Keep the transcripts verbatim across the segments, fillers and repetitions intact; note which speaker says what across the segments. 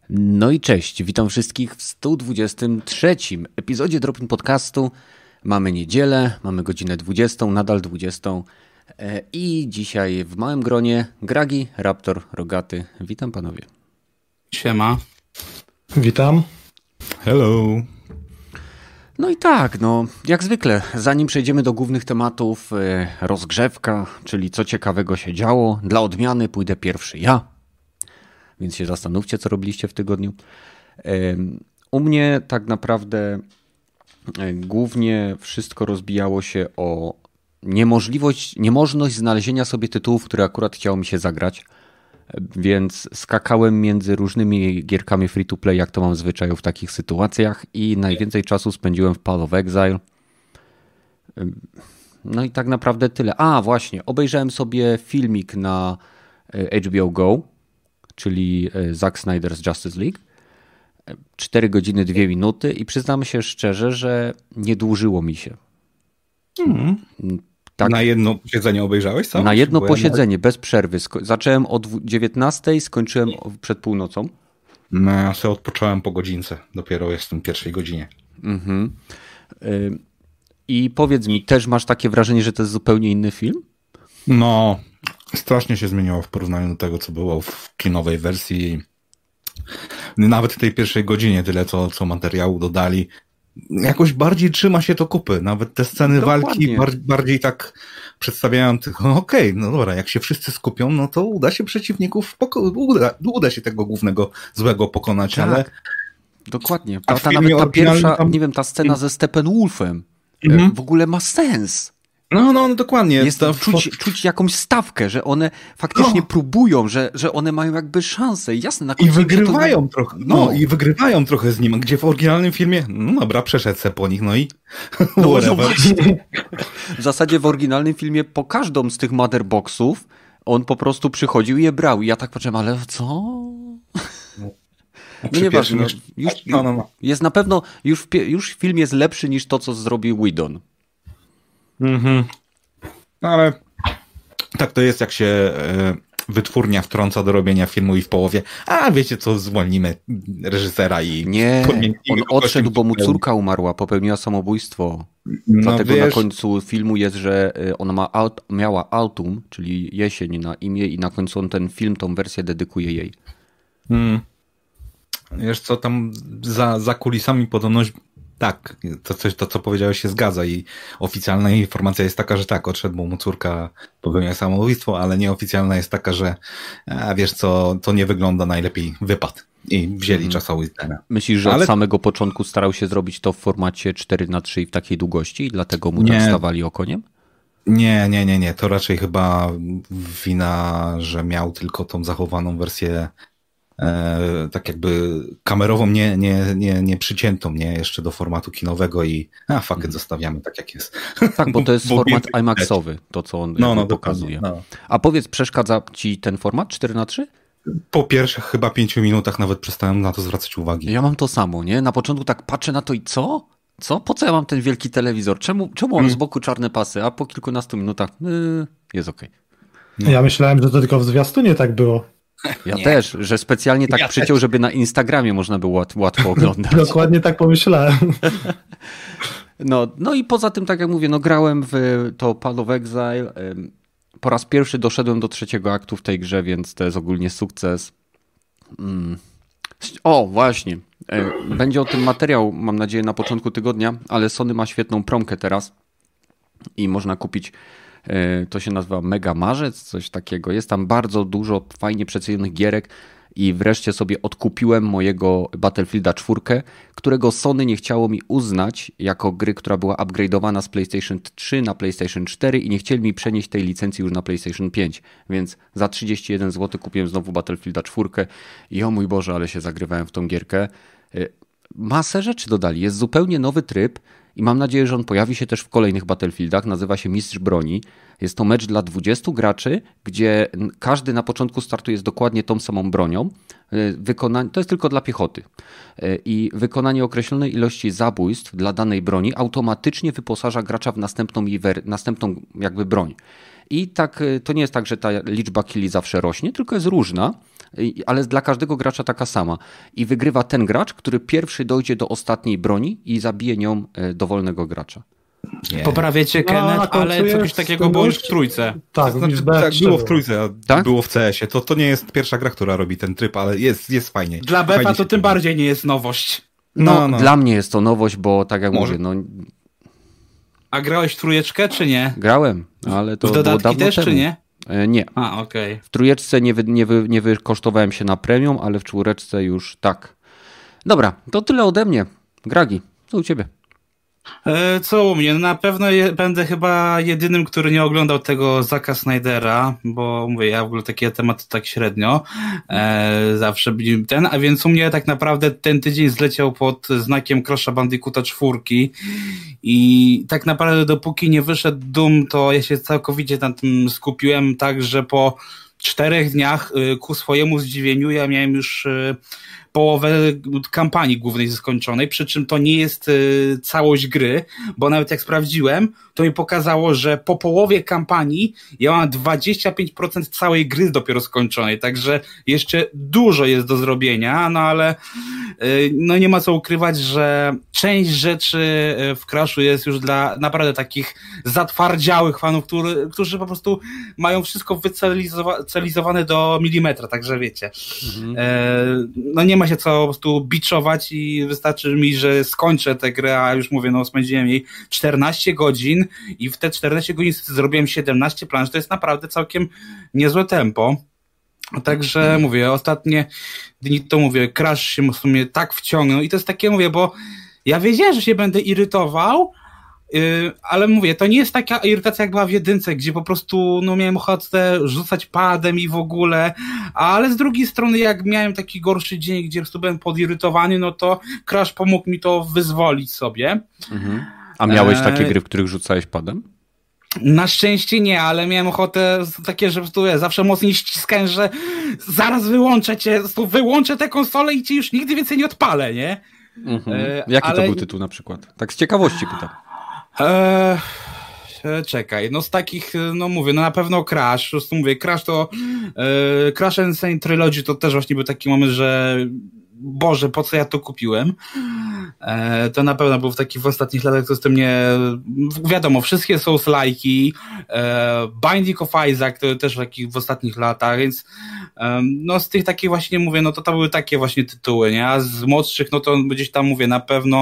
Speaker 1: No i cześć, witam wszystkich w sto dwudziestym trzecim epizodzie Dropin Podcastu. Mamy niedzielę, mamy godzinę dwudziestą, nadal dwudziestą i dzisiaj w małym gronie Gragi, Raptor, Rogaty. Witam panowie.
Speaker 2: Siema.
Speaker 3: Witam.
Speaker 2: Hello.
Speaker 1: No i tak, no jak zwykle, zanim przejdziemy do głównych tematów, rozgrzewka, czyli co ciekawego się działo. Dla odmiany pójdę pierwszy ja. Więc się zastanówcie, co robiliście w tygodniu. U mnie tak naprawdę głównie wszystko rozbijało się o niemożliwość, niemożność znalezienia sobie tytułów, które akurat chciało mi się zagrać. Więc skakałem między różnymi gierkami free to play, jak to mam zwyczaju w takich sytuacjach, i najwięcej czasu spędziłem w Path of Exile. No i tak naprawdę tyle. A właśnie, obejrzałem sobie filmik na H B O Go, czyli Zack Snyder's Justice League. cztery godziny, dwie minuty i przyznam się szczerze, że nie dłużyło mi się.
Speaker 2: Hmm. Tak. Na jedno posiedzenie obejrzałeś sam?
Speaker 1: Na jedno posiedzenie, ja... bez przerwy. Sko- zacząłem o dziewiętnastej, skończyłem przed północą.
Speaker 2: No, ja sobie odpocząłem po godzince. Dopiero jestem w pierwszej godzinie.
Speaker 1: Mhm. Y- I powiedz mi, też masz takie wrażenie, że to jest zupełnie inny film?
Speaker 2: No, strasznie się zmieniło w porównaniu do tego, co było w kinowej wersji. Nawet w tej pierwszej godzinie tyle, co, co materiału dodali. Jakoś bardziej trzyma się to kupy. Nawet te sceny Dokładnie. walki bar- bardziej tak przedstawiają tylko, no okej, okay, no dobra, jak się wszyscy skupią, no to uda się przeciwników, poko- uda, uda się tego głównego złego pokonać, tak. ale...
Speaker 1: Dokładnie. Ta, ta, nawet ta pierwsza, tam... nie wiem, ta scena ze Steppenwolfem mhm. w ogóle ma sens.
Speaker 2: No, no, no dokładnie.
Speaker 1: Jest to... czuć, czuć jakąś stawkę, że one faktycznie no. próbują, że, że one mają jakby szansę. Jasne, na końcu
Speaker 2: I wygrywają
Speaker 1: to...
Speaker 2: trochę. No, no, i wygrywają trochę z nim, gdzie w oryginalnym filmie, no dobra, przeszedł se po nich, no i
Speaker 1: no, no w zasadzie w oryginalnym filmie po każdą z tych motherboxów on po prostu przychodził i je brał. I ja tak patrzyłem, ale co?
Speaker 2: No,
Speaker 1: no nieważne. Już, no, no, no. Jest na pewno, już, już film jest lepszy niż to, co zrobił Whedon.
Speaker 2: Mhm. No ale tak to jest, jak się e, wytwórnia wtrąca do robienia filmu i w połowie, a wiecie co, zwolnimy reżysera i...
Speaker 1: Nie, on odszedł, bo mu córka umarła, popełniła samobójstwo.
Speaker 2: No,
Speaker 1: Dlatego
Speaker 2: wiesz...
Speaker 1: na końcu filmu jest, że ona ma aut, miała autumn, czyli jesień na imię, i na końcu on ten film, tą wersję dedykuje jej.
Speaker 2: Hmm. Wiesz co, tam za, za kulisami podobność... Tak, to, coś, to co powiedziałeś się zgadza i oficjalna informacja jest taka, że tak, odszedł, bo mu córka popełniła samobójstwo, ale nieoficjalna jest taka, że a wiesz co, to nie wygląda najlepiej, wypad i wzięli hmm. czasową scenę.
Speaker 1: Myślisz, że ale... od samego początku starał się zrobić to w formacie cztery na trzy i w takiej długości i dlatego mu nie. tak stawali okoniem?
Speaker 2: Nie, nie, nie, nie, to raczej chyba wina, że miał tylko tą zachowaną wersję E, tak jakby kamerową, nie, nie, nie, nie przyciętą, nie, jeszcze do formatu kinowego i a fuck it, zostawiamy tak jak jest.
Speaker 1: Tak, bo to jest format IMAXowy, to co on no, no, pokazuje. No. A powiedz, przeszkadza ci ten format cztery na trzy?
Speaker 2: Po pierwszych chyba pięciu minutach nawet przestałem na to zwracać uwagi.
Speaker 1: Ja mam to samo, nie? Na początku tak patrzę na to i co? Co? Po co ja mam ten wielki telewizor? Czemu, czemu on hmm. z boku czarne pasy, a po kilkunastu minutach yy, jest okej. Okay.
Speaker 3: No. Ja myślałem, że to tylko w zwiastunie tak było.
Speaker 1: Ja nie. też, że specjalnie tak ja przyciął, też. żeby na Instagramie można było łat, łatwo oglądać.
Speaker 3: Dokładnie tak pomyślałem.
Speaker 1: No, no i poza tym, tak jak mówię, no grałem w to Path of Exile. Po raz pierwszy doszedłem do trzeciego aktu w tej grze, więc to jest ogólnie sukces. O, właśnie. Będzie o tym materiał, mam nadzieję, na początku tygodnia, ale Sony ma świetną promkę teraz i można kupić. To się nazywa Mega Marzec, coś takiego. Jest tam bardzo dużo fajnie przecenionych gierek i wreszcie sobie odkupiłem mojego Battlefielda cztery, którego Sony nie chciało mi uznać jako gry, która była upgrade'owana z PlayStation trzy na PlayStation cztery i nie chcieli mi przenieść tej licencji już na PlayStation pięć. Więc za trzydzieści jeden złotych kupiłem znowu Battlefielda cztery i o mój Boże, ale się zagrywałem w tą gierkę. Masę rzeczy dodali. Jest zupełnie nowy tryb i mam nadzieję, że on pojawi się też w kolejnych Battlefieldach. Nazywa się Mistrz Broni. Jest to mecz dla dwudziestu graczy, gdzie każdy na początku startuje z dokładnie tą samą bronią. Wykonanie, to jest tylko dla piechoty. I wykonanie określonej ilości zabójstw dla danej broni automatycznie wyposaża gracza w następną, następną jakby broń. I tak to nie jest tak, że ta liczba killi zawsze rośnie, tylko jest różna, ale dla każdego gracza taka sama. I wygrywa ten gracz, który pierwszy dojdzie do ostatniej broni i zabije nią dowolnego gracza.
Speaker 4: Nie. Poprawiecie Kenneth, no, ale coś takiego było już w trójce.
Speaker 3: Tak,
Speaker 2: to znaczy, tak było w trójce, a tak? było w C S ie. To, to nie jest pierwsza gra, która robi ten tryb, ale jest, jest fajnie.
Speaker 4: Dla Befa to tym bardziej nie jest nowość.
Speaker 1: No, no, no, dla mnie jest to nowość, bo tak jak
Speaker 2: Może.
Speaker 1: mówię, no...
Speaker 4: A grałeś w trójeczkę, czy nie?
Speaker 1: Grałem, ale to
Speaker 4: w
Speaker 1: było
Speaker 4: dodatki
Speaker 1: dawno
Speaker 4: też,
Speaker 1: temu.
Speaker 4: czy nie?
Speaker 1: E, nie.
Speaker 4: A, okej. Okay.
Speaker 1: W trójeczce nie, wy, nie, wy, nie wykosztowałem się na premium, ale w czwóreczce już tak. Dobra, to tyle ode mnie. Gragi, co u ciebie?
Speaker 4: Co u mnie? Na pewno je, będę chyba jedynym, który nie oglądał tego Zacka Snydera, bo mówię, ja w ogóle takie tematy tak średnio e, zawsze ten, a więc u mnie tak naprawdę ten tydzień zleciał pod znakiem Crash'a Bandicoota czwórki i tak naprawdę dopóki nie wyszedł Doom, to ja się całkowicie na tym skupiłem, tak, że po czterech dniach ku swojemu zdziwieniu ja miałem już połowę kampanii głównej skończonej, przy czym to nie jest y, całość gry, bo nawet jak sprawdziłem, to mi pokazało, że po połowie kampanii ja mam dwadzieścia pięć procent całej gry dopiero skończonej, także jeszcze dużo jest do zrobienia, no ale y, no nie ma co ukrywać, że część rzeczy w Crashu jest już dla naprawdę takich zatwardziałych fanów, który, którzy po prostu mają wszystko wycelizowane do milimetra, także wiecie. Mhm. E, no nie ma się co po prostu biczować i wystarczy mi, że skończę tę grę, a już mówię, no spędziłem jej czternaście godzin i w te czternaście godzin zrobiłem siedemnaście planż, to jest naprawdę całkiem niezłe tempo. Także mówię, ostatnie dni to mówię, Crash się w sumie tak wciągnął i to jest takie, mówię, bo ja wiedziałem, że się będę irytował, Yy, ale mówię, to nie jest taka irytacja jak była w jedynce, gdzie po prostu no miałem ochotę rzucać padem i w ogóle, ale z drugiej strony jak miałem taki gorszy dzień, gdzie po prostu byłem podirytowany, no to Crash pomógł mi to wyzwolić sobie.
Speaker 1: Mhm. A miałeś takie gry, w których rzucałeś padem?
Speaker 4: Na szczęście nie, ale miałem ochotę takie, że po prostu ja zawsze mocniej ściskałem, że zaraz wyłączę cię, wyłączę tę konsolę i cię już nigdy więcej nie odpalę, nie?
Speaker 1: Mhm. Jaki ale... to był tytuł na przykład? Tak z ciekawości pytam.
Speaker 4: Eee, czekaj, no z takich, no mówię, no na pewno Crash, po prostu mówię, Crash to e, Crash Insane Trilogy to też właśnie był taki moment, że Boże, po co ja to kupiłem? E, to na pewno był w takich w ostatnich latach, to z tym nie, wiadomo, wszystkie Souls-like'i, e, Binding of Isaac to też w takich w ostatnich latach, więc e, no z tych takich właśnie mówię, no to to były takie właśnie tytuły, nie? A z młodszych, no to gdzieś tam mówię, na pewno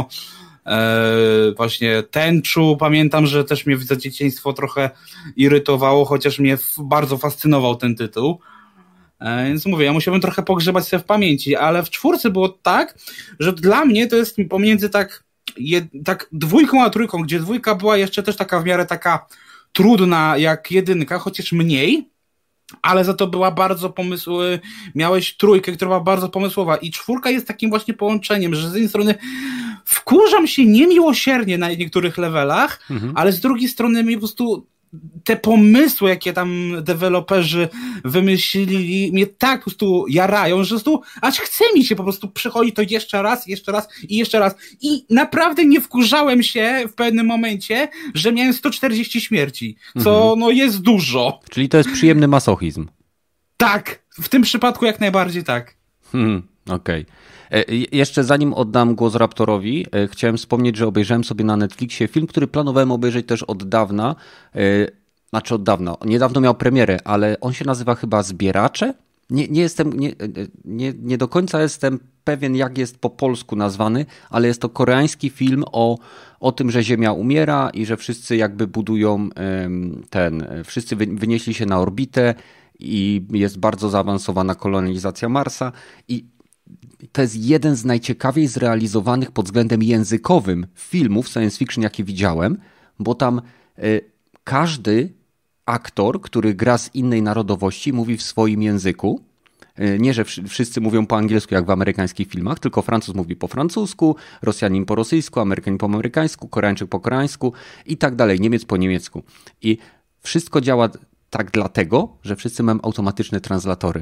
Speaker 4: Eee, właśnie Tenchu, pamiętam, że też mnie za dzieciństwo trochę irytowało, chociaż mnie f- bardzo fascynował ten tytuł. Eee, więc mówię, ja musiałem trochę pogrzebać sobie w pamięci, ale w czwórce było tak, że dla mnie to jest pomiędzy tak, jed- tak dwójką a trójką, gdzie dwójka była jeszcze też taka w miarę taka trudna jak jedynka, chociaż mniej, ale za to była bardzo pomysły, miałeś trójkę, która była bardzo pomysłowa i czwórka jest takim właśnie połączeniem, że z jednej strony wkurzam się niemiłosiernie na niektórych levelach, mhm. ale z drugiej strony mi po prostu te pomysły, jakie tam deweloperzy wymyślili, mnie tak po prostu jarają, że po prostu aż chce mi się po prostu przychodzić to jeszcze raz, jeszcze raz i jeszcze raz. I naprawdę nie wkurzałem się w pewnym momencie, że miałem sto czterdzieści śmierci, co mhm. no jest dużo.
Speaker 1: Czyli to jest przyjemny masochizm.
Speaker 4: Tak, w tym przypadku jak najbardziej tak.
Speaker 1: Hmm, okej. Okay. Jeszcze zanim oddam głos Raptorowi, chciałem wspomnieć, że obejrzałem sobie na Netflixie film, który planowałem obejrzeć też od dawna. Znaczy od dawna. Niedawno miał premierę, ale on się nazywa chyba Zbieracze? Nie, nie jestem, nie, nie, nie do końca jestem pewien, jak jest po polsku nazwany, ale jest to koreański film o, o tym, że Ziemia umiera i że wszyscy jakby budują ten, wszyscy wynieśli się na orbitę i jest bardzo zaawansowana kolonizacja Marsa i to jest jeden z najciekawiej zrealizowanych pod względem językowym filmów science fiction, jakie widziałem, bo tam y, każdy aktor, który gra z innej narodowości, mówi w swoim języku. Y, nie, że wszyscy mówią po angielsku, jak w amerykańskich filmach, tylko Francuz mówi po francusku, Rosjanin po rosyjsku, Amerykanin po amerykańsku, Koreańczyk po koreańsku i tak dalej, Niemiec po niemiecku. I wszystko działa tak dlatego, że wszyscy mają automatyczne translatory.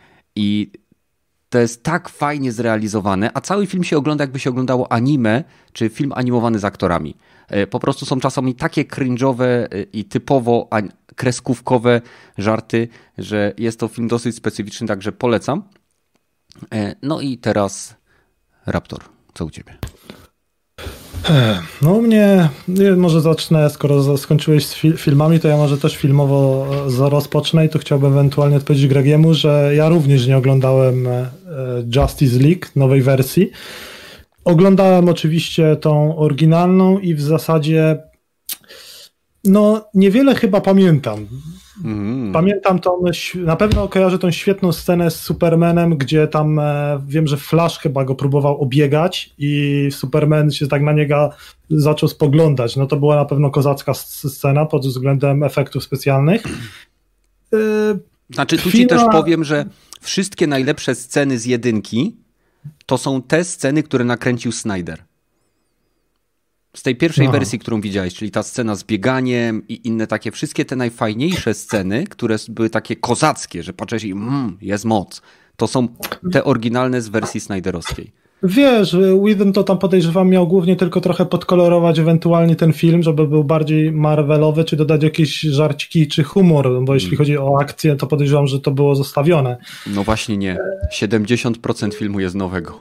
Speaker 1: I to jest tak fajnie zrealizowane, a cały film się ogląda, jakby się oglądało anime, czy film animowany z aktorami. Po prostu są czasami takie cringe'owe i typowo kreskówkowe żarty, że jest to film dosyć specyficzny, także polecam. No i teraz Raptor, co u ciebie?
Speaker 3: No u mnie, może zacznę, skoro skończyłeś z filmami, to ja może też filmowo rozpocznę i tu chciałbym ewentualnie odpowiedzieć Gregiemu, że ja również nie oglądałem Justice League, nowej wersji. Oglądałem oczywiście tą oryginalną i w zasadzie no niewiele chyba pamiętam. Mm. Pamiętam tą, na pewno kojarzę tą świetną scenę z Supermanem, gdzie tam e, wiem, że Flash chyba go próbował obiegać i Superman się tak na niego zaczął spoglądać. No to była na pewno kozacka scena pod względem efektów specjalnych.
Speaker 1: E, znaczy tu ci też powiem, że wszystkie najlepsze sceny z jedynki to są te sceny, które nakręcił Snyder. Z tej pierwszej Aha. wersji, którą widziałeś, czyli ta scena z bieganiem i inne takie, wszystkie te najfajniejsze sceny, które były takie kozackie, że patrzysz i mmm, jest moc, to są te oryginalne z wersji Snyderowskiej.
Speaker 3: Wiesz, Whedon to tam podejrzewam miał głównie tylko trochę podkolorować ewentualnie ten film, żeby był bardziej Marvelowy, czy dodać jakieś żarciki, czy humor, bo jeśli hmm. chodzi o akcję, to podejrzewam, że to było zostawione.
Speaker 1: No właśnie nie. siedemdziesiąt procent filmu jest nowego.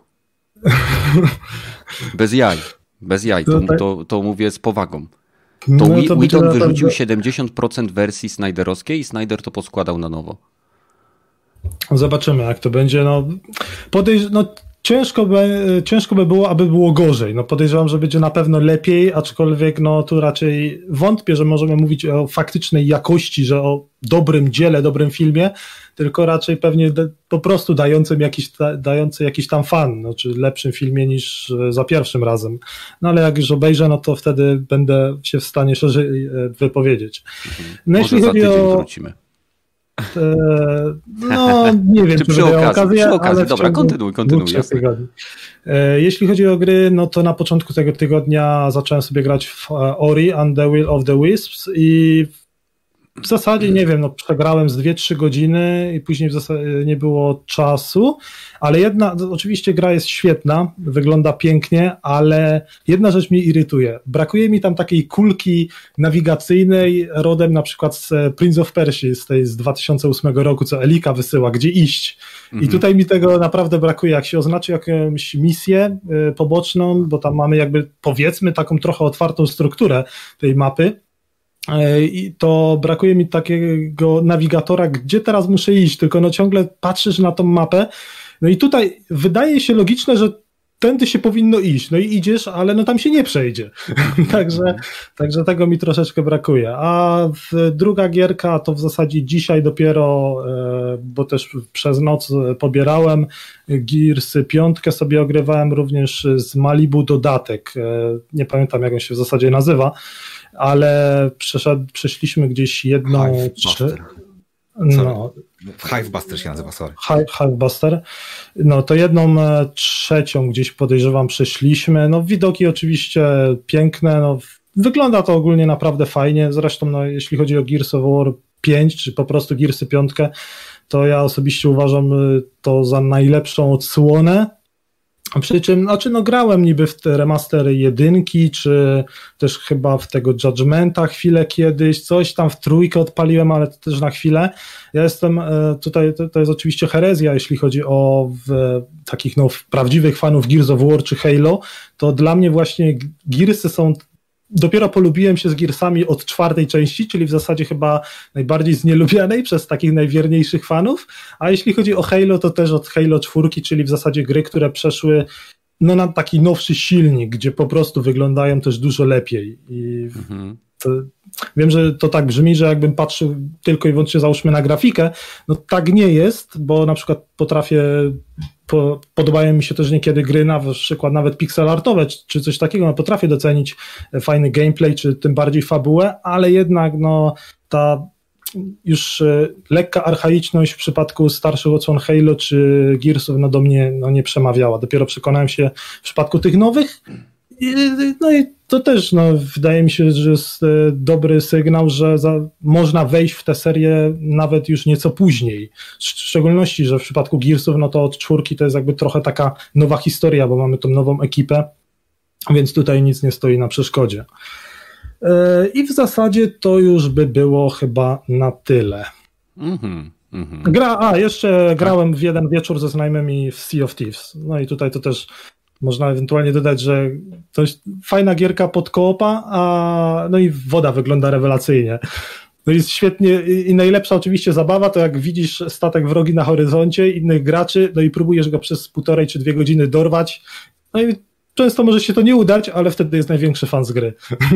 Speaker 1: Bez jaj. Bez jaj, to, to, to mówię z powagą. To, no, to Whedon wyrzucił siedemdziesiąt procent wersji Snyderowskiej i Snyder to poskładał na nowo.
Speaker 3: Zobaczymy, jak to będzie. No, podejrz- no, ciężko, by, ciężko by było, aby było gorzej. No, podejrzewam, że będzie na pewno lepiej, aczkolwiek no, tu raczej wątpię, że możemy mówić o faktycznej jakości, że o dobrym dziele, dobrym filmie, tylko raczej pewnie de, po prostu dającym jakiś, ta, dający jakiś tam fan, no, czy lepszym filmie niż za pierwszym razem. No ale jak już obejrzę, no to wtedy będę się w stanie szerzej wypowiedzieć. No,
Speaker 1: Może za tydzień o... wrócimy.
Speaker 3: E, no nie wiem, czy, czy
Speaker 1: przy okazji,
Speaker 3: okazję,
Speaker 1: przy okazji. Dobra, kontynuuj, kontynuuj.
Speaker 3: E, jeśli chodzi o gry, no to na początku tego tygodnia zacząłem sobie grać w Ori and the Will of the Wisps i w zasadzie, nie wiem, no przegrałem z dwie trzy godziny i później w zasadzie nie było czasu, ale jedna, oczywiście gra jest świetna, wygląda pięknie, ale jedna rzecz mnie irytuje. Brakuje mi tam takiej kulki nawigacyjnej rodem na przykład z Prince of Persia, z tej z dwa tysiące ósmego roku, co Elika wysyła, gdzie iść. Mhm. I tutaj mi tego naprawdę brakuje. Jak się oznaczy jakąś misję y, poboczną, bo tam mamy jakby, powiedzmy, taką trochę otwartą strukturę tej mapy, i to brakuje mi takiego nawigatora, gdzie teraz muszę iść, tylko no ciągle patrzysz na tą mapę, no i tutaj wydaje się logiczne, że tędy się powinno iść, no i idziesz, ale no tam się nie przejdzie, także, także tego mi troszeczkę brakuje, a w, druga gierka to w zasadzie dzisiaj dopiero, bo też przez noc pobierałem, Gearsy piątkę sobie ogrywałem również z Malibu dodatek, nie pamiętam jak on się w zasadzie nazywa, ale przeszedł, przeszliśmy gdzieś jedną...
Speaker 2: Hivebuster. No, Hivebuster się nazywa, sorry.
Speaker 3: Hivebuster. No to jedną trzecią gdzieś podejrzewam przeszliśmy. No widoki oczywiście piękne, no wygląda to ogólnie naprawdę fajnie. Zresztą no, jeśli chodzi o Gears of War pięć, czy po prostu Gearsy pięć, to ja osobiście uważam to za najlepszą odsłonę. Przy czym, znaczy no grałem niby w te remastery jedynki, czy też chyba w tego Judgmenta chwilę kiedyś, coś tam w trójkę odpaliłem, ale to też na chwilę. Ja jestem tutaj, to, to jest oczywiście herezja, jeśli chodzi o w, takich no, prawdziwych fanów Gears of War czy Halo, to dla mnie właśnie Gearsy są, dopiero polubiłem się z Gearsami od czwartej części, czyli w zasadzie chyba najbardziej znielubianej przez takich najwierniejszych fanów, a jeśli chodzi o Halo, to też od Halo czwórki, czyli w zasadzie gry, które przeszły no, na taki nowszy silnik, gdzie po prostu wyglądają też dużo lepiej. I mhm. to, wiem, że to tak brzmi, że jakbym patrzył tylko i wyłącznie załóżmy na grafikę, no tak nie jest, bo na przykład potrafię Po, podobają mi się też niekiedy gry, na przykład nawet pixelartowe, czy, czy coś takiego, no potrafię docenić fajny gameplay, czy tym bardziej fabułę, ale jednak no ta już lekka archaiczność w przypadku starszych odsłon Halo czy Gearsów no do mnie no, nie przemawiała. Dopiero przekonałem się w przypadku tych nowych. No i to też no, wydaje mi się, że jest dobry sygnał, że za, można wejść w tę serię nawet już nieco później. W szczególności, że w przypadku Gearsów, no to od czwórki to jest jakby trochę taka nowa historia, bo mamy tą nową ekipę, więc tutaj nic nie stoi na przeszkodzie. I w zasadzie to już by było chyba na tyle.
Speaker 1: Mhm. Mm-hmm.
Speaker 3: Gra, a jeszcze grałem w jeden wieczór ze znajomymi w Sea of Thieves. No i tutaj to też można ewentualnie dodać, że to jest fajna gierka pod koopa, a no i woda wygląda rewelacyjnie. No jest świetnie i najlepsza oczywiście zabawa to jak widzisz statek wrogi na horyzoncie, innych graczy, no i próbujesz go przez półtorej czy dwie godziny dorwać. No i często może się to nie udać, ale wtedy jest największy fan z gry.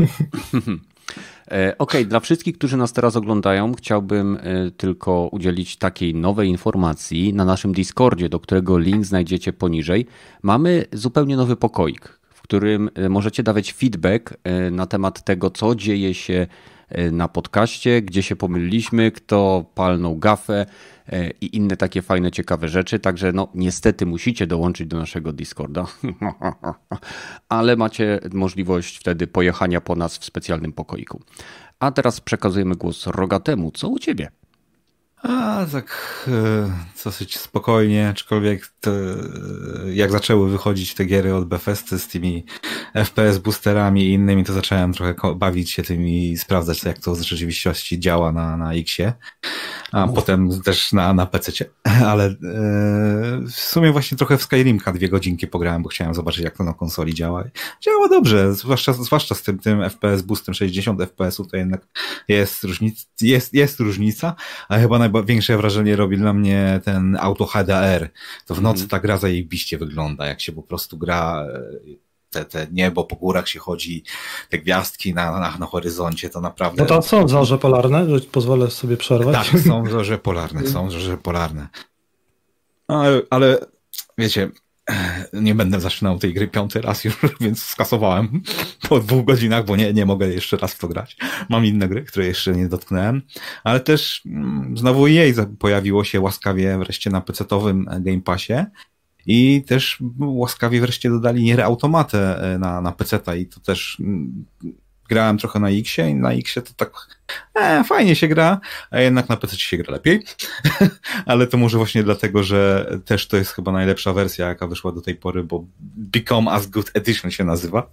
Speaker 1: Okej, okay, dla wszystkich, którzy nas teraz oglądają, chciałbym tylko udzielić takiej nowej informacji na naszym Discordzie, do którego link znajdziecie poniżej. Mamy zupełnie nowy pokoik, w którym możecie dawać feedback na temat tego, co dzieje się na podcaście, gdzie się pomyliliśmy, kto palnął gafę i inne takie fajne, ciekawe rzeczy. Także no niestety musicie dołączyć do naszego Discorda, ale macie możliwość wtedy pojechania po nas w specjalnym pokoiku. A teraz przekazujemy głos Rogatemu. Co u ciebie?
Speaker 2: A tak e, dosyć spokojnie, aczkolwiek te, jak zaczęły wychodzić te giery od Bethesdy z tymi F P S boosterami i innymi, to zacząłem trochę bawić się tym i sprawdzać, jak to w rzeczywistości działa na, na X-ie, a Uf. potem też na, na pececie. Ale e, w sumie właśnie trochę w Skyrimka dwie godzinki pograłem, bo chciałem zobaczyć, jak to na konsoli działa. Działa dobrze, zwłaszcza, zwłaszcza z tym, tym F P S boostem sześćdziesiąt F P S-ów, to jednak jest różnica, jest, jest różnica, a chyba największe wrażenie robi dla mnie ten auto H D R. To w nocy ta gra zajebiście wygląda, jak się po prostu gra te, te niebo, po górach się chodzi, te gwiazdki na, na, na horyzoncie, to naprawdę...
Speaker 3: No to są zorze polarne, że pozwolę sobie przerwać.
Speaker 2: Tak, są zorze polarne, są zorze polarne. Ale, ale wiecie, nie będę zaczynał tej gry piąty raz już, więc skasowałem po dwóch godzinach, bo nie, nie mogę jeszcze raz w to grać. Mam inne gry, które jeszcze nie dotknąłem, ale też znowu E A pojawiło się łaskawie wreszcie na pecetowym Game Passie i też łaskawie wreszcie dodali Nier Automatę na, na peceta i to też grałem trochę na X-ie i na X-ie to tak e, fajnie się gra, a jednak na pececie się gra lepiej. Ale to może właśnie dlatego, że też to jest chyba najlepsza wersja, jaka wyszła do tej pory, bo Become as Good Edition się nazywa.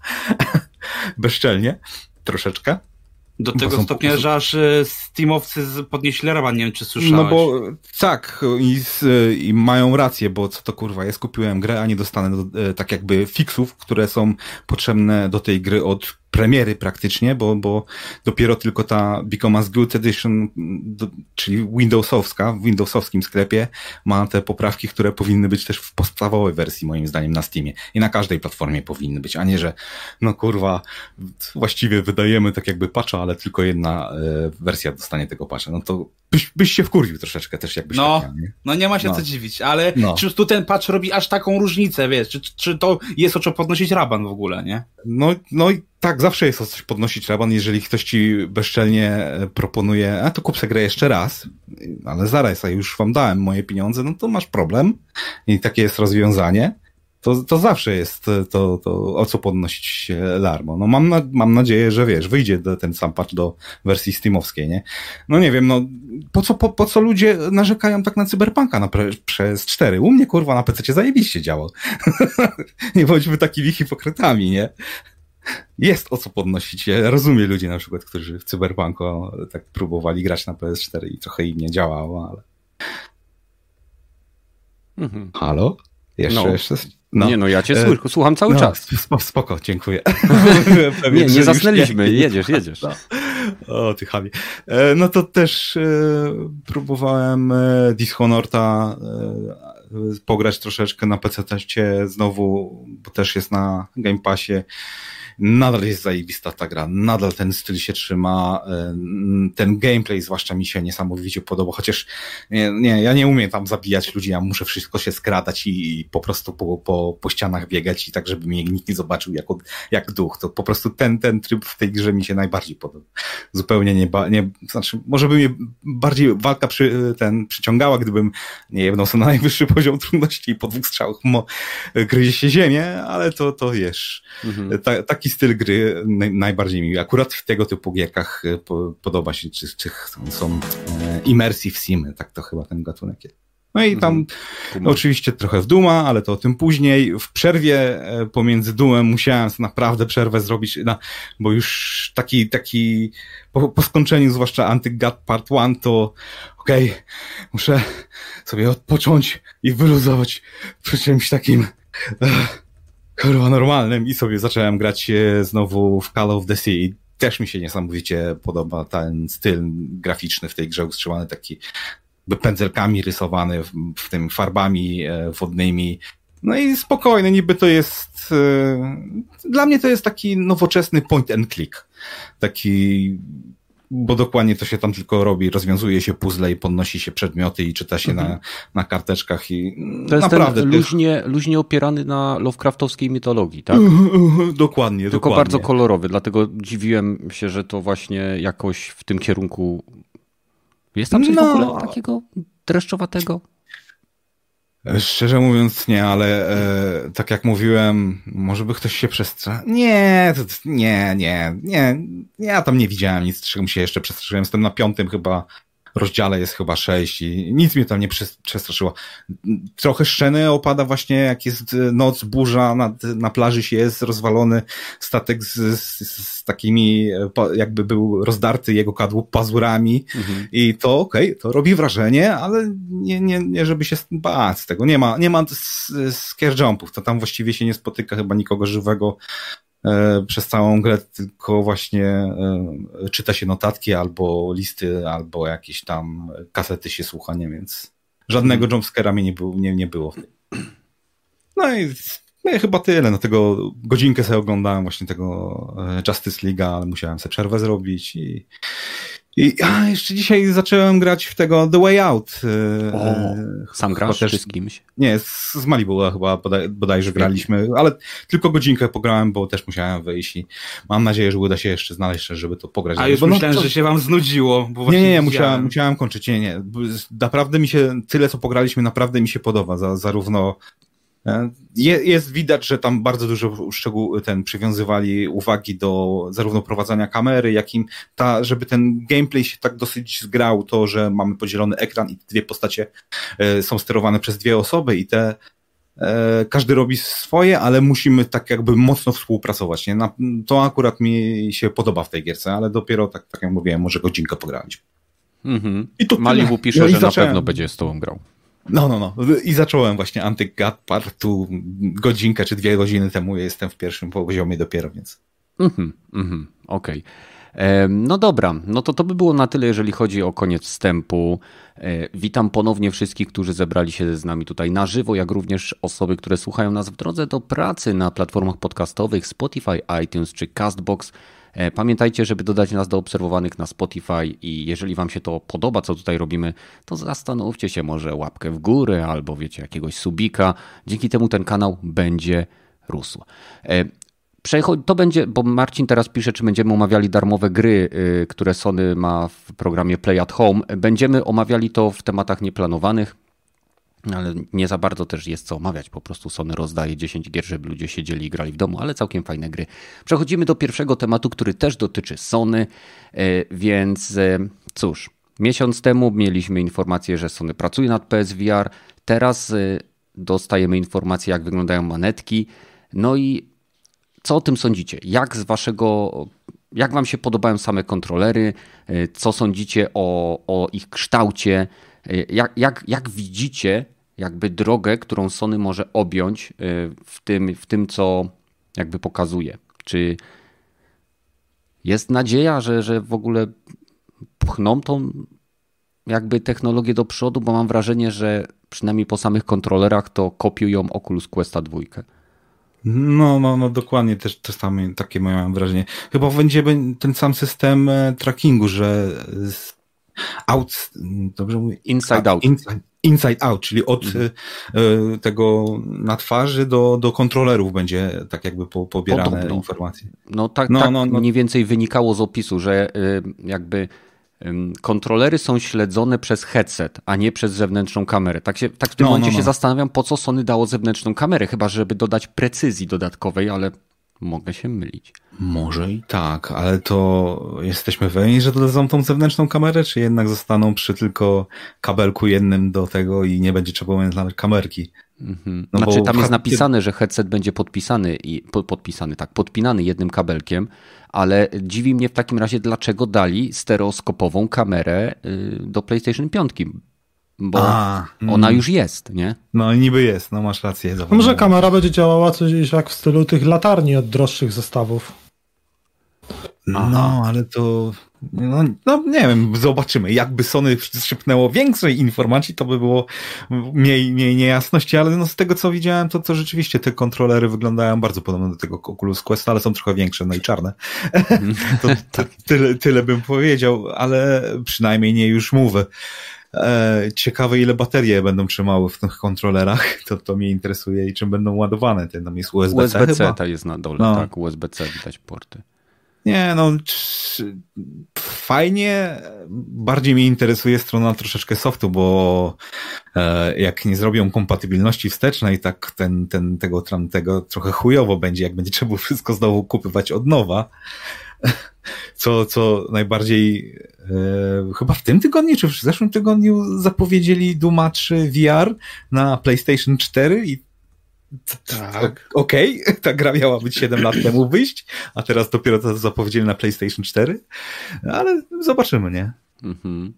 Speaker 2: Bezczelnie. Troszeczkę.
Speaker 4: Do tego są stopnia, że aż Steamowcy podnieśli rabat, nie wiem czy słyszałeś.
Speaker 2: No bo tak, i, i mają rację, bo co to kurwa, ja skupiłem grę, a nie dostanę do, tak jakby fixów, które są potrzebne do tej gry od premiery praktycznie, bo, bo dopiero tylko ta Become as Good Edition, do, czyli Windowsowska, w Windowsowskim sklepie ma te poprawki, które powinny być też w podstawowej wersji moim zdaniem na Steamie i na każdej platformie powinny być, a nie, że no kurwa, właściwie wydajemy tak jakby patcha, ale tylko jedna e, wersja dostanie tego patcha, no to byś, byś się wkurwił troszeczkę też jakbyś
Speaker 4: no,
Speaker 2: tak miał, nie?
Speaker 4: No nie ma się
Speaker 2: no.
Speaker 4: co dziwić, ale
Speaker 2: no.
Speaker 4: czy tu ten patch robi aż taką różnicę, wiesz, czy, czy to jest o czym podnosić raban w ogóle, nie?
Speaker 2: No, no i tak, zawsze jest o coś podnosić raban, jeżeli ktoś ci bezczelnie proponuje, a to kup sobie grę jeszcze raz, ale zaraz, a już wam dałem moje pieniądze, no to masz problem i takie jest rozwiązanie, to, to zawsze jest to, to o co podnosić larmo. No mam, na, mam nadzieję, że wiesz, wyjdzie ten sam patch do wersji steamowskiej, nie? No nie wiem, no po co, po, po co ludzie narzekają tak na Cyberpunka na pre, przez cztery? U mnie kurwa na pececie zajebiście działał. Nie bądźmy takimi hipokrytami, nie? Jest o co podnosić. Ja rozumiem ludzi na przykład, którzy w Cyberpunku tak próbowali grać na P S cztery i trochę im nie działało, ale... Mhm. Halo? Jeszcze,
Speaker 1: no.
Speaker 2: jeszcze? No.
Speaker 1: Nie no, ja cię słuch- słucham cały
Speaker 2: no,
Speaker 1: czas.
Speaker 2: Spoko, dziękuję.
Speaker 1: nie, nie zasnęliśmy, nie. jedziesz, jedziesz.
Speaker 2: No. O, ty chamie. No to też e, próbowałem e, Dishonorta e, pograć troszeczkę na pececie znowu, bo też jest na Game Passie. Nadal jest zajebista ta gra, nadal ten styl się trzyma, ten gameplay zwłaszcza mi się niesamowicie podoba, chociaż nie, nie, ja nie umiem tam zabijać ludzi, ja muszę wszystko się skradać i, i po prostu po, po, po ścianach biegać i tak, żeby mnie nikt nie zobaczył jako, jak duch. To po prostu ten, ten tryb w tej grze mi się najbardziej podoba. Zupełnie nie, nie znaczy, może by mnie bardziej walka przy, ten przyciągała, gdybym nie jebnął sobie na najwyższy poziom trudności i po dwóch strzałach mo, gryzie się ziemię, ale to, to wiesz, mhm. ta, taki styl gry najbardziej mi akurat w tego typu gierkach podoba się, czy, czy są immersive simy, tak to chyba ten gatunek jest. No i tam mhm. oczywiście trochę w Duma, ale to o tym później. W przerwie pomiędzy Dumem musiałem naprawdę przerwę zrobić, na, bo już taki, taki po, po skończeniu zwłaszcza Anti-God Part jeden to okej, okay, muszę sobie odpocząć i wyluzować przy czymś takim kurwa normalnym i sobie zacząłem grać znowu w Call of the Sea. I też mi się niesamowicie podoba ten styl graficzny w tej grze utrzymany, taki pędzelkami rysowany, w, w tym farbami e, wodnymi. No i spokojny, niby to jest... E, dla mnie to jest taki nowoczesny point and click. Taki... Bo dokładnie to się tam tylko robi, rozwiązuje się puzzle i podnosi się przedmioty i czyta się mhm. na, na karteczkach i
Speaker 1: to jest
Speaker 2: naprawdę...
Speaker 1: ten luźnie, luźnie opierany na Lovecraftowskiej mitologii, tak?
Speaker 2: Dokładnie,
Speaker 1: tylko
Speaker 2: dokładnie.
Speaker 1: bardzo kolorowy, dlatego dziwiłem się, że to właśnie jakoś w tym kierunku... Jest tam coś no. w ogóle takiego dreszczowatego?
Speaker 2: Szczerze mówiąc nie, ale e, tak jak mówiłem, może by ktoś się przestraszył. Nie, to, nie, nie, nie. Ja tam nie widziałem nic, czego mi się jeszcze przestraszyłem. Jestem na piątym chyba rozdziale, jest chyba sześć i nic mnie tam nie przestraszyło. Trochę szczeny opada właśnie, jak jest noc, burza, na, na plaży się jest rozwalony statek z, z, z takimi, jakby był rozdarty jego kadłub pazurami mhm. i to okej, okay, to robi wrażenie, ale nie, nie, nie żeby się bać z tego. Nie ma, nie ma scare jumpów, to tam właściwie się nie spotyka chyba nikogo żywego przez całą grę, tylko właśnie e, czyta się notatki albo listy, albo jakieś tam kasety się słucha, nie, więc żadnego mm. jumpscare'a mi nie, był, nie, nie było. No i no, chyba tyle. No tego godzinkę sobie oglądałem właśnie tego Justice League'a, ale musiałem sobie przerwę zrobić i I a, jeszcze dzisiaj zacząłem grać w tego The Way Out.
Speaker 1: O, sam grasz też, czy z kimś?
Speaker 2: Nie, z, z Malibu chyba bodaj, bodajże graliśmy, ale tylko godzinkę pograłem, bo też musiałem wyjść i mam nadzieję, że uda się jeszcze znaleźć, żeby to pograć.
Speaker 4: A już
Speaker 2: bo
Speaker 4: myślałem,
Speaker 2: no, to...
Speaker 4: że się wam znudziło. Bo
Speaker 2: nie, nie, nie, musiałem, musiałem kończyć. Nie, nie. Naprawdę mi się, tyle co pograliśmy, naprawdę mi się podoba. Za, zarówno jest widać, że tam bardzo dużo szczegół ten przywiązywali uwagi do zarówno prowadzenia kamery, jak i ta, żeby ten gameplay się tak dosyć zgrał, to, że mamy podzielony ekran i dwie postacie są sterowane przez dwie osoby i te każdy robi swoje, ale musimy tak jakby mocno współpracować. Nie? To akurat mi się podoba w tej gierce, ale dopiero tak, tak jak mówiłem, może godzinkę pograliśmy.
Speaker 1: Mm-hmm. I to Malibu pisze, no że zacząłem... na pewno będzie z tobą grał.
Speaker 2: No, no, no. I zacząłem właśnie Anti-God Part dwa godzinkę czy dwie godziny temu. Ja jestem w pierwszym poziomie dopiero, więc...
Speaker 1: Mhm, mhm, okej. Okay. No dobra, no to to by było na tyle, jeżeli chodzi o koniec wstępu. Witam ponownie wszystkich, którzy zebrali się z nami tutaj na żywo, jak również osoby, które słuchają nas w drodze do pracy na platformach podcastowych Spotify, iTunes czy Castbox. Pamiętajcie, żeby dodać nas do obserwowanych na Spotify i jeżeli wam się to podoba, co tutaj robimy, to zastanówcie się, może łapkę w górę albo wiecie, jakiegoś subika. Dzięki temu ten kanał będzie rósł. To będzie, bo Marcin teraz pisze, czy będziemy omawiali darmowe gry, które Sony ma w programie Play at Home. Będziemy omawiali to w tematach nieplanowanych, ale nie za bardzo też jest co omawiać. Po prostu Sony rozdaje dziesięć gier, żeby ludzie siedzieli i grali w domu, ale całkiem fajne gry. Przechodzimy do pierwszego tematu, który też dotyczy Sony, więc cóż, miesiąc temu mieliśmy informację, że Sony pracuje nad P S V R. Teraz dostajemy informację, jak wyglądają manetki. No i co o tym sądzicie? Jak z waszego, jak wam się podobają same kontrolery? Co sądzicie o, o ich kształcie? Jak, jak, jak widzicie jakby drogę, którą Sony może objąć w tym, w tym, co jakby pokazuje? Czy jest nadzieja, że, że w ogóle pchną tą jakby technologię do przodu? Bo mam wrażenie, że przynajmniej po samych kontrolerach to kopiują Oculus Questa dwa.
Speaker 2: No, no, no dokładnie, też, też same, takie mam wrażenie. Chyba będzie ten sam system trackingu, że out, dobrze mówię?
Speaker 1: Inside out.
Speaker 2: Inside, inside out, czyli od mhm. y, tego na twarzy do, do kontrolerów będzie tak jakby po, pobierane Podobno. informacje.
Speaker 1: No tak, no, tak no, no. mniej więcej wynikało z opisu, że y, jakby y, kontrolery są śledzone przez headset, a nie przez zewnętrzną kamerę. Tak, się, tak w tym
Speaker 2: no,
Speaker 1: momencie
Speaker 2: no, no.
Speaker 1: się zastanawiam, po co Sony dało zewnętrzną kamerę, chyba żeby dodać precyzji dodatkowej, ale Mogę się mylić.
Speaker 2: Może i tak, ale to jesteśmy pewni, że dodadzą tą zewnętrzną kamerę, czy jednak zostaną przy tylko kabelku jednym do tego i nie będzie trzeba pamiętać kamerki?
Speaker 1: Mhm. No znaczy tam jest napisane, że headset będzie podpisany i po, podpisany, tak, podpinany jednym kabelkiem, ale dziwi mnie w takim razie, dlaczego dali stereoskopową kamerę do PlayStation pięć, bo A, ona mm. już jest, nie?
Speaker 2: No niby jest, no masz rację.
Speaker 3: No może kamera będzie działała coś jak w stylu tych latarni od droższych zestawów.
Speaker 2: Aha. No, ale to... No, no nie wiem, zobaczymy. Jakby Sony szepnęło większej informacji, to by było mniej, mniej niejasności, ale no z tego co widziałem, to, to rzeczywiście te kontrolery wyglądają bardzo podobnie do tego Oculus Quest, ale są trochę większe, no i czarne. to, to, tyle, tyle bym powiedział, ale przynajmniej nie już mówię. Ciekawe, ile baterie będą trzymały w tych kontrolerach, to, to mnie interesuje i czym będą ładowane. Ten tam jest U S B C
Speaker 1: U S B C
Speaker 2: chyba?
Speaker 1: ta jest na dole,
Speaker 2: no.
Speaker 1: tak, U S B C widać porty.
Speaker 2: Nie, no fajnie, bardziej mnie interesuje strona troszeczkę softu, bo e, jak nie zrobią kompatybilności wstecznej, tak ten, ten, tego, tego trochę chujowo będzie, jak będzie trzeba wszystko znowu kupywać od nowa. Co, co najbardziej e, chyba w tym tygodniu, czy w zeszłym tygodniu zapowiedzieli Duma trzy V R na PlayStation cztery i tak. Okej, okay. Ta gra miała być siedem lat temu wyjść, a teraz dopiero to zapowiedzieli na PlayStation cztery, ale zobaczymy, nie? Mhm.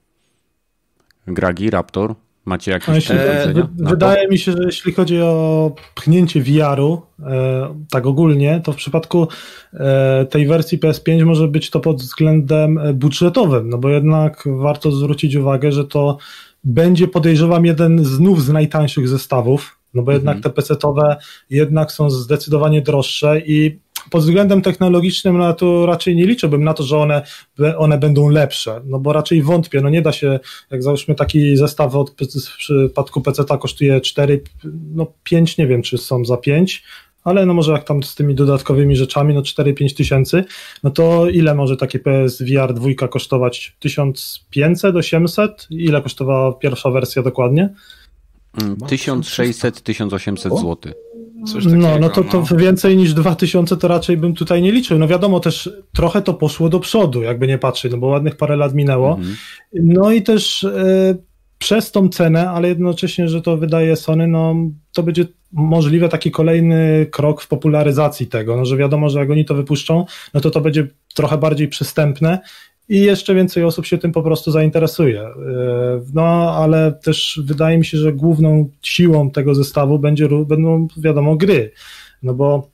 Speaker 1: Gragi, Raptor, macie jakieś
Speaker 3: jeśli, e, Wydaje mi się, że jeśli chodzi o pchnięcie V R-u, e, tak ogólnie, to w przypadku e, tej wersji P S pięć może być to pod względem budżetowym, no bo jednak warto zwrócić uwagę, że to będzie, podejrzewam, jeden znów z najtańszych zestawów, no bo jednak te pecetowe jednak są zdecydowanie droższe i pod względem technologicznym no to raczej nie liczyłbym na to, że one, one będą lepsze, no bo raczej wątpię, no nie da się, jak załóżmy taki zestaw od, w przypadku peceta kosztuje cztery, no pięć, nie wiem czy są za pięć, ale no może jak tam z tymi dodatkowymi rzeczami, no cztery pięć tysięcy, no to ile może takie P S V R dwa kosztować? tysiąc pięćset, osiemset? Ile kosztowała pierwsza wersja dokładnie?
Speaker 1: tysiąc sześćset do tysiąc osiemset złotych.
Speaker 3: Coś takiego, no, no to, to no. Więcej niż dwa tysiące to raczej bym tutaj nie liczył. No wiadomo też, trochę to poszło do przodu, jakby nie patrzeć, no bo ładnych parę lat minęło. Mhm. No i też e, przez tą cenę, ale jednocześnie, że to wydaje Sony, no to będzie możliwe taki kolejny krok w popularyzacji tego, no że wiadomo, że jak oni to wypuszczą, no to to będzie trochę bardziej przystępne i jeszcze więcej osób się tym po prostu zainteresuje. No, ale też wydaje mi się, że główną siłą tego zestawu będzie, będą, wiadomo, gry. No bo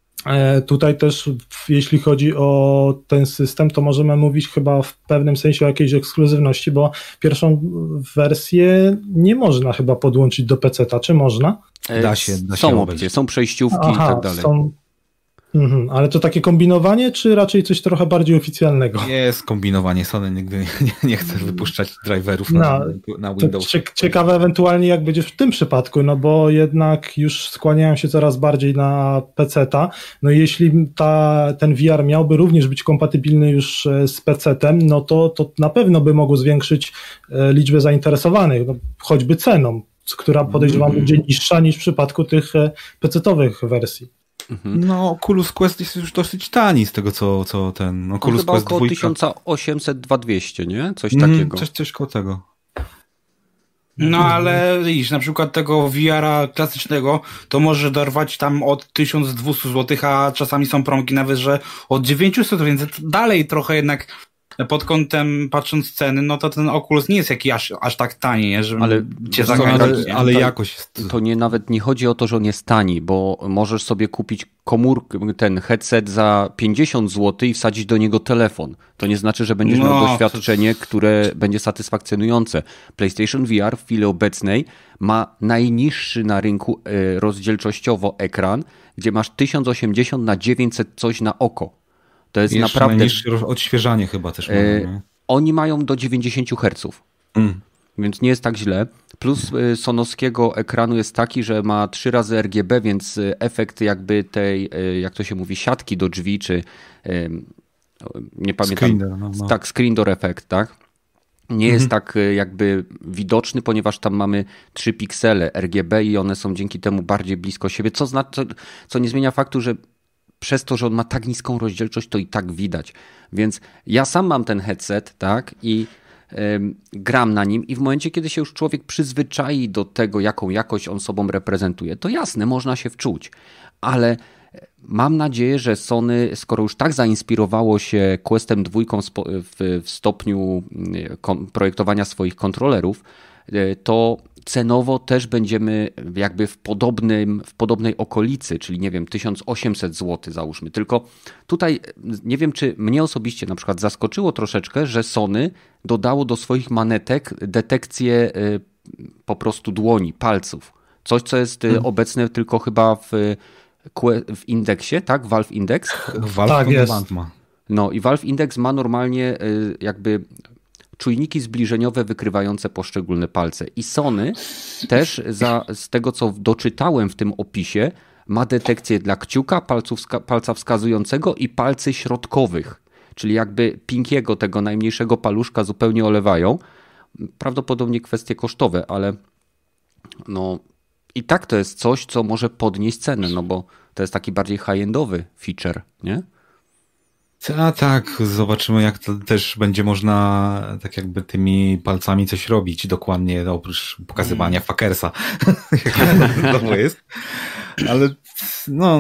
Speaker 3: tutaj też, jeśli chodzi o ten system, to możemy mówić chyba w pewnym sensie o jakiejś ekskluzywności, bo pierwszą wersję nie można chyba podłączyć do peceta, czy można?
Speaker 2: Da się, da się
Speaker 1: są opcje, są przejściówki Aha, i tak dalej. Są...
Speaker 3: Mhm, ale to takie kombinowanie, czy raczej coś trochę bardziej oficjalnego?
Speaker 2: Jest kombinowanie, Sony nigdy nie, nie chce wypuszczać driverów na, no, na Windows.
Speaker 3: Cie, ciekawe ewentualnie jak będzie w tym przypadku, no bo jednak już skłaniają się coraz bardziej na peceta, no i jeśli ta, ten V R miałby również być kompatybilny już z pecetem, no to, to na pewno by mogło zwiększyć liczbę zainteresowanych, no, choćby ceną, która podejrzewam mm. będzie niższa niż w przypadku tych pecetowych wersji.
Speaker 2: Mhm. No, Oculus Quest jest już dosyć tani z tego, co, co ten Oculus
Speaker 1: chyba
Speaker 2: Quest
Speaker 1: około
Speaker 2: dwa.
Speaker 1: tysiąc osiemset do dwa tysiące dwieście, nie? Coś
Speaker 2: mm,
Speaker 1: takiego.
Speaker 2: Coś, coś koło tego.
Speaker 4: No, ale widzisz, na przykład tego V R-a klasycznego to może dorwać tam od tysiąc dwieście złotych, a czasami są promki nawet, że od dziewięćset, więc dalej trochę jednak pod kątem, patrząc ceny, no to ten Oculus nie jest jakiś aż, aż tak tani, nie? Żeby
Speaker 1: ale,
Speaker 4: cię
Speaker 2: zachęcić. Ale, ale jakoś
Speaker 1: jest... To nie nawet nie chodzi o to, że on jest tani, bo możesz sobie kupić komórkę, ten headset za pięćdziesiąt złotych i wsadzić do niego telefon. To nie znaczy, że będziesz no, miał doświadczenie, to... które będzie satysfakcjonujące. PlayStation V R w chwili obecnej ma najniższy na rynku rozdzielczościowo ekran, gdzie masz tysiąc osiemdziesiąt na dziewięćset coś na oko. To jest
Speaker 2: Jeszcze
Speaker 1: naprawdę...
Speaker 2: najniższe odświeżanie chyba też mają,
Speaker 1: e, Oni mają do dziewięćdziesiąt herców, mm. więc nie jest tak źle. Plus sonowskiego ekranu jest taki, że ma trzy razy R G B, więc efekt jakby tej, jak to się mówi, siatki do drzwi, czy nie pamiętam.
Speaker 2: Screen door, no, no.
Speaker 1: Tak, screen door efekt, tak? Nie mm-hmm. jest tak jakby widoczny, ponieważ tam mamy trzy piksele R G B i one są dzięki temu bardziej blisko siebie, co, zna, co, co nie zmienia faktu, że przez to, że on ma tak niską rozdzielczość, to i tak widać. Więc ja sam mam ten headset, tak, i ym, gram na nim i w momencie, kiedy się już człowiek przyzwyczai do tego, jaką jakość on sobą reprezentuje, to jasne, można się wczuć, ale mam nadzieję, że Sony, skoro już tak zainspirowało się Questem dwa w, w stopniu projektowania swoich kontrolerów, to cenowo też będziemy jakby w podobnym, w podobnej okolicy, czyli nie wiem, tysiąc osiemset złotych załóżmy. Tylko tutaj nie wiem, czy mnie osobiście na przykład zaskoczyło troszeczkę, że Sony dodało do swoich manetek detekcję po prostu dłoni, palców. Coś, co jest hmm. obecne tylko chyba w w indeksie, tak? Valve Index?
Speaker 2: Valve
Speaker 3: tak, jest.
Speaker 2: Ma.
Speaker 1: No i Valve Index ma normalnie jakby czujniki zbliżeniowe wykrywające poszczególne palce. I Sony też za, z tego, co doczytałem w tym opisie, ma detekcję dla kciuka, palców, palca wskazującego i palcy środkowych. Czyli jakby pinkiego, tego najmniejszego paluszka zupełnie olewają. Prawdopodobnie kwestie kosztowe, ale no i tak to jest coś, co może podnieść cenę, no bo to jest taki bardziej high-endowy feature, nie?
Speaker 2: A tak, zobaczymy, jak to też będzie można tak jakby tymi palcami coś robić dokładnie, oprócz pokazywania mm. fuckersa, jak to jest. Ale no,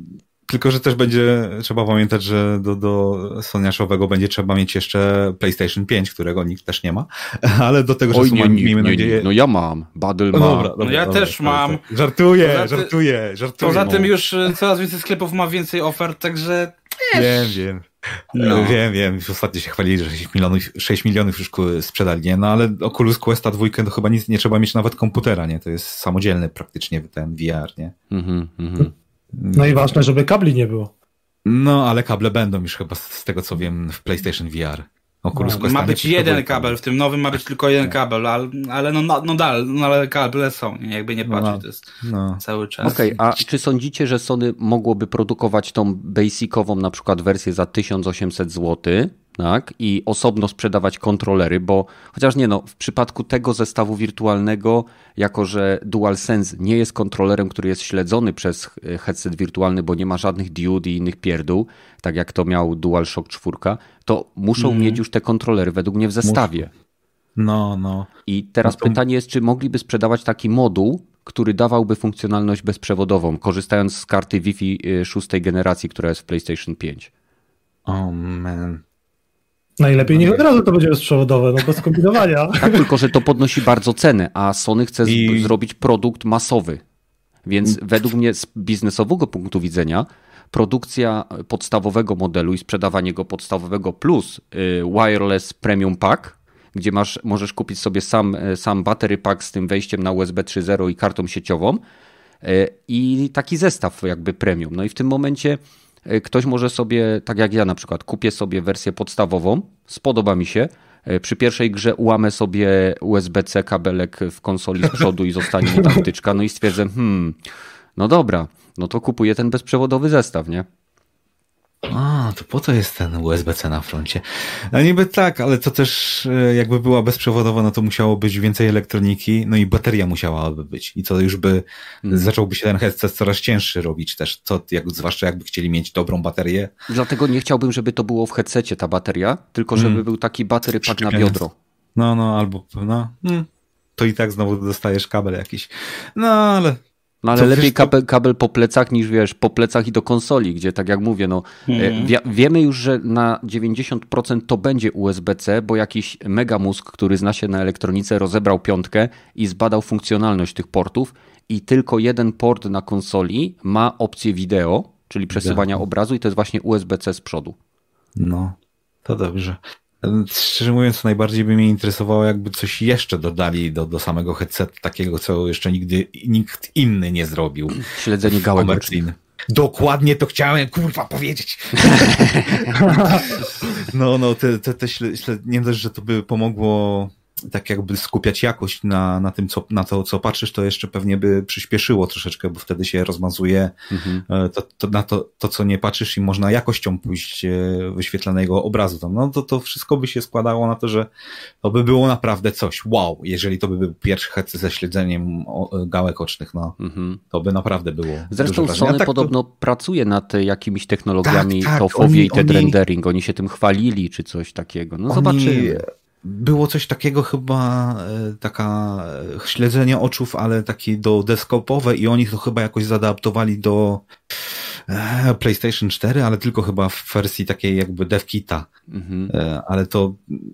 Speaker 2: tylko że też będzie, trzeba pamiętać, że do, do soniaszowego będzie trzeba mieć jeszcze PlayStation pięć, którego nikt też nie ma, ale do tego czasu
Speaker 1: mam, miejmy
Speaker 2: nie, nadzieję...
Speaker 1: Nie, no ja mam, Badel ma.
Speaker 2: No dobra, dobra,
Speaker 4: no ja
Speaker 2: dobra,
Speaker 4: też
Speaker 2: dobra,
Speaker 4: mam.
Speaker 2: dobra. Żartuję,
Speaker 4: Poza ty...
Speaker 2: żartuję, żartuję.
Speaker 4: Poza
Speaker 2: no.
Speaker 4: tym już coraz więcej sklepów ma więcej ofert, także...
Speaker 2: Wiem, wiem. No. Wiem, wiem. Ostatnio się chwalili, że sześć milionów, sześć milionów już sprzedali, nie? No ale Oculus Questa dwa to chyba nic, nie trzeba mieć nawet komputera, nie? To jest samodzielny praktycznie ten V R, nie?
Speaker 1: Mhm, mhm.
Speaker 3: No i ważne, żeby kabli nie było.
Speaker 2: No, ale kable będą już chyba z tego, co wiem, w PlayStation V R. Oculus
Speaker 4: no,
Speaker 2: Questa
Speaker 4: ma być jeden kabel, w tym nowym ma być tylko jeden kabel, ale, ale no, no, no dalej, no ale kable są, nie? Jakby nie patrzeć, no, to jest no. cały czas.
Speaker 1: Okej, okay, a czy sądzicie, że Sony mogłoby produkować tą basicową na przykład wersję za tysiąc osiemset złotych, tak? I osobno sprzedawać kontrolery, bo chociaż nie no, w przypadku tego zestawu wirtualnego, jako że DualSense nie jest kontrolerem, który jest śledzony przez headset wirtualny, bo nie ma żadnych diod i innych pierdół, tak jak to miał DualShock cztery, to muszą mm. mieć już te kontrolery według mnie w zestawie. Muszą.
Speaker 2: No, no.
Speaker 1: I teraz no to... pytanie jest, czy mogliby sprzedawać taki moduł, który dawałby funkcjonalność bezprzewodową, korzystając z karty Wi-Fi szóstej generacji, która jest w PlayStation pięć.
Speaker 2: Oh man.
Speaker 3: Najlepiej niech od razu to będzie bezprzewodowe, no bez kombinowania.
Speaker 1: Tak, tylko że to podnosi bardzo cenę, a Sony chce I... z- zrobić produkt masowy. Więc I... według mnie z biznesowego punktu widzenia produkcja podstawowego modelu i sprzedawanie go podstawowego plus y, wireless premium pack, gdzie masz, możesz kupić sobie sam, sam battery pack z tym wejściem na U S B trzy zero i kartą sieciową y, i taki zestaw jakby premium. No i w tym momencie ktoś może sobie, tak jak ja na przykład, kupię sobie wersję podstawową, spodoba mi się, przy pierwszej grze ułamę sobie U S B C kabelek w konsoli z przodu i zostanie mi ta wtyczka, no i stwierdzę, hmm, no dobra, no to kupuję ten bezprzewodowy zestaw, nie?
Speaker 2: A, to po to jest ten U S B C na froncie. No niby tak, ale to też jakby była bezprzewodowa, no to musiało być więcej elektroniki, no i bateria musiałaby być. I to już by hmm. zacząłby się ten headset coraz cięższy robić też, to jak, zwłaszcza jakby chcieli mieć dobrą baterię.
Speaker 1: Dlatego nie chciałbym, żeby to było w headsetie ta bateria, tylko żeby hmm. był taki battery pack na biodro.
Speaker 2: No, no, albo, no, hmm. to i tak znowu dostajesz kabel jakiś. No, ale...
Speaker 1: No ale to lepiej kabel, kabel po plecach niż wiesz, po plecach i do konsoli, gdzie tak jak mówię, no mm. wie, wiemy już, że na dziewięćdziesiąt procent to będzie U S B C, bo jakiś megamózg, który zna się na elektronice, rozebrał piątkę i zbadał funkcjonalność tych portów i tylko jeden port na konsoli ma opcję wideo, czyli przesyłania ja. obrazu i to jest właśnie U S B C z przodu.
Speaker 2: No, to dobrze. Szczerze mówiąc, najbardziej by mnie interesowało, jakby coś jeszcze dodali do, do samego headsetu, takiego, co jeszcze nigdy nikt inny nie zrobił.
Speaker 1: Śledzenie gałek.
Speaker 2: Dokładnie to chciałem, kurwa, powiedzieć. No, no, te, te, te śle, śle, nie dość, że to by pomogło tak jakby skupiać jakość na, na tym, co, na to, co patrzysz, to jeszcze pewnie by przyspieszyło troszeczkę, bo wtedy się rozmazuje mhm. to, to, na to, to, co nie patrzysz i można jakością pójść wyświetlanego obrazu tam. No to, to wszystko by się składało na to, że to by było naprawdę coś. Wow, jeżeli to by był pierwszy head ze śledzeniem gałek ocznych, no mhm. to by naprawdę było.
Speaker 1: Zresztą Sony tak podobno to... pracuje nad jakimiś technologiami tak, tak, tofowie i TED rendering. Oni się tym chwalili, czy coś takiego. No oni... zobaczymy.
Speaker 2: Było coś takiego chyba, taka śledzenie oczów, ale takie do desktopowe i oni to chyba jakoś zaadaptowali do PlayStation cztery, ale tylko chyba w wersji takiej jakby devkita. Mhm. Ale to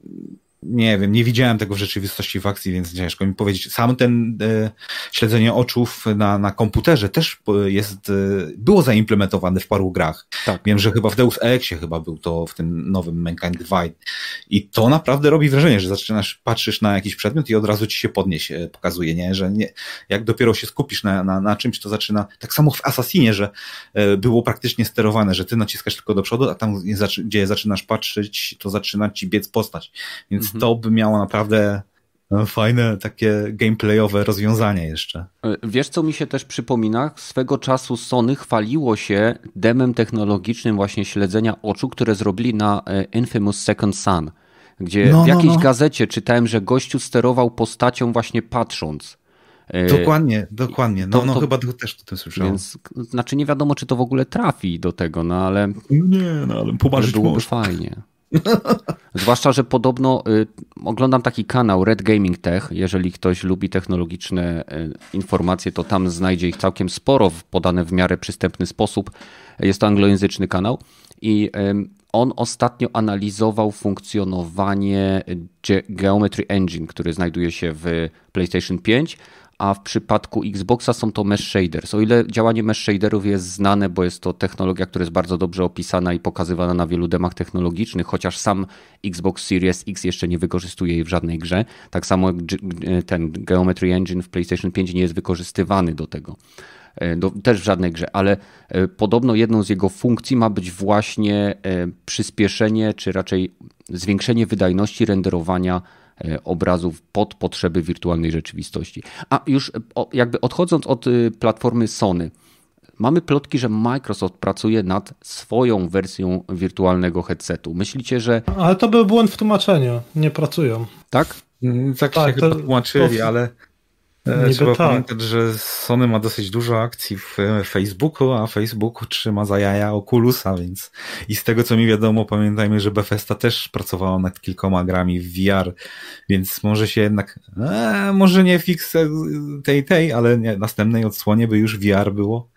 Speaker 2: nie wiem, nie widziałem tego w rzeczywistości w akcji, więc ciężko mi powiedzieć. Sam ten e, śledzenie oczów na, na komputerze też jest, e, było zaimplementowane w paru grach. Tak. Wiem, że chyba w Deus Exie chyba był to w tym nowym Mankind Divide. I to naprawdę robi wrażenie, że zaczynasz, patrzysz na jakiś przedmiot i od razu ci się podnieś, e, pokazuje, nie? Że nie, jak dopiero się skupisz na, na, na czymś, to zaczyna, tak samo w Assassinie, że e, było praktycznie sterowane, że ty naciskasz tylko do przodu, a tam, gdzie zaczynasz patrzeć, to zaczyna ci biec postać. Więc to by miało naprawdę fajne takie gameplayowe rozwiązanie jeszcze.
Speaker 1: Wiesz, co mi się też przypomina? Swego czasu Sony chwaliło się demem technologicznym właśnie śledzenia oczu, które zrobili na Infamous Second Son, gdzie no, w jakiejś no, no. gazecie czytałem, że gościu sterował postacią właśnie patrząc.
Speaker 2: Dokładnie, dokładnie. No, to, to, no chyba też o tym słyszałem. Więc,
Speaker 1: znaczy nie wiadomo, czy to w ogóle trafi do tego, no ale...
Speaker 2: Nie, no ale pomarzyć
Speaker 1: byłoby
Speaker 2: można.
Speaker 1: Fajnie. Zwłaszcza, że podobno y, oglądam taki kanał Red Gaming Tech. Jeżeli ktoś lubi technologiczne y, informacje, to tam znajdzie ich całkiem sporo, podane w miarę przystępny sposób. Jest to anglojęzyczny kanał i y, on ostatnio analizował funkcjonowanie Ge- Geometry Engine, który znajduje się w PlayStation pięć, a w przypadku Xboxa są to mesh shaders. O ile działanie mesh shaderów jest znane, bo jest to technologia, która jest bardzo dobrze opisana i pokazywana na wielu demach technologicznych, chociaż sam Xbox Series X jeszcze nie wykorzystuje jej w żadnej grze. Tak samo ten Geometry Engine w PlayStation pięć nie jest wykorzystywany do tego. Do, też w żadnej grze, ale podobno jedną z jego funkcji ma być właśnie przyspieszenie, czy raczej zwiększenie wydajności renderowania obrazów pod potrzeby wirtualnej rzeczywistości. A już jakby odchodząc od platformy Sony, mamy plotki, że Microsoft pracuje nad swoją wersją wirtualnego headsetu. Myślicie, że...
Speaker 3: Ale to był błąd w tłumaczeniu. Nie pracują.
Speaker 1: Tak?
Speaker 2: Tak, tak się to, chyba tłumaczyli, to... ale trzeba tak. pamiętać, że Sony ma dosyć dużo akcji w Facebooku, a Facebook trzyma za jaja Oculusa, więc i z tego co mi wiadomo, pamiętajmy, że Bethesda też pracowała nad kilkoma grami w V R, więc może się jednak, e, może nie fix tej, tej, ale nie, następnej odsłonie by już V R było.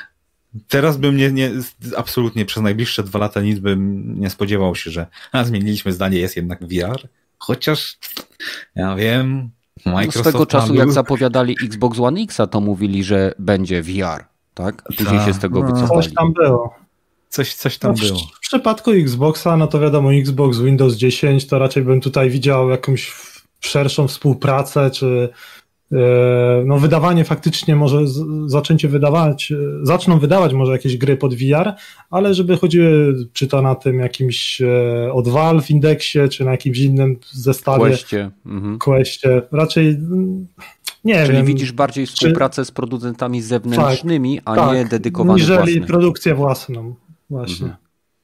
Speaker 2: Teraz bym nie, nie, absolutnie przez najbliższe dwa lata nic bym nie spodziewał się, że a, zmieniliśmy zdanie, jest jednak V R, chociaż ja wiem...
Speaker 1: Microsoft Z tego czasu, jak zapowiadali Xbox One X, to mówili, że będzie V R, tak? Później Ta, się z tego no, wycofali.
Speaker 3: Coś tam było.
Speaker 2: Coś, coś tam
Speaker 3: no,
Speaker 2: było.
Speaker 3: W, w przypadku Xboxa, no to wiadomo, Xbox Windows dziesięć, to raczej bym tutaj widział jakąś szerszą współpracę, czy no wydawanie faktycznie może z, zaczęcie wydawać, zaczną wydawać może jakieś gry pod V R, ale żeby chodziły czy to na tym jakimś e, od Valve Indexie, czy na jakimś innym zestawie
Speaker 1: Questie, mhm.
Speaker 3: Questie. Raczej nie
Speaker 1: Czyli
Speaker 3: wiem.
Speaker 1: Czyli widzisz bardziej współpracę czy... z producentami zewnętrznymi, tak, a
Speaker 3: tak,
Speaker 1: nie dedykowanych
Speaker 3: niżeli
Speaker 1: własnym.
Speaker 3: produkcję własną. Właśnie.
Speaker 1: Mhm.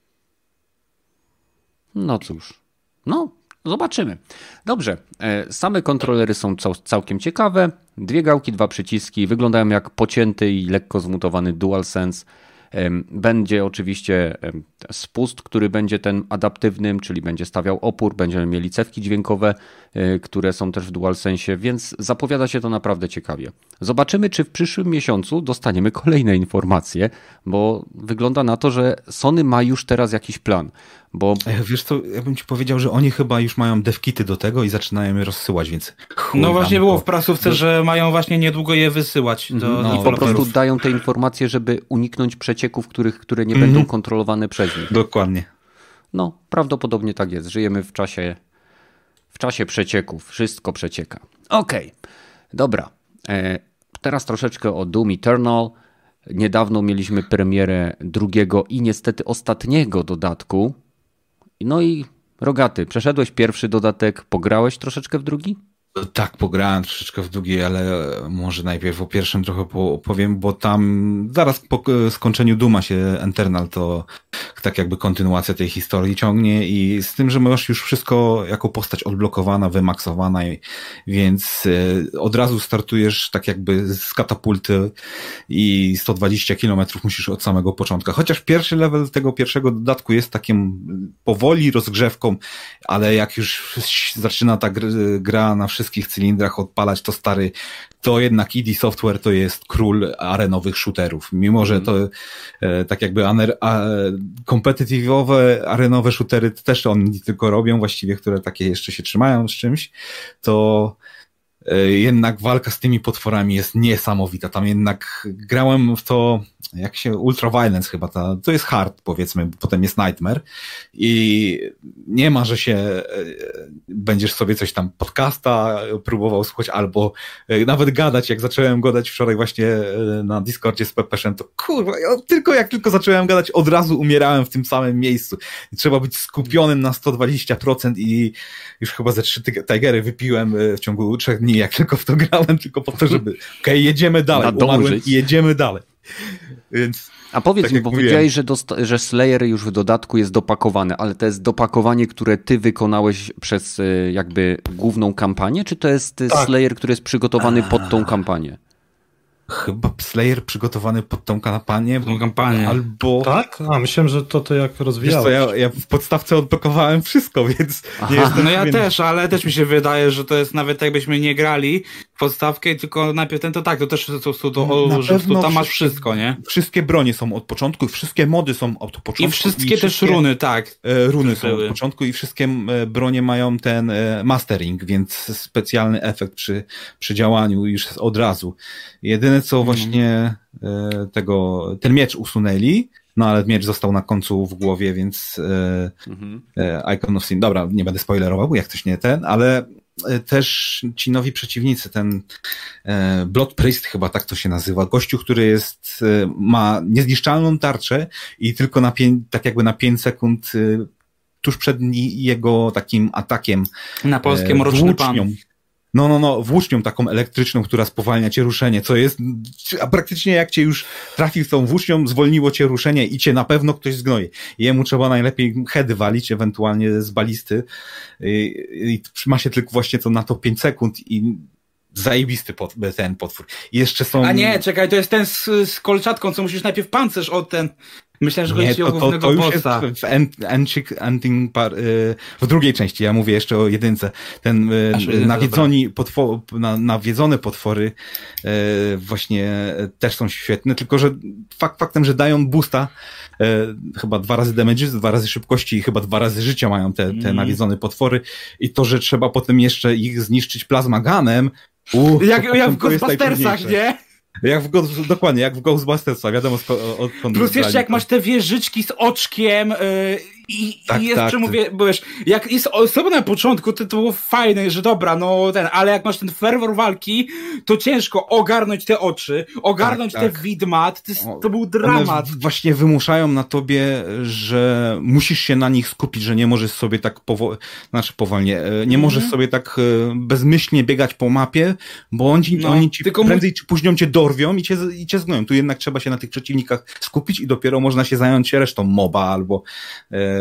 Speaker 1: No cóż. No, zobaczymy. Dobrze, same kontrolery są cał, całkiem ciekawe. Dwie gałki, dwa przyciski, wyglądają jak pocięty i lekko zmutowany DualSense. Będzie oczywiście spust, który będzie ten adaptywnym, czyli będzie stawiał opór, będziemy mieli cewki dźwiękowe, które są też w DualSensie, więc zapowiada się to naprawdę ciekawie. Zobaczymy, czy w przyszłym miesiącu dostaniemy kolejne informacje, bo wygląda na to, że Sony ma już teraz jakiś plan. Bo...
Speaker 2: Wiesz co, ja bym ci powiedział, że oni chyba już mają devkity do tego i zaczynają je rozsyłać, więc...
Speaker 4: No właśnie było w prasówce, do... że mają właśnie niedługo je wysyłać do
Speaker 1: no, I po prostu dają te informacje, żeby uniknąć przecieków, których, które nie mm-hmm. będą kontrolowane przez nich.
Speaker 2: Dokładnie.
Speaker 1: No, prawdopodobnie tak jest. Żyjemy w czasie w czasie przecieków. Wszystko przecieka. Okej, okay. Dobra. E, teraz troszeczkę o Doom Eternal. Niedawno mieliśmy premierę drugiego i niestety ostatniego dodatku. No i Rogaty, przeszedłeś pierwszy dodatek, pograłeś troszeczkę w drugi?
Speaker 2: Tak, pograłem troszeczkę w drugiej, ale może najpierw o pierwszym trochę powiem, bo tam zaraz po skończeniu Duma się Eternal to tak jakby kontynuacja tej historii ciągnie i z tym, że masz już wszystko jako postać odblokowana, wymaksowana, więc od razu startujesz tak jakby z katapulty i sto dwadzieścia kilometrów musisz od samego początku. Chociaż pierwszy level tego pierwszego dodatku jest takim powoli rozgrzewką, ale jak już zaczyna ta gra na wszystkich wszystkich cylindrach odpalać, to stary, to jednak I D Software to jest król arenowych shooterów. Mimo, że to e, tak jakby aner, a, competitive'owe arenowe shootery też oni tylko robią, właściwie, które takie jeszcze się trzymają z czymś, to e, jednak walka z tymi potworami jest niesamowita. Tam jednak grałem w to, jak się, Ultra Violence chyba, ta, to jest hard, powiedzmy, potem jest Nightmare i nie ma, że się e, będziesz sobie coś tam podcasta próbował słuchać albo e, nawet gadać, jak zacząłem gadać wczoraj właśnie e, na Discordzie z Pepeszem, to kurwa, ja tylko jak tylko zacząłem gadać, od razu umierałem w tym samym miejscu. I trzeba być skupionym na sto dwadzieścia procent i już chyba ze trzy Tigery wypiłem w ciągu trzech dni, jak tylko w to grałem, tylko po to, żeby okej, okay, jedziemy dalej, umarłem i jedziemy dalej. Więc,
Speaker 1: a powiedz
Speaker 2: tak
Speaker 1: mi, bo powiedziałeś, że, dosta- że Slayer już w dodatku jest dopakowany, ale to jest dopakowanie, które ty wykonałeś przez jakby główną kampanię, czy to jest tak. Slayer, który jest przygotowany pod tą kampanię?
Speaker 2: Chyba Slayer przygotowany pod tą kampanię.
Speaker 4: Tą kampanię.
Speaker 2: Albo...
Speaker 3: Tak? A, myślałem, że to to jak rozwijałeś.
Speaker 2: Wiesz co, ja, ja w podstawce odblokowałem wszystko, więc nie jestem...
Speaker 4: No ja też, ale też mi się wydaje, że to jest nawet jakbyśmy nie grali w podstawkę, tylko najpierw ten to tak, to też to, to, to, że to tam masz wszystko, nie?
Speaker 2: Wszystkie bronie są od początku, wszystkie mody są od początku.
Speaker 4: I wszystkie i też wszystkie, runy, tak.
Speaker 2: E, runy są od początku i wszystkie bronie mają ten e, mastering, więc specjalny efekt przy, przy działaniu już od razu. Jedyne co właśnie e, tego, ten miecz usunęli, no ale miecz został na końcu w głowie, więc e, mhm. e, Icon of Sin, dobra, nie będę spoilerował, jak ktoś nie ten, ale e, też ci nowi przeciwnicy, ten e, Blood Priest chyba tak to się nazywa, gościu, który jest, e, ma niezniszczalną tarczę i tylko na pię- tak jakby na pięć sekund e, tuż przed jego takim atakiem
Speaker 4: na polskie e, mroczny pan.
Speaker 2: No, no, no, włócznią taką elektryczną, która spowalnia cię ruszenie, co jest, a praktycznie jak cię już trafił z tą włócznią, zwolniło cię ruszenie i cię na pewno ktoś zgnoje. Jemu trzeba najlepiej heady walić, ewentualnie z balisty i, i ma się tylko właśnie to na to pięć sekund i zajebisty pot, ten potwór. I jeszcze są...
Speaker 4: A nie, czekaj, to jest ten z, z kolczatką, co musisz najpierw pancerz od ten... Myślałem, że chodzi
Speaker 2: o
Speaker 4: głównego
Speaker 2: to, to już
Speaker 4: bossa.
Speaker 2: Jest w, end, ending, ending par, w drugiej części, ja mówię jeszcze o jedynce. Ten Aż, nawiedzoni potwor, na, nawiedzone potwory właśnie też są świetne, tylko że fakt faktem, że dają boosta, chyba dwa razy damage, dwa razy szybkości i chyba dwa razy życia mają te, te mm. nawiedzone potwory i to, że trzeba potem jeszcze ich zniszczyć plazmaganem. Uh,
Speaker 4: jak jak w Ghostbustersach, nie?
Speaker 2: Jak w Ghost, dokładnie, jak w Ghostbustersach, wiadomo odkąd...
Speaker 4: Plus jeszcze jak masz te wieżyczki z oczkiem yy, i, tak, i jeszcze tak, mówię, bo wiesz, jak jest osoba na początku, to to było fajne, że dobra, no ten, ale jak masz ten ferwor walki, to ciężko ogarnąć te oczy, ogarnąć tak, te tak. widma, to, to był dramat.
Speaker 2: One właśnie wymuszają na tobie, że musisz się na nich skupić, że nie możesz sobie tak powoli, znaczy powolnie, nie mm-hmm. możesz sobie tak bezmyślnie biegać po mapie, bo oni, no, oni ci prędzej mu... czy później cię dorwią i cię, i cię zgnoją. Tu jednak trzeba się na tych przeciwnikach skupić i dopiero można się zająć resztą moba albo e,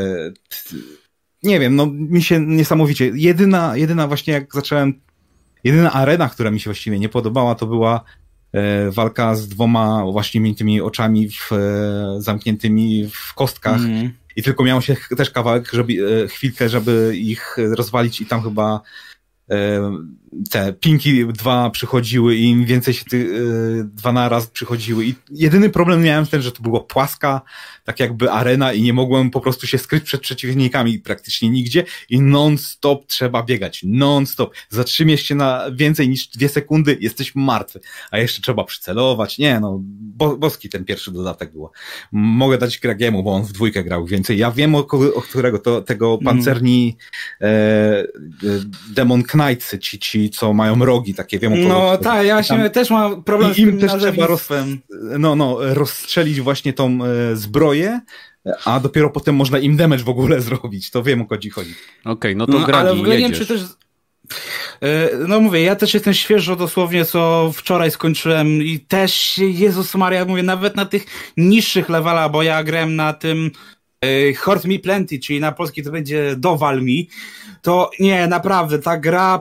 Speaker 2: nie wiem, no mi się niesamowicie. Jedyna, jedyna właśnie jak zacząłem, jedyna arena, która mi się właściwie nie podobała, to była e, walka z dwoma właśnie tymi oczami w, e, zamkniętymi w kostkach mm. i tylko miało się też kawałek, żeby, e, chwilkę, żeby ich rozwalić i tam chyba te pinki dwa przychodziły i im więcej się ty, y, dwa na raz przychodziły i jedyny problem miałem ten, że to była płaska tak jakby arena i nie mogłem po prostu się skryć przed przeciwnikami praktycznie nigdzie i non-stop trzeba biegać, non-stop. Zatrzymiesz się na więcej niż dwie sekundy, jesteś martwy, a jeszcze trzeba przycelować. Nie no, bo, boski ten pierwszy dodatek było. Mogę dać Kragiemu, bo on w dwójkę grał więcej. Ja wiem o, o którego to, tego pancerni mm. e, Demon Knightsy, ci, ci co mają rogi takie, wiem o kogo.
Speaker 4: No tak, ja właśnie też mam problem
Speaker 2: i z tym im też trzeba roz, no, no, rozstrzelić właśnie tą e, zbroję, a dopiero potem można im damage w ogóle zrobić. To wiem, o co ci chodzi.
Speaker 1: Okej, okay, no to no, Gragi,
Speaker 4: ale w ogóle
Speaker 1: jedziesz.
Speaker 4: Nie wiem, czy też... No mówię, ja też jestem świeżo dosłownie, co wczoraj skończyłem i też, Jezus Maria, mówię, nawet na tych niższych levelach, bo ja grałem na tym Hurt Me Plenty, czyli na polski to będzie Dowal Mi, to nie, naprawdę, ta gra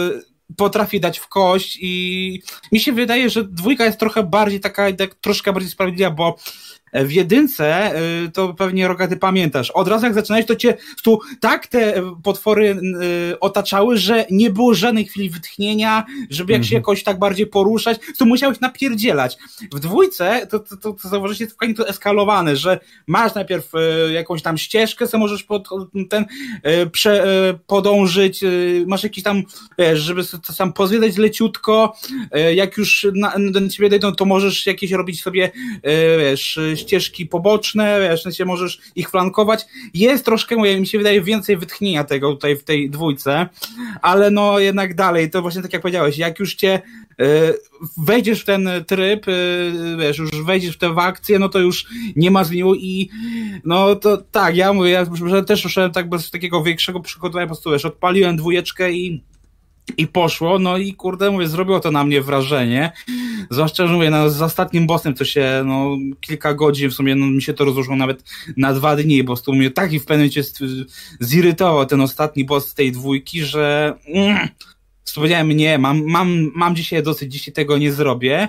Speaker 4: y, potrafi dać w kość i mi się wydaje, że dwójka jest trochę bardziej taka, tak, troszkę bardziej sprawiedliwa, bo w jedynce, to pewnie Rogaty pamiętasz, od razu jak zaczynałeś, to cię tu tak te potwory otaczały, że nie było żadnej chwili wytchnienia, żeby jak mm-hmm. się jakoś tak bardziej poruszać, to musiałeś napierdzielać. W dwójce to, to, to, to zauważysz, jest fajnie to eskalowane, że masz najpierw jakąś tam ścieżkę, co możesz pod, ten prze, podążyć, masz jakiś tam, wiesz, żeby to sam pozwiedzać leciutko, jak już na, na ciebie dojdą, to możesz jakieś robić sobie, wiesz, ścieżki poboczne, wiesz, w sensie możesz ich flankować. Jest troszkę, mówię, mi się wydaje, więcej wytchnienia tego tutaj w tej dwójce, ale no jednak dalej, to właśnie tak jak powiedziałeś, jak już cię y, wejdziesz w ten tryb, y, wiesz, już wejdziesz w tę akcję, no to już nie ma zmiłu i no to tak, ja mówię, ja że też ruszałem tak bez takiego większego przygotowania, po prostu, wiesz, odpaliłem dwójeczkę i I poszło, no i kurde, mówię, zrobiło to na mnie wrażenie. Zwłaszcza, że mówię, no, z ostatnim bossem to się, no, kilka godzin, w sumie, no, mi się to rozłożyło nawet na dwa dni, bo to mnie tak i w pewnym momencie zirytował ten ostatni boss z tej dwójki, że mm, powiedziałem, nie, mam, mam, mam dzisiaj dosyć, dzisiaj tego nie zrobię,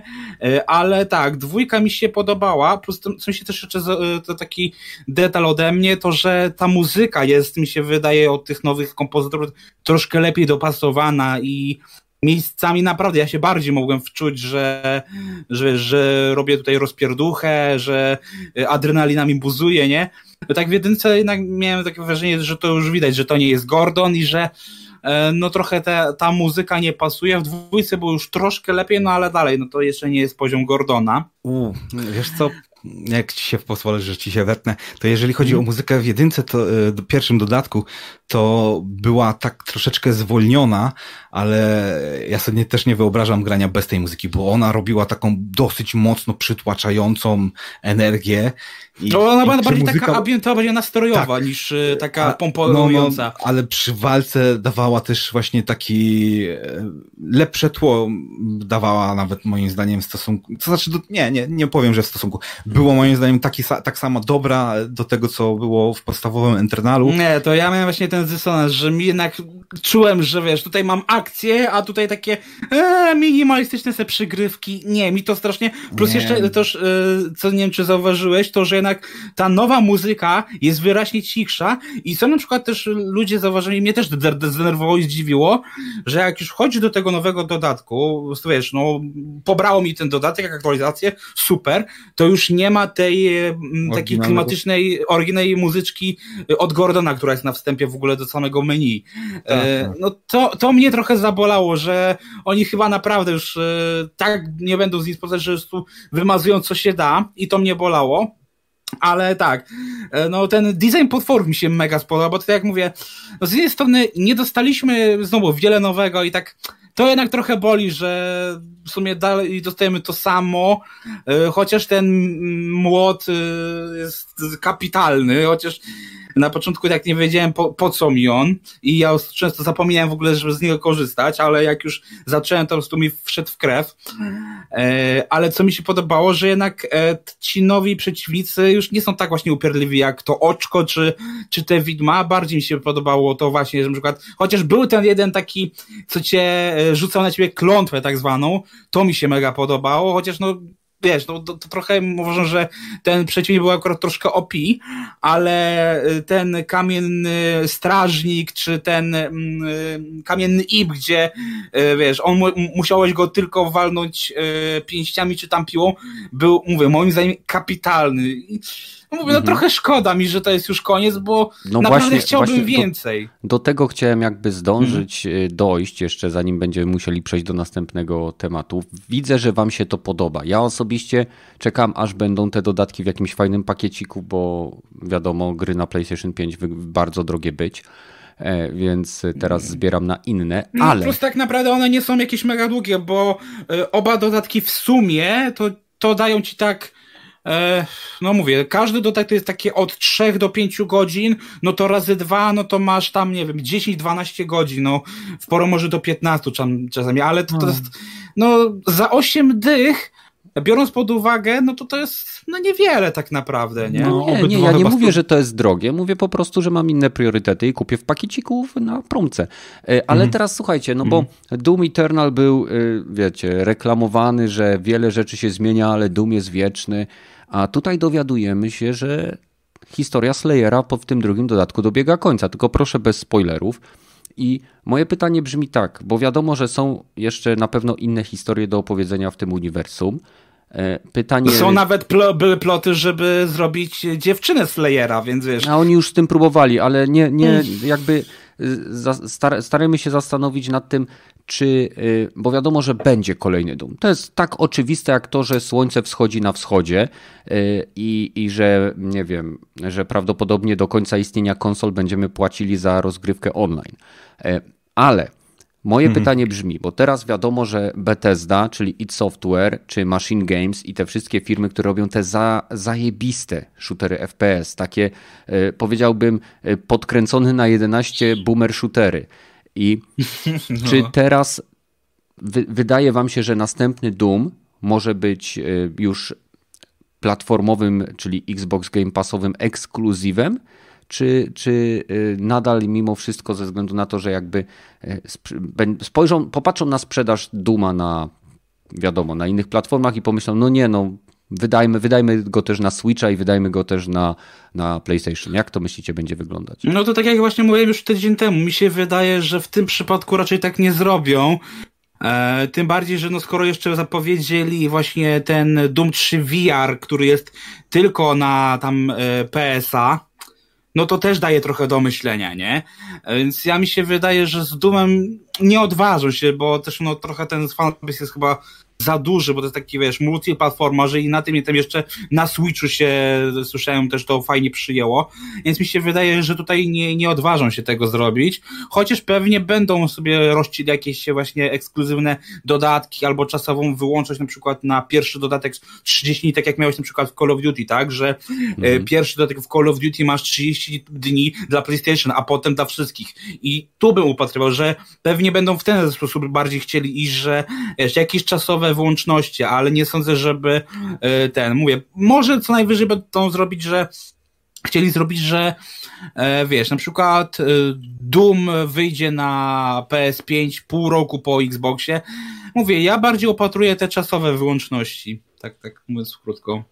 Speaker 4: ale tak, dwójka mi się podobała, plus to, co mi się też jeszcze, to taki detal ode mnie, to, że ta muzyka jest, mi się wydaje, od tych nowych kompozytorów troszkę lepiej dopasowana i miejscami naprawdę ja się bardziej mogłem wczuć, że, że, że robię tutaj rozpierduchę, że adrenalina mi buzuje, nie? No tak w jedynce jednak miałem takie wrażenie, że to już widać, że to nie jest Gordon i że no trochę te, ta muzyka nie pasuje. W dwójce było już troszkę lepiej, no ale dalej, no to jeszcze nie jest poziom Gordona.
Speaker 2: U, wiesz co, jak ci się pozwolę, że ci się wetnę, to jeżeli chodzi mm. o muzykę w jedynce, to w pierwszym dodatku, to była tak troszeczkę zwolniona, ale ja sobie też nie wyobrażam grania bez tej muzyki, bo ona robiła taką dosyć mocno przytłaczającą energię. I,
Speaker 4: no ona była bardziej
Speaker 2: muzyka...
Speaker 4: taka ambientowa, bardziej nastrojowa tak, niż taka pompująca.
Speaker 2: No, no, ale przy walce dawała też właśnie taki lepsze tło, dawała nawet moim zdaniem w stosunku, to znaczy, do, nie, nie, nie powiem, że w stosunku, było moim zdaniem taki, tak samo dobra do tego, co było w podstawowym Entrenalu.
Speaker 4: Nie, to ja miałem właśnie ten dysonans, że mi jednak czułem, że wiesz, tutaj mam akcję, a tutaj takie e, minimalistyczne se przygrywki. Nie, mi to strasznie, plus nie. Jeszcze też, e, co nie wiem, czy zauważyłeś, to, że jednak ta nowa muzyka jest wyraźnie cichsza i są na przykład też ludzie zauważyli, mnie też zdenerwowało i zdziwiło, że jak już chodzi do tego nowego dodatku, wiesz, no, pobrało mi ten dodatek, jak aktualizację, super, to już nie ma tej m, takiej klimatycznej, oryginalnej muzyczki od Gordona, która jest na wstępie w ogóle do samego menu. Tak, e, tak. No to, to mnie trochę zabolało, że oni chyba naprawdę już e, tak nie będą z nim spotkać, że tu wymazują co się da i to mnie bolało. Ale tak, no ten design potworów mi się mega spodobał, bo to jak mówię, no z jednej strony nie dostaliśmy znowu wiele nowego i tak to jednak trochę boli, że w sumie dalej dostajemy to samo, chociaż ten młot jest kapitalny, chociaż na początku tak nie wiedziałem po, po co mi on i ja często zapominałem w ogóle, żeby z niego korzystać, ale jak już zacząłem, to po prostu mi wszedł w krew. E, ale co mi się podobało, że jednak e, ci nowi przeciwnicy już nie są tak właśnie upierdliwi jak to Oczko czy, czy te widma. Bardziej mi się podobało to właśnie, że na przykład, chociaż był ten jeden taki, co cię rzucał na ciebie klątwę tak zwaną, to mi się mega podobało, chociaż no wiesz, no to, to trochę uważam, że ten przeciwnik był akurat troszkę O P, ale ten kamienny strażnik, czy ten mm, kamienny ib, gdzie wiesz, on musiałeś go tylko walnąć pięściami czy tam piłą, był, mówię, moim zdaniem kapitalny. No mówię, no mhm. trochę szkoda mi, że to jest już koniec, bo no naprawdę właśnie, chciałbym właśnie więcej.
Speaker 1: Do, do tego chciałem jakby zdążyć mhm. dojść jeszcze, zanim będziemy musieli przejść do następnego tematu. Widzę, że wam się to podoba. Ja osobiście czekam, aż będą te dodatki w jakimś fajnym pakieciku, bo wiadomo, gry na PlayStation pięć bardzo drogie być. Więc teraz zbieram na inne, ale...
Speaker 4: No plus tak naprawdę one nie są jakieś mega długie, bo oba dodatki w sumie to, to dają ci tak E, no mówię, każdy dodatek to jest takie od trzech do pięciu godzin, no to razy dwa, no to masz tam, nie wiem, dziesięć dwanaście godzin, no w porę może do piętnastu czasami, ale to, to jest, no za osiem dych, biorąc pod uwagę, no to to jest no niewiele tak naprawdę, nie?
Speaker 1: No, nie, nie, ja nie mówię, że to jest drogie, mówię po prostu, że mam inne priorytety i kupię w pakieciku na promce. Ale mhm. teraz słuchajcie, no bo mhm. Doom Eternal był, wiecie, reklamowany, że wiele rzeczy się zmienia, ale Doom jest wieczny, a tutaj dowiadujemy się, że historia Slayera w tym drugim dodatku dobiega końca, tylko proszę bez spoilerów. I moje pytanie brzmi tak, bo wiadomo, że są jeszcze na pewno inne historie do opowiedzenia w tym uniwersum. Pytanie...
Speaker 4: Są nawet pl- były ploty, żeby zrobić dziewczynę Slayera, więc wiesz...
Speaker 1: A oni już z tym próbowali, ale nie, nie jakby starajmy się zastanowić nad tym, czy, bo wiadomo, że będzie kolejny Doom. To jest tak oczywiste jak to, że słońce wschodzi na wschodzie i, i że, nie wiem, że prawdopodobnie do końca istnienia konsol będziemy płacili za rozgrywkę online. Ale moje mhm. pytanie brzmi, bo teraz wiadomo, że Bethesda, czyli id Software, czy Machine Games i te wszystkie firmy, które robią te za, zajebiste shootery F P S, takie powiedziałbym podkręcone na jedenaście boomer shootery. I no. czy teraz wy, wydaje wam się, że następny Doom może być już platformowym, czyli Xbox Game Passowym ekskluzywem, czy, czy nadal mimo wszystko ze względu na to, że jakby spojrzą, popatrzą na sprzedaż Dooma na, wiadomo, na innych platformach i pomyślą, no nie, no wydajmy, wydajmy go też na Switcha i wydajmy go też na, na PlayStation. Jak to myślicie będzie wyglądać?
Speaker 4: No to tak jak właśnie mówiłem już tydzień temu, mi się wydaje, że w tym przypadku raczej tak nie zrobią. E, tym bardziej, że no skoro jeszcze zapowiedzieli właśnie ten Doom trzy V R, który jest tylko na tam e, P S a, no to też daje trochę do myślenia, nie? Więc ja mi się wydaje, że z Doomem nie odważą się, bo też no trochę ten fanbase jest chyba za duży, bo to jest taki, wiesz, multiplatforma, że i na tym i tam jeszcze na Switchu się, słyszałem, też to fajnie przyjęło, więc mi się wydaje, że tutaj nie, nie odważą się tego zrobić, chociaż pewnie będą sobie rościli jakieś właśnie ekskluzywne dodatki albo czasową wyłączność na przykład na pierwszy dodatek trzydzieści dni, tak jak miałeś na przykład w Call of Duty, tak, że mhm. pierwszy dodatek w Call of Duty masz trzydzieści dni dla PlayStation, a potem dla wszystkich i tu bym upatrywał, że pewnie będą w ten sposób bardziej chcieli iść, że wiesz, jakieś czasowe wyłączności, ale nie sądzę, żeby ten, mówię, może co najwyżej będą zrobić, że chcieli zrobić, że wiesz, na przykład Doom wyjdzie na P S pięć pół roku po Xboxie. Mówię, ja bardziej opatruję te czasowe wyłączności. Tak, tak mówiąc krótko.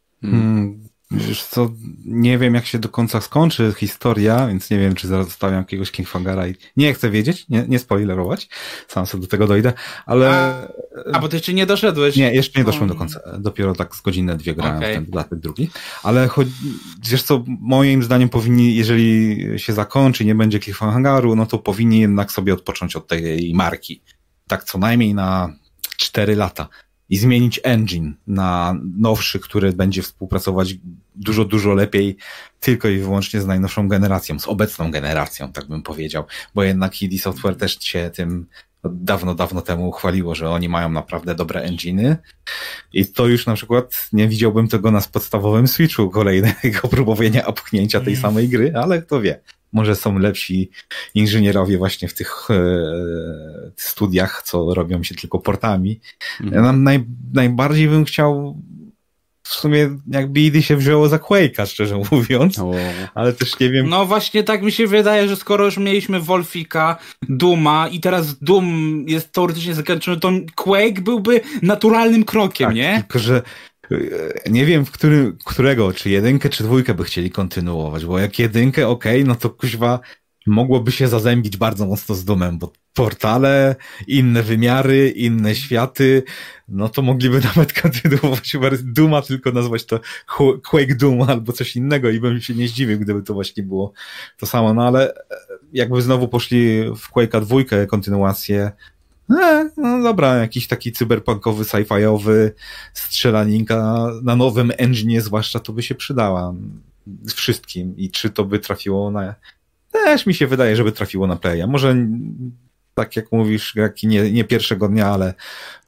Speaker 2: Hmm. Wiesz co, nie wiem jak się do końca skończy historia, więc nie wiem, czy zaraz zostawiam jakiegoś cliffhangera i nie chcę wiedzieć, nie, nie spoilerować, sam sobie do tego dojdę, ale...
Speaker 4: A, a bo ty jeszcze nie doszedłeś?
Speaker 2: Nie, jeszcze nie doszłem do końca, dopiero tak z godzinę, dwie grałem okay. w ten dodatek drugi, ale chodzi, wiesz co, moim zdaniem powinni, jeżeli się zakończy, nie będzie cliffhangeru, no to powinni jednak sobie odpocząć od tej marki, tak co najmniej na cztery lata. I zmienić engine na nowszy, który będzie współpracować dużo, dużo lepiej tylko i wyłącznie z najnowszą generacją, z obecną generacją, tak bym powiedział, bo jednak id Software też się tym dawno, dawno temu chwaliło, że oni mają naprawdę dobre engine'y i to już na przykład nie widziałbym tego na podstawowym Switchu, kolejnego próbowania opchnięcia tej samej gry, ale kto wie. Może są lepsi inżynierowie właśnie w tych e, studiach, co robią się tylko portami. Mhm. Ja naj, najbardziej bym chciał w sumie jakby idy się wzięło za Quake'a, szczerze mówiąc, o. ale też nie wiem.
Speaker 4: No właśnie tak mi się wydaje, że skoro już mieliśmy Wolfika, Dooma i teraz Doom jest teoretycznie zakończony, to Quake byłby naturalnym krokiem,
Speaker 2: tak,
Speaker 4: nie?
Speaker 2: Tylko, że nie wiem, w którym, którego, czy jedynkę, czy dwójkę by chcieli kontynuować, bo jak jedynkę, okej, okay, no to kuźwa mogłoby się zazębić bardzo mocno z Doomem, bo portale, inne wymiary, inne światy, no to mogliby nawet kontynuować Dooma, tylko nazwać to Quake Doom albo coś innego i bym się nie zdziwił, gdyby to właśnie było to samo, no ale jakby znowu poszli w Quake'a dwójkę kontynuację, E, no dobra, jakiś taki cyberpunkowy, sci-fiowy strzelaninka na nowym engine zwłaszcza to by się przydała wszystkim i czy to by trafiło na... Też mi się wydaje, żeby trafiło na Playa. Może tak jak mówisz, jak nie, nie pierwszego dnia, ale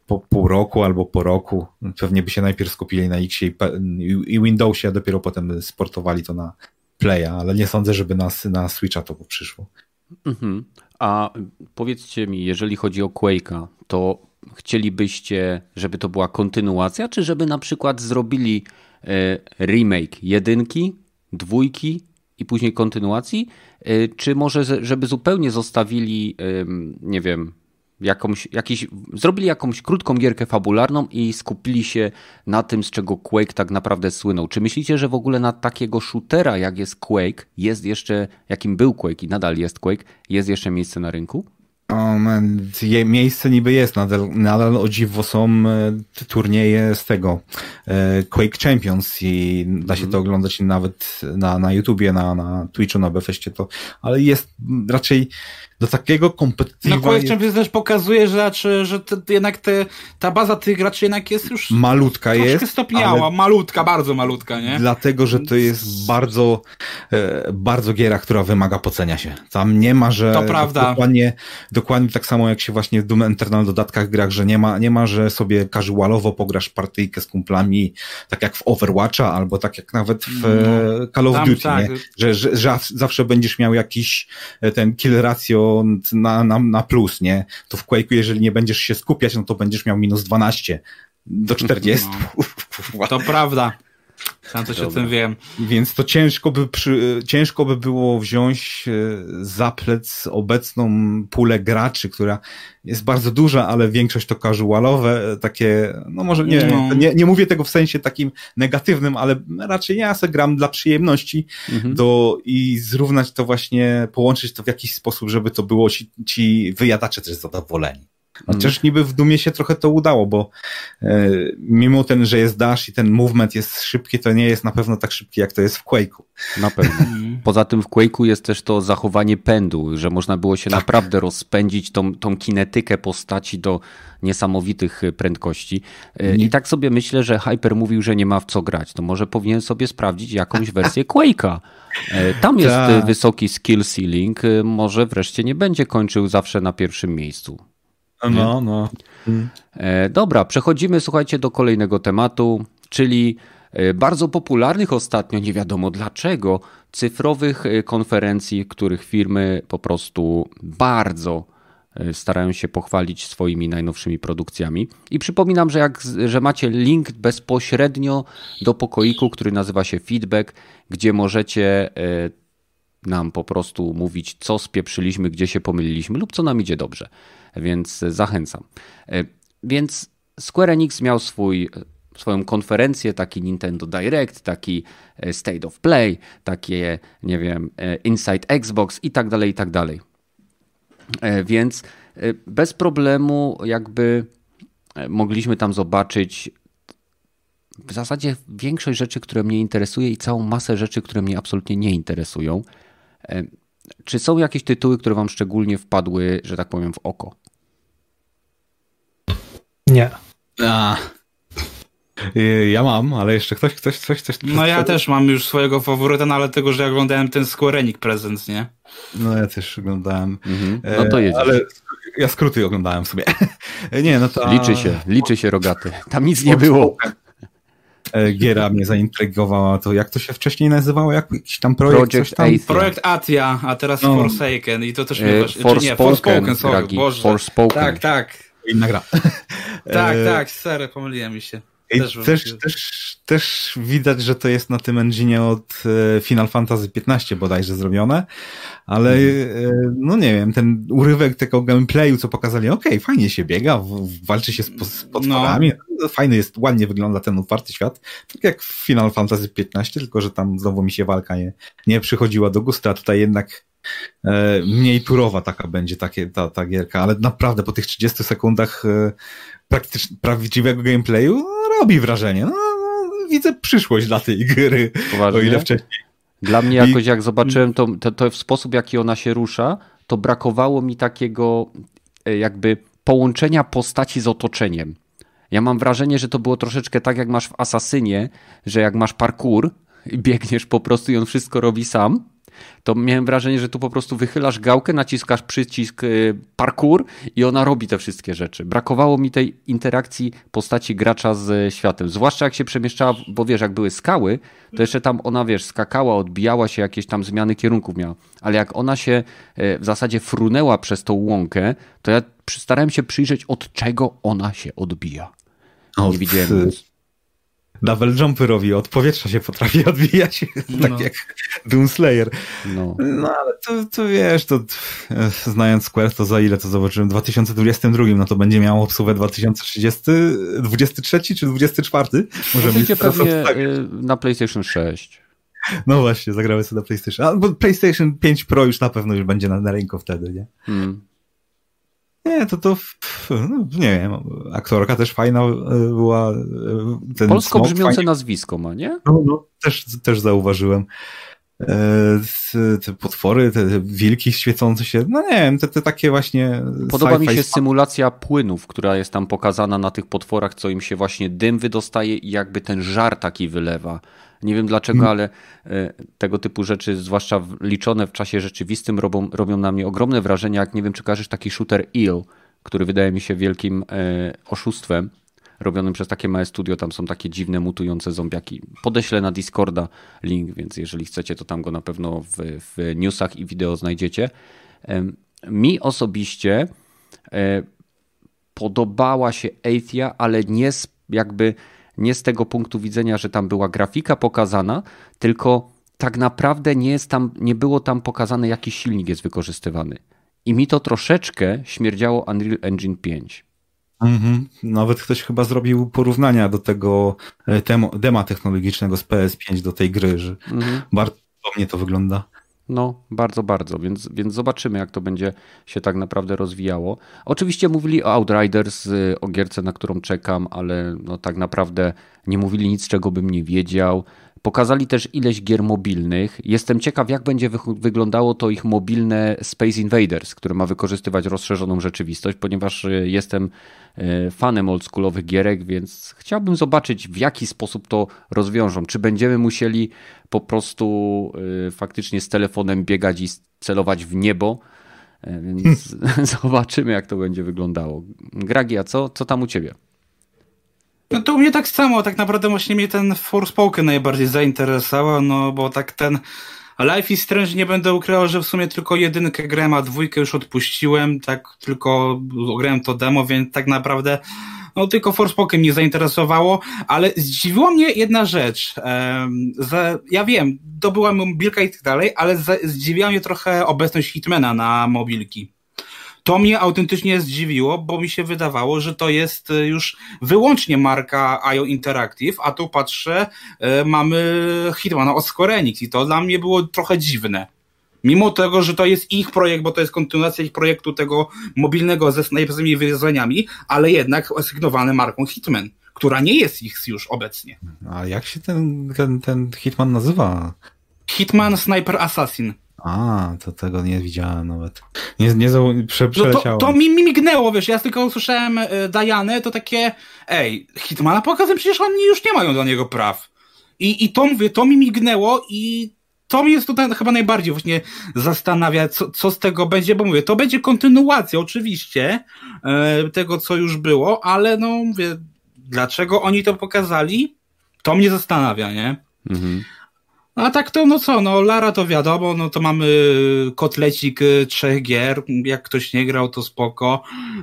Speaker 2: po pół roku albo po roku. Pewnie by się najpierw skupili na Xie i, i Windowsie, a dopiero potem sportowali to na Playa, ale nie sądzę, żeby na, na Switcha to przyszło.
Speaker 1: Mhm. A powiedzcie mi, jeżeli chodzi o Quake'a, to chcielibyście, żeby to była kontynuacja, czy żeby na przykład zrobili remake jedynki, dwójki i później kontynuacji, czy może żeby zupełnie zostawili, nie wiem, jakąś, jakiś, zrobili jakąś krótką gierkę fabularną i skupili się na tym, z czego Quake tak naprawdę słynął. Czy myślicie, że w ogóle na takiego shootera, jak jest Quake, jest jeszcze, jakim był Quake i nadal jest Quake, jest jeszcze miejsce na rynku?
Speaker 2: O, man, miejsce niby jest, nadal, nadal o dziwo są turnieje z tego Quake Champions i da się to oglądać nawet na, na YouTubie, na, na Twitchu, na Bethesdzie to, ale jest raczej do takiego kompetywnego.
Speaker 4: No Quake Champions też pokazuje, że, raczej, że te, jednak te, ta baza tych graczy jednak jest już
Speaker 2: malutka
Speaker 4: troszkę
Speaker 2: jest,
Speaker 4: stopniała, ale malutka, bardzo malutka, nie?
Speaker 2: Dlatego, że to jest bardzo bardzo giera, która wymaga pocenia się. Tam nie ma, że
Speaker 4: to prawda.
Speaker 2: Dokładnie, dokładnie tak samo jak się właśnie w Doom Eternal dodatkach grach, że nie ma, nie ma, że sobie casualowo pograsz partyjkę z kumplami, tak jak w Overwatcha, albo tak jak nawet w no, Call of Duty, tak. Nie? Że, że, że zawsze będziesz miał jakiś ten kill ratio na, na, na plus, nie? To w Quake'u, jeżeli nie będziesz się skupiać, no to będziesz miał minus dwanaście do czterdziestu.
Speaker 4: No. To prawda. Sam coś Dobra. o tym wiem.
Speaker 2: Więc to ciężko by, przy, ciężko by było wziąć za plec obecną pulę graczy, która jest bardzo duża, ale większość to casualowe, takie, no może nie, no. nie, nie mówię tego w sensie takim negatywnym, ale raczej ja sobie gram dla przyjemności mhm. do, i zrównać to właśnie, połączyć to w jakiś sposób, żeby to było ci, ci wyjadacze też zadowoleni. Chociaż niby w Dumie się trochę to udało, bo e, mimo ten, że jest dash i ten movement jest szybki, to nie jest na pewno tak szybki, jak to jest w Quake'u.
Speaker 1: Na pewno. Poza tym w Quake'u jest też to zachowanie pędu, że można było się tak. naprawdę rozpędzić tą, tą kinetykę postaci do niesamowitych prędkości. E, I tak sobie myślę, że Hyper mówił, że nie ma w co grać. To może powinien sobie sprawdzić jakąś wersję Quake'a. E, tam jest Ta. wysoki skill ceiling, e, może wreszcie nie będzie kończył zawsze na pierwszym miejscu.
Speaker 2: No, no.
Speaker 1: E, dobra, przechodzimy, słuchajcie, do kolejnego tematu, czyli bardzo popularnych ostatnio, nie wiadomo dlaczego, cyfrowych konferencji, w których firmy po prostu bardzo starają się pochwalić swoimi najnowszymi produkcjami. I przypominam, że, jak, że macie link bezpośrednio do pokoiku, który nazywa się Feedback, gdzie możecie nam po prostu mówić, co spieprzyliśmy, gdzie się pomyliliśmy lub co nam idzie dobrze. Więc zachęcam. Więc Square Enix miał swój, swoją konferencję, taki Nintendo Direct, taki State of Play, takie, nie wiem, Inside Xbox i tak dalej, i tak dalej. Więc bez problemu jakby mogliśmy tam zobaczyć w zasadzie większość rzeczy, które mnie interesuje i całą masę rzeczy, które mnie absolutnie nie interesują. Czy są jakieś tytuły, które wam szczególnie wpadły, że tak powiem, w oko?
Speaker 3: Nie.
Speaker 2: A. Ja mam, ale jeszcze ktoś, ktoś, coś, coś.
Speaker 4: No ja też mam już swojego faworyta, no ale tego, że ja oglądałem ten Square Enix Presents, nie?
Speaker 2: No ja też oglądałem.
Speaker 1: Mhm. No to jedziesz.
Speaker 2: Ale ja skróty oglądałem sobie. Nie, no to...
Speaker 1: Liczy się, liczy się rogaty. Tam nic nie było.
Speaker 2: Giera mnie zaintrygowała, to jak to się wcześniej nazywało? Jak, jakiś tam projekt?
Speaker 1: Projekt,
Speaker 2: coś tam?
Speaker 1: Athia.
Speaker 4: Projekt Athia, a teraz no. Forsaken i to też mnie
Speaker 1: e, For
Speaker 4: nie,
Speaker 1: Forspoken,
Speaker 4: sorry, Boże.
Speaker 1: Forspoken.
Speaker 4: Tak, tak.
Speaker 2: Inna gra.
Speaker 4: Tak, tak, serio, pomyliłem mi się.
Speaker 2: I też, też, też, też widać, że to jest na tym engine od Final Fantasy piętnaście bodajże zrobione, ale mm. no nie wiem, ten urywek tego gameplayu, co pokazali, okej, okay, fajnie się biega, walczy się z, z potworami, no. Fajny jest, ładnie wygląda ten otwarty świat, tak jak w Final Fantasy piętnaście, tylko że tam znowu mi się walka nie, nie przychodziła do gustu, a tutaj jednak e, mniej turowa taka będzie takie, ta, ta gierka, ale naprawdę po tych trzydziestu sekundach e, praktycznie prawdziwego gameplayu no, robi wrażenie. No, no, widzę przyszłość dla tej gry.
Speaker 1: Poważnie?
Speaker 2: O ile wcześniej.
Speaker 1: Dla mnie jakoś jak zobaczyłem to, to, to w sposób, jaki ona się rusza, to brakowało mi takiego jakby połączenia postaci z otoczeniem. Ja mam wrażenie, że to było troszeczkę tak, jak masz w Asasynie, że jak masz parkour i biegniesz po prostu i on wszystko robi sam, to miałem wrażenie, że tu po prostu wychylasz gałkę, naciskasz przycisk parkour i ona robi te wszystkie rzeczy. Brakowało mi tej interakcji postaci gracza z światem. Zwłaszcza jak się przemieszczała, bo wiesz, jak były skały, to jeszcze tam ona, wiesz, skakała, odbijała się, jakieś tam zmiany kierunków miała. Ale jak ona się w zasadzie frunęła przez tą łąkę, to ja starałem się przyjrzeć, od czego ona się odbija. Nie widziałem nic.
Speaker 2: Double jumpy robi, od powietrza się potrafi odbijać, no. Tak jak Doomslayer. No, no ale to, to wiesz, to znając Square, to za ile to zobaczymy? W dwa tysiące dwudziestym drugim, no to będzie miało obsługę dwa tysiące trzydziesty, dwudziesty trzeci czy dwudziesty czwarty?
Speaker 1: Może będzie pewnie na PlayStation sześć.
Speaker 2: No właśnie, zagrały sobie na PlayStation. A, bo PlayStation pięć Pro już na pewno już będzie na, na rynku wtedy, nie? Hmm. Nie, to to, no, nie wiem, aktorka też fajna była. Ten
Speaker 1: polsko brzmiące fajnie... nazwisko ma, nie?
Speaker 2: No, no, też, też zauważyłem. Te, te potwory, te wilki świecące się, no nie wiem, te, te takie właśnie...
Speaker 1: Podoba mi się symulacja płynów, która jest tam pokazana na tych potworach, co im się właśnie dym wydostaje i jakby ten żar taki wylewa. Nie wiem dlaczego, hmm. ale tego typu rzeczy, zwłaszcza liczone w czasie rzeczywistym, robią, robią na mnie ogromne wrażenie, jak nie wiem, czy kojarzysz taki shooter Eel, który wydaje mi się wielkim e, oszustwem, robionym przez takie małe studio, tam są takie dziwne, mutujące zombiaki. Podeślę na Discorda link, więc jeżeli chcecie, to tam go na pewno w, w newsach i wideo znajdziecie. E, mi osobiście e, podobała się Athia, ale nie z, jakby... nie z tego punktu widzenia, że tam była grafika pokazana, tylko tak naprawdę nie, jest tam, nie było tam pokazane, jaki silnik jest wykorzystywany. I mi to troszeczkę śmierdziało Unreal Engine pięć.
Speaker 2: Mm-hmm. Nawet ktoś chyba zrobił porównania do tego demo, dema technologicznego z P S pięć do tej gry, że mm-hmm. bardzo podobnie to wygląda.
Speaker 1: No, bardzo, bardzo, więc, więc zobaczymy, jak to będzie się tak naprawdę rozwijało. Oczywiście mówili o Outriders, o gierce, na którą czekam, ale no tak naprawdę nie mówili nic, czego bym nie wiedział. Pokazali też ileś gier mobilnych. Jestem ciekaw, jak będzie wy- wyglądało to ich mobilne Space Invaders, które ma wykorzystywać rozszerzoną rzeczywistość, ponieważ jestem fanem oldschoolowych gierek, więc chciałbym zobaczyć, w jaki sposób to rozwiążą. Czy będziemy musieli po prostu faktycznie z telefonem biegać i celować w niebo, więc zobaczymy, jak to będzie wyglądało. Gragi, a co, co tam u ciebie?
Speaker 4: No to u mnie tak samo, tak naprawdę właśnie mnie ten Forspoken najbardziej zainteresował, no bo tak ten Life is Strange, nie będę ukrywał, że w sumie tylko jedynkę grałem, a dwójkę już odpuściłem, tak tylko grałem to demo, więc tak naprawdę no tylko Forspoken mnie zainteresowało, ale zdziwiła mnie jedna rzecz, um, że ja wiem, to była mobilka i tak dalej, ale zdziwiła mnie trochę obecność Hitmana na mobilki. To mnie autentycznie zdziwiło, bo mi się wydawało, że to jest już wyłącznie marka I O Interactive, a tu patrzę, mamy Hitmana od Square Enix i to dla mnie było trochę dziwne. Mimo tego, że to jest ich projekt, bo to jest kontynuacja ich projektu tego mobilnego ze najlepszymi wyzwaniami, ale jednak asygnowany marką Hitman, która nie jest ich już obecnie.
Speaker 2: A jak się ten, ten, ten Hitman nazywa?
Speaker 4: Hitman Sniper Assassin.
Speaker 2: A, to tego nie widziałem nawet. Nie, nie prze, przeleciało.
Speaker 4: No to, to mi, mi mignęło, wiesz, ja tylko usłyszałem y, Dianę, to takie, ej, Hitmana pokazem, przecież oni już nie mają dla niego praw. I, i to mówię, to mi mignęło i to mnie jest tutaj chyba najbardziej właśnie zastanawia, co, co z tego będzie, bo mówię, to będzie kontynuacja oczywiście y, tego, co już było, ale no mówię, dlaczego oni to pokazali, to mnie zastanawia, nie? Mhm. A tak to, no co, no Lara to wiadomo, no to mamy kotlecik trzech gier, jak ktoś nie grał, to spoko.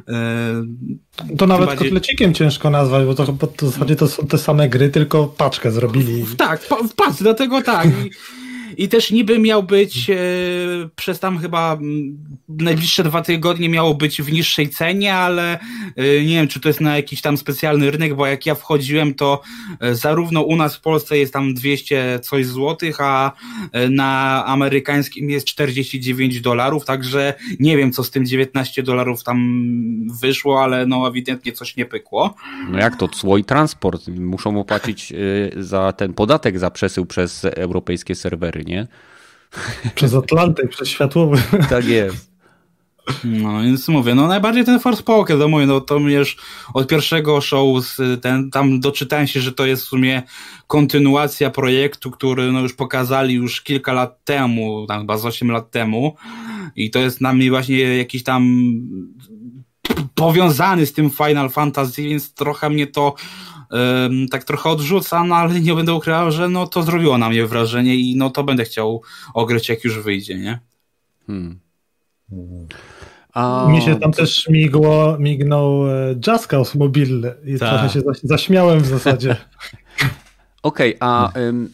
Speaker 4: Yy,
Speaker 3: to nawet bardziej... kotlecikiem ciężko nazwać, bo to chyba w zasadzie to są te same gry, tylko paczkę zrobili.
Speaker 4: Tak, w paczce, dlatego tak. I, I też niby miał być e, przez tam chyba najbliższe dwa tygodnie miało być w niższej cenie, ale e, nie wiem, czy to jest na jakiś tam specjalny rynek, bo jak ja wchodziłem, to e, zarówno u nas w Polsce jest tam dwieście coś złotych, a e, na amerykańskim jest czterdzieści dziewięć dolarów, także nie wiem, co z tym dziewiętnaście dolarów tam wyszło, ale no ewidentnie coś nie pykło.
Speaker 1: No jak to? Cło i transport. Muszą opłacić y, za ten podatek za przesył przez europejskie serwery, nie?
Speaker 3: Przez Atlantyk, przez światłowy.
Speaker 1: Tak jest.
Speaker 4: No więc mówię, no najbardziej ten Forspoken, no mówię, no to już od pierwszego show z ten, tam doczytałem się, że to jest w sumie kontynuacja projektu, który no już pokazali już kilka lat temu, tam chyba z osiem lat temu i to jest na mnie właśnie jakiś tam powiązany z tym Final Fantasy, więc trochę mnie to um, tak trochę odrzuca, no ale nie będę ukrywał, że no to zrobiło na mnie wrażenie i no to będę chciał ograć jak już wyjdzie, nie? Hmm.
Speaker 3: A... Mi się tam też migło, mignął Just Cause Mobile i Ta. trochę się zaśmiałem w zasadzie.
Speaker 1: Okej, okay, a um,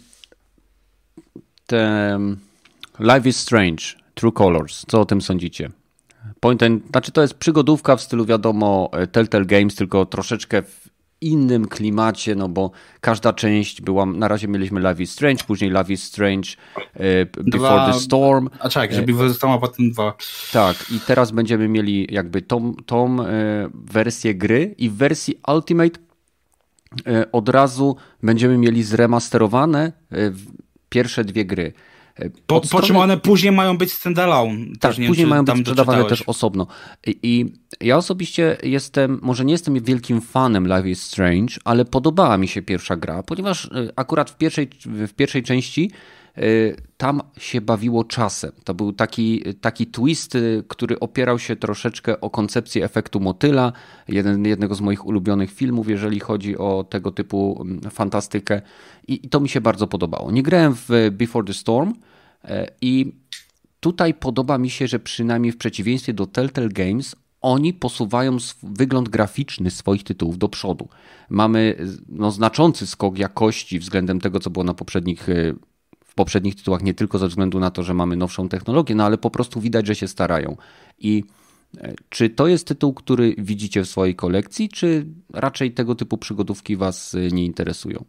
Speaker 1: te Life is Strange, True Colors, co o tym sądzicie? Point and, znaczy to jest przygodówka w stylu wiadomo Telltale Games, tylko troszeczkę w innym klimacie, no bo każda część była, na razie mieliśmy Life is Strange, później Life is Strange e, Before dwa, the Storm.
Speaker 4: A tak, że Before the Storm, a potem dwa.
Speaker 1: Tak, i teraz będziemy mieli jakby tą, tą e, wersję gry i w wersji Ultimate e, od razu będziemy mieli zremasterowane e, pierwsze dwie gry.
Speaker 4: Po, po strony... czym one później mają być standalone.
Speaker 1: Tak, później wiem, mają być sprzedawane też osobno. I, I ja osobiście jestem, może nie jestem wielkim fanem Life is Strange, ale podobała mi się pierwsza gra, ponieważ akurat w pierwszej, w pierwszej części y, tam się bawiło czasem. To był taki, taki twist, y, który opierał się troszeczkę o koncepcję efektu motyla, jeden, jednego z moich ulubionych filmów, jeżeli chodzi o tego typu fantastykę. I, I to mi się bardzo podobało. Nie grałem w Before the Storm y, i tutaj podoba mi się, że przynajmniej w przeciwieństwie do Telltale Games oni posuwają wygląd graficzny swoich tytułów do przodu. Mamy no, znaczący skok jakości względem tego, co było na poprzednich w poprzednich tytułach, nie tylko ze względu na to, że mamy nowszą technologię, no ale po prostu widać, że się starają. I czy to jest tytuł, który widzicie w swojej kolekcji, czy raczej tego typu przygodówki was nie interesują?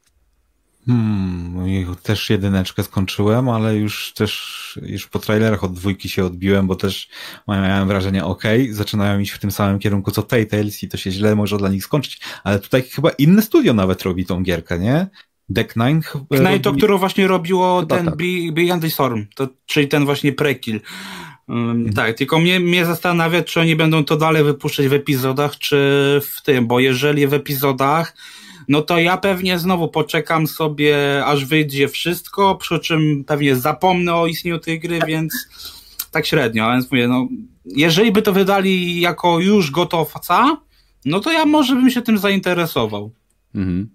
Speaker 2: Hmm, też jedyneczkę skończyłem, ale już też już po trailerach od dwójki się odbiłem, bo też miałem wrażenie, okej, okay, zaczynają iść w tym samym kierunku co Telltales i to się źle może dla nich skończyć, ale tutaj chyba inne studio nawet robi tą gierkę, nie? Deck Nine?
Speaker 4: Nine to, którą właśnie robiło chyba ten tak. Beyond the Storm, to, czyli ten właśnie prequel. Um, mhm. Tak, tylko mnie, mnie zastanawia, czy oni będą to dalej wypuszczać w epizodach, czy w tym, bo jeżeli w epizodach, no to ja pewnie znowu poczekam sobie, aż wyjdzie wszystko, przy czym pewnie zapomnę o istnieniu tej gry, więc tak średnio, a więc mówię, no jeżeli by to wydali jako już gotowca, no to ja może bym się tym zainteresował.
Speaker 2: Mhm.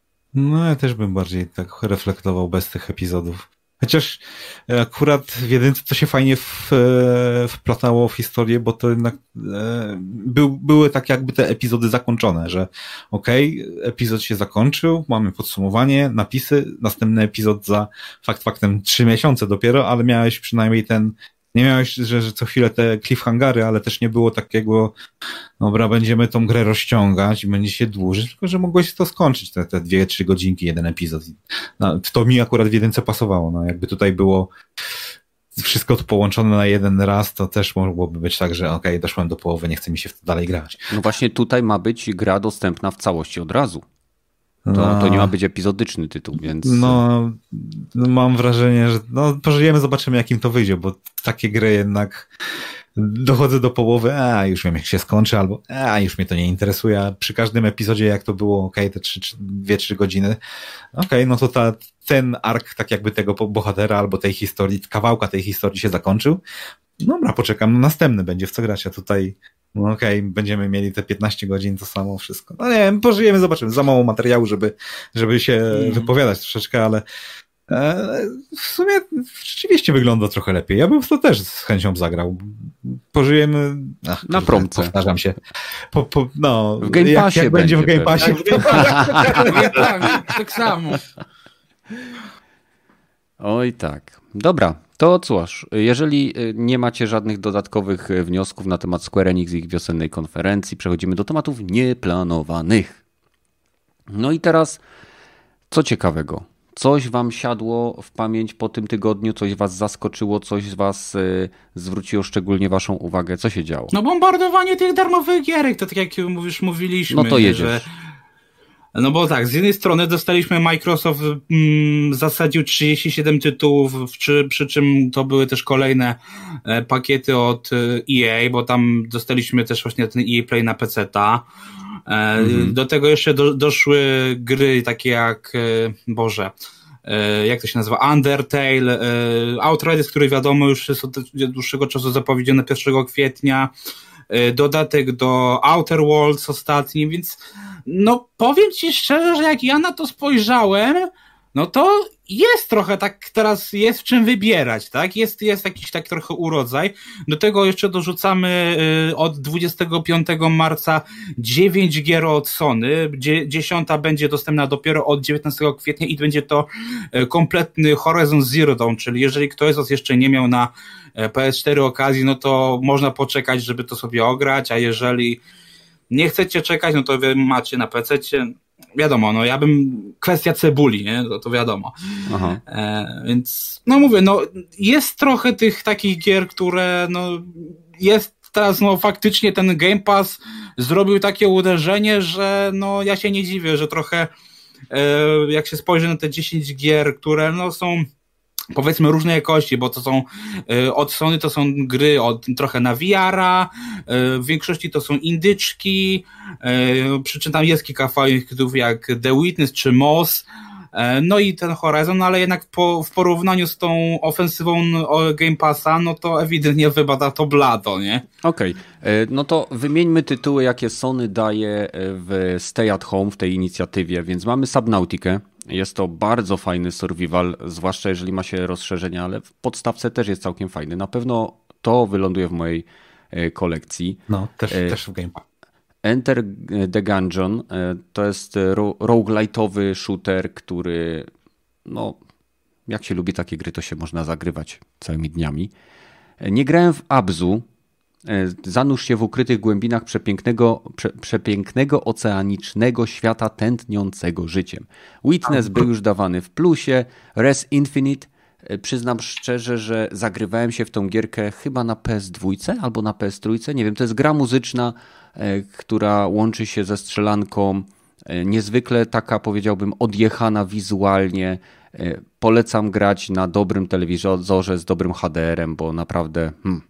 Speaker 2: No ja też bym bardziej tak reflektował bez tych epizodów. Chociaż akurat w jedynce to się fajnie w, wplatało w historię, bo to jednak e, był, były tak jakby te epizody zakończone, że okej, okay, epizod się zakończył, mamy podsumowanie, napisy, następny epizod za fakt faktem trzy miesiące dopiero, ale miałeś przynajmniej ten, nie miałeś, że, że co chwilę te cliffhangery, ale też nie było takiego, dobra, będziemy tą grę rozciągać i będzie się dłużyć, tylko że mogłeś to skończyć, te, te dwie, trzy godzinki, jeden epizod. No, to mi akurat w jedynce pasowało, no jakby tutaj było wszystko to połączone na jeden raz, to też mogłoby być tak, że okej, okay, doszłem do połowy, nie chce mi się w to dalej grać.
Speaker 1: No właśnie tutaj ma być gra dostępna w całości od razu. To, no, to nie ma być epizodyczny tytuł, więc...
Speaker 2: No, no mam wrażenie, że no, pożyjemy, zobaczymy jakim to wyjdzie, bo takie gry jednak dochodzę do połowy, a już wiem jak się skończy, albo a już mnie to nie interesuje, a przy każdym epizodzie jak to było, okej, okay, te dwie trzy godziny, okej, okay, no to ta, ten ark tak jakby tego bohatera albo tej historii, kawałka tej historii się zakończył. Dobra, poczekam, no następny będzie w co grać, a tutaj no okej, okay, będziemy mieli te piętnaście godzin, to samo wszystko. No nie wiem, pożyjemy, zobaczymy. Za mało materiału, żeby, żeby się mm. wypowiadać troszeczkę, ale e, w sumie rzeczywiście wygląda trochę lepiej. Ja bym w to też z chęcią zagrał. Pożyjemy... Ach,
Speaker 1: na promce.
Speaker 2: Powtarzam się. Po, po, no,
Speaker 1: w Game Passie
Speaker 2: jak, jak będzie w Game Passie.
Speaker 4: Tak samo.
Speaker 1: Oj tak. Dobra. To cóż, jeżeli nie macie żadnych dodatkowych wniosków na temat Square Enix i ich wiosennej konferencji, przechodzimy do tematów nieplanowanych. No i teraz, co ciekawego? Coś wam siadło w pamięć po tym tygodniu, coś was zaskoczyło, coś z was y, zwróciło szczególnie waszą uwagę. Co się działo?
Speaker 4: No bombardowanie tych darmowych gierek, to tak jak mówisz, mówiliśmy.
Speaker 1: No to jedziesz. Że...
Speaker 4: No bo tak, z jednej strony dostaliśmy, Microsoft mm, zasadził trzydzieści siedem tytułów, przy, przy czym to były też kolejne e, pakiety od E A, bo tam dostaliśmy też właśnie ten E A Play na peceta. E, mhm. Do tego jeszcze do, doszły gry takie jak, e, Boże, e, jak to się nazywa, Undertale, e, Outriders, który wiadomo już jest od dłuższego czasu zapowiedziany pierwszego kwietnia, e, dodatek do Outer Worlds ostatni, więc no powiem ci szczerze, że jak ja na to spojrzałem, no to jest trochę tak, teraz jest w czym wybierać, tak? Jest, jest jakiś tak trochę urodzaj. Do tego jeszcze dorzucamy y, od dwudziestego piątego marca dziewięć gier od Sony. Dzie, dziesiąta będzie dostępna dopiero od dziewiętnastego kwietnia i będzie to y, kompletny Horizon Zero Dawn, czyli jeżeli ktoś z was jeszcze nie miał na y, P S cztery okazji, no to można poczekać, żeby to sobie ograć, a jeżeli nie chcecie czekać, no to wy macie na pececie. Wiadomo, no ja bym, kwestia cebuli, nie, to, to wiadomo. Aha. E, więc, no mówię, no jest trochę tych takich gier, które, no jest teraz, no faktycznie ten Game Pass zrobił takie uderzenie, że no ja się nie dziwię, że trochę e, jak się spojrzy na te dziesięć gier, które no są powiedzmy różnej jakości, bo to są y, od Sony to są gry od, trochę na V R-a, y, w większości to są indyczki, y, przy czym tam jest kilka fajnych tytułów jak The Witness czy Moss, y, no i ten Horizon, no ale jednak po, w porównaniu z tą ofensywą Game Passa, no to ewidentnie wypada to blado, nie?
Speaker 1: Okej, okay. No to wymieńmy tytuły, jakie Sony daje w Stay at Home w tej inicjatywie, więc mamy Subnautikę. Jest to bardzo fajny survival, zwłaszcza jeżeli ma się rozszerzenia, ale w podstawce też jest całkiem fajny. Na pewno to wyląduje w mojej kolekcji.
Speaker 2: No, też, e... też w Game Pass.
Speaker 1: Enter the Gungeon to jest roguelite'owy shooter, który, no, jak się lubi takie gry, to się można zagrywać całymi dniami. Nie grałem w Abzu. Zanurz się w ukrytych głębinach przepięknego, prze, przepięknego oceanicznego świata tętniącego życiem. Witness był już dawany w plusie. Res Infinite, przyznam szczerze, że zagrywałem się w tą gierkę chyba na P S dwa albo na P S trzy. Nie wiem, to jest gra muzyczna, która łączy się ze strzelanką. Niezwykle taka, powiedziałbym, odjechana wizualnie. Polecam grać na dobrym telewizorze z dobrym H D R em, bo naprawdę... Hmm.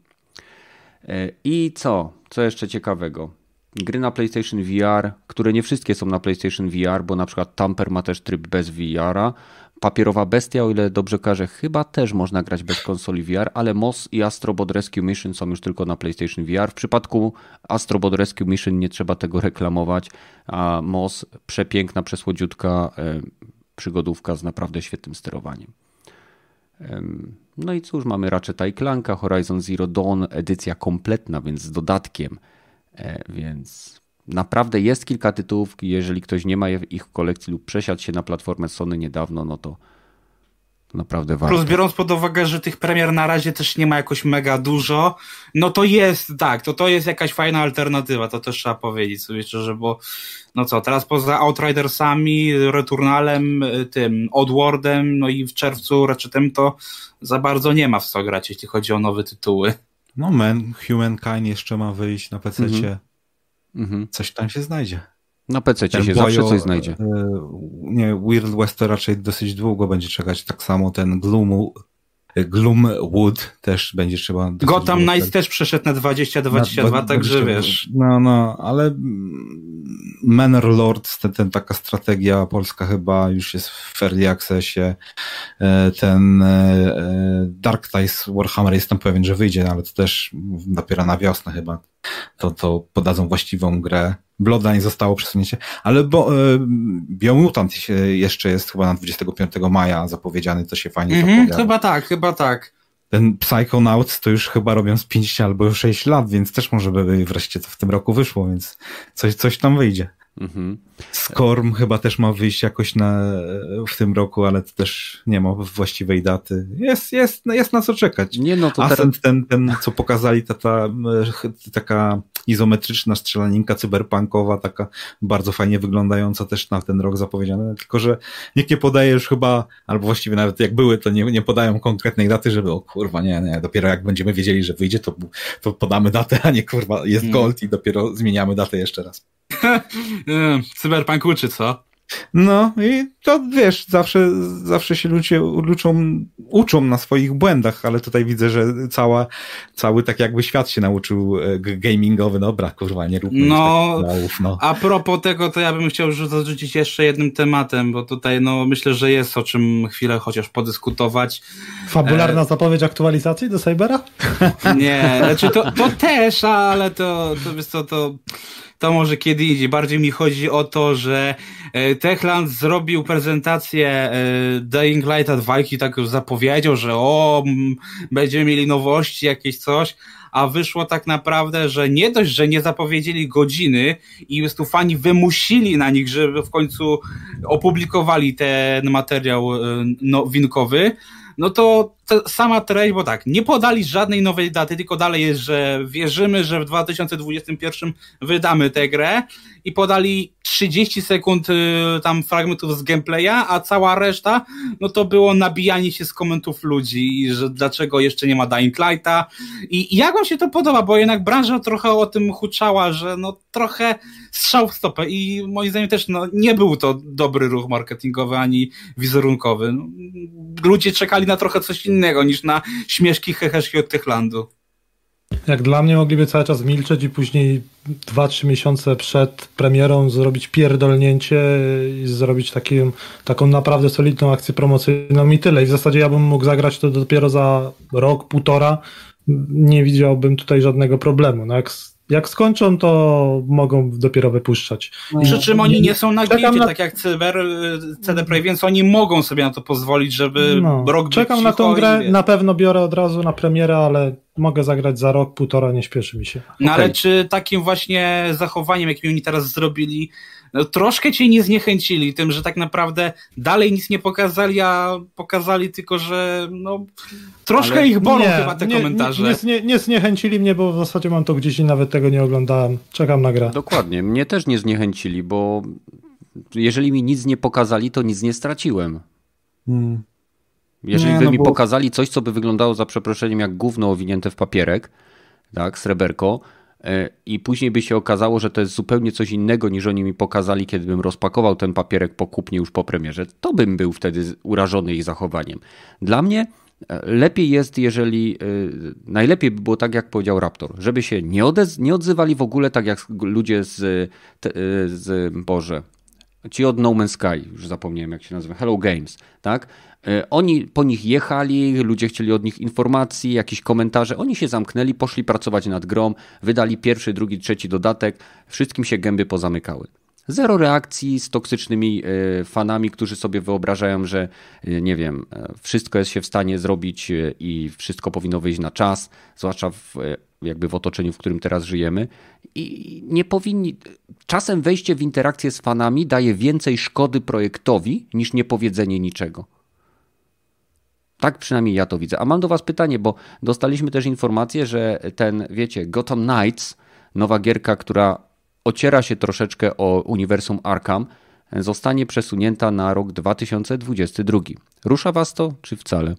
Speaker 1: I co? Co jeszcze ciekawego? Gry na PlayStation V R, które nie wszystkie są na PlayStation V R, bo na przykład Tamper ma też tryb bez V R-a. Papierowa Bestia, o ile dobrze kojarzę, chyba też można grać bez konsoli V R, ale Moss i Astro Bot Rescue Mission są już tylko na PlayStation V R. W przypadku Astro Bot Rescue Mission nie trzeba tego reklamować, a Moss przepiękna, przesłodziutka przygodówka z naprawdę świetnym sterowaniem. No i cóż, mamy Ratcheta i Clanka, Horizon Zero Dawn, edycja kompletna, więc z dodatkiem, więc naprawdę jest kilka tytułów, jeżeli ktoś nie ma ich w kolekcji lub przesiadł się na platformę Sony niedawno, no to naprawdę warto.
Speaker 4: Plus biorąc pod uwagę, że tych premier na razie też nie ma jakoś mega dużo, no to jest, tak, to to jest jakaś fajna alternatywa, to też trzeba powiedzieć sobie szczerze, bo no co, teraz poza Outridersami, Returnalem, tym Oddworldem, no i w czerwcu Ratchetem to za bardzo nie ma w co grać, jeśli chodzi o nowe tytuły.
Speaker 2: No Man, Humankind jeszcze ma wyjść na pececie.
Speaker 1: Mhm.
Speaker 2: Coś tam się znajdzie.
Speaker 1: Na pececie się zawsze coś znajdzie.
Speaker 2: Nie, Weird West to raczej dosyć długo będzie czekać. Tak samo ten Gloom, Gloomwood też będzie trzeba...
Speaker 4: Gotham Knights też przeszedł na dwadzieścia dwadzieścia dwa, także wiesz...
Speaker 2: No, no, ale Manor Lords, ten, ten taka strategia polska chyba już jest w Early Accessie. Ten Dark Ties Warhammer jestem pewien, że wyjdzie, ale to też dopiero na wiosnę chyba. To, to podadzą właściwą grę. Bloodline zostało przesunięcie, ale bo, y, Biomutant jeszcze jest chyba na dwudziestego piątego maja zapowiedziany, to się fajnie
Speaker 4: mm-hmm,
Speaker 2: zapowiada.
Speaker 4: Chyba tak, chyba tak.
Speaker 2: Ten Psychonauts to już chyba robią z pięć albo sześć lat, więc też może by wreszcie to w tym roku wyszło, więc coś, coś tam wyjdzie. Mm-hmm. Scorm chyba też ma wyjść jakoś na, w tym roku, ale to też nie ma właściwej daty. Jest, jest, jest na co czekać.
Speaker 1: Nie, no to
Speaker 2: Ascent, teraz... ten, ten, co pokazali, ta, ta taka izometryczna strzelaninka cyberpunkowa, taka bardzo fajnie wyglądająca też na ten rok zapowiedziana, tylko że nikt nie podaje już chyba, albo właściwie nawet jak były, to nie, nie podają konkretnej daty, żeby o kurwa, nie, nie, dopiero jak będziemy wiedzieli, że wyjdzie, to, to podamy datę, a nie kurwa, jest gold i dopiero zmieniamy datę jeszcze raz.
Speaker 4: Cyberpunk uczy, co?
Speaker 2: No i to wiesz, zawsze, zawsze się ludzie uczą, uczą na swoich błędach, ale tutaj widzę, że cała, cały tak jakby świat się nauczył gamingowy, dobra, kurwa, nie róbmy
Speaker 4: no,
Speaker 2: już takich małów, no.
Speaker 4: A propos tego, to ja bym chciał już zarzucić jeszcze jednym tematem, bo tutaj no myślę, że jest o czym chwilę chociaż podyskutować.
Speaker 3: Fabularna e... zapowiedź aktualizacji do Cybera?
Speaker 4: Nie, znaczy to, to też, ale to, to wiesz co, to to może kiedy indziej. Bardziej mi chodzi o to, że Techland zrobił prezentację Dying Light dwa i tak już zapowiedział, że o, będziemy mieli nowości, jakieś coś, a wyszło tak naprawdę, że nie dość, że nie zapowiedzieli godziny i już tu fani wymusili na nich, żeby w końcu opublikowali ten materiał nowinkowy, no to sama treść, bo tak, nie podali żadnej nowej daty, tylko dalej jest, że wierzymy, że w dwa tysiące dwudziestym pierwszym wydamy tę grę i podali trzydzieści sekund tam fragmentów z gameplaya, a cała reszta, no to było nabijanie się z komentów ludzi, że dlaczego jeszcze nie ma Dying Lighta i, i jak wam się to podoba, bo jednak branża trochę o tym huczała, że no trochę strzał w stopę i moim zdaniem też no, nie był to dobry ruch marketingowy ani wizerunkowy. No, ludzie czekali na trochę coś innego niż na śmieszki, heheszki od Techlandu.
Speaker 3: Jak dla mnie mogliby cały czas milczeć i później dwa trzy miesiące przed premierą zrobić pierdolnięcie i zrobić taki, taką naprawdę solidną akcję promocyjną i tyle. I w zasadzie ja bym mógł zagrać to dopiero za rok, półtora. Nie widziałbym tutaj żadnego problemu. No jak Jak skończą, to mogą dopiero wypuszczać.
Speaker 4: Przy czym oni nie są nagięci, na... tak jak Cyber, C D Projekt, więc oni mogą sobie na to pozwolić, żeby
Speaker 3: no,
Speaker 4: rok być
Speaker 3: czekam na tą grę, na pewno biorę od razu na premierę, ale mogę zagrać za rok, półtora, nie śpieszy mi się.
Speaker 4: No
Speaker 3: okay.
Speaker 4: Ale czy takim właśnie zachowaniem, jakim oni teraz zrobili, no, troszkę cię nie zniechęcili tym, że tak naprawdę dalej nic nie pokazali, a pokazali tylko, że no troszkę ale ich bolą nie, chyba te
Speaker 3: nie,
Speaker 4: komentarze.
Speaker 3: Nie, nie, nie zniechęcili mnie, bo w zasadzie mam to gdzieś i nawet tego nie oglądałem. Czekam na grę.
Speaker 1: Dokładnie, mnie też nie zniechęcili, bo jeżeli mi nic nie pokazali, to nic nie straciłem. Hmm. Jeżeli nie, by no mi bo... pokazali coś, co by wyglądało za przeproszeniem jak gówno owinięte w papierek, tak, sreberko, i później by się okazało, że to jest zupełnie coś innego niż oni mi pokazali, kiedy bym rozpakował ten papierek po kupnie już po premierze, to bym był wtedy urażony ich zachowaniem. Dla mnie lepiej jest, jeżeli najlepiej by było tak, jak powiedział Raptor, żeby się nie, odez- nie odzywali w ogóle tak jak ludzie z, z Boże, ci od No Man's Sky, już zapomniałem jak się nazywa, Hello Games, tak? Oni po nich jechali, ludzie chcieli od nich informacji, jakieś komentarze, oni się zamknęli, poszli pracować nad grą, wydali pierwszy, drugi, trzeci dodatek, wszystkim się gęby pozamykały. Zero reakcji z toksycznymi fanami, którzy sobie wyobrażają, że nie wiem, wszystko jest się w stanie zrobić i wszystko powinno wyjść na czas, zwłaszcza w, jakby w otoczeniu, w którym teraz żyjemy. I nie powinni... Czasem wejście w interakcję z fanami daje więcej szkody projektowi niż niepowiedzenie niczego. Tak przynajmniej ja to widzę. A mam do was pytanie, bo dostaliśmy też informację, że ten, wiecie, Gotham Knights, nowa gierka, która ociera się troszeczkę o uniwersum Arkham, zostanie przesunięta na rok dwa tysiące dwudziesty drugi. Rusza was to, czy wcale?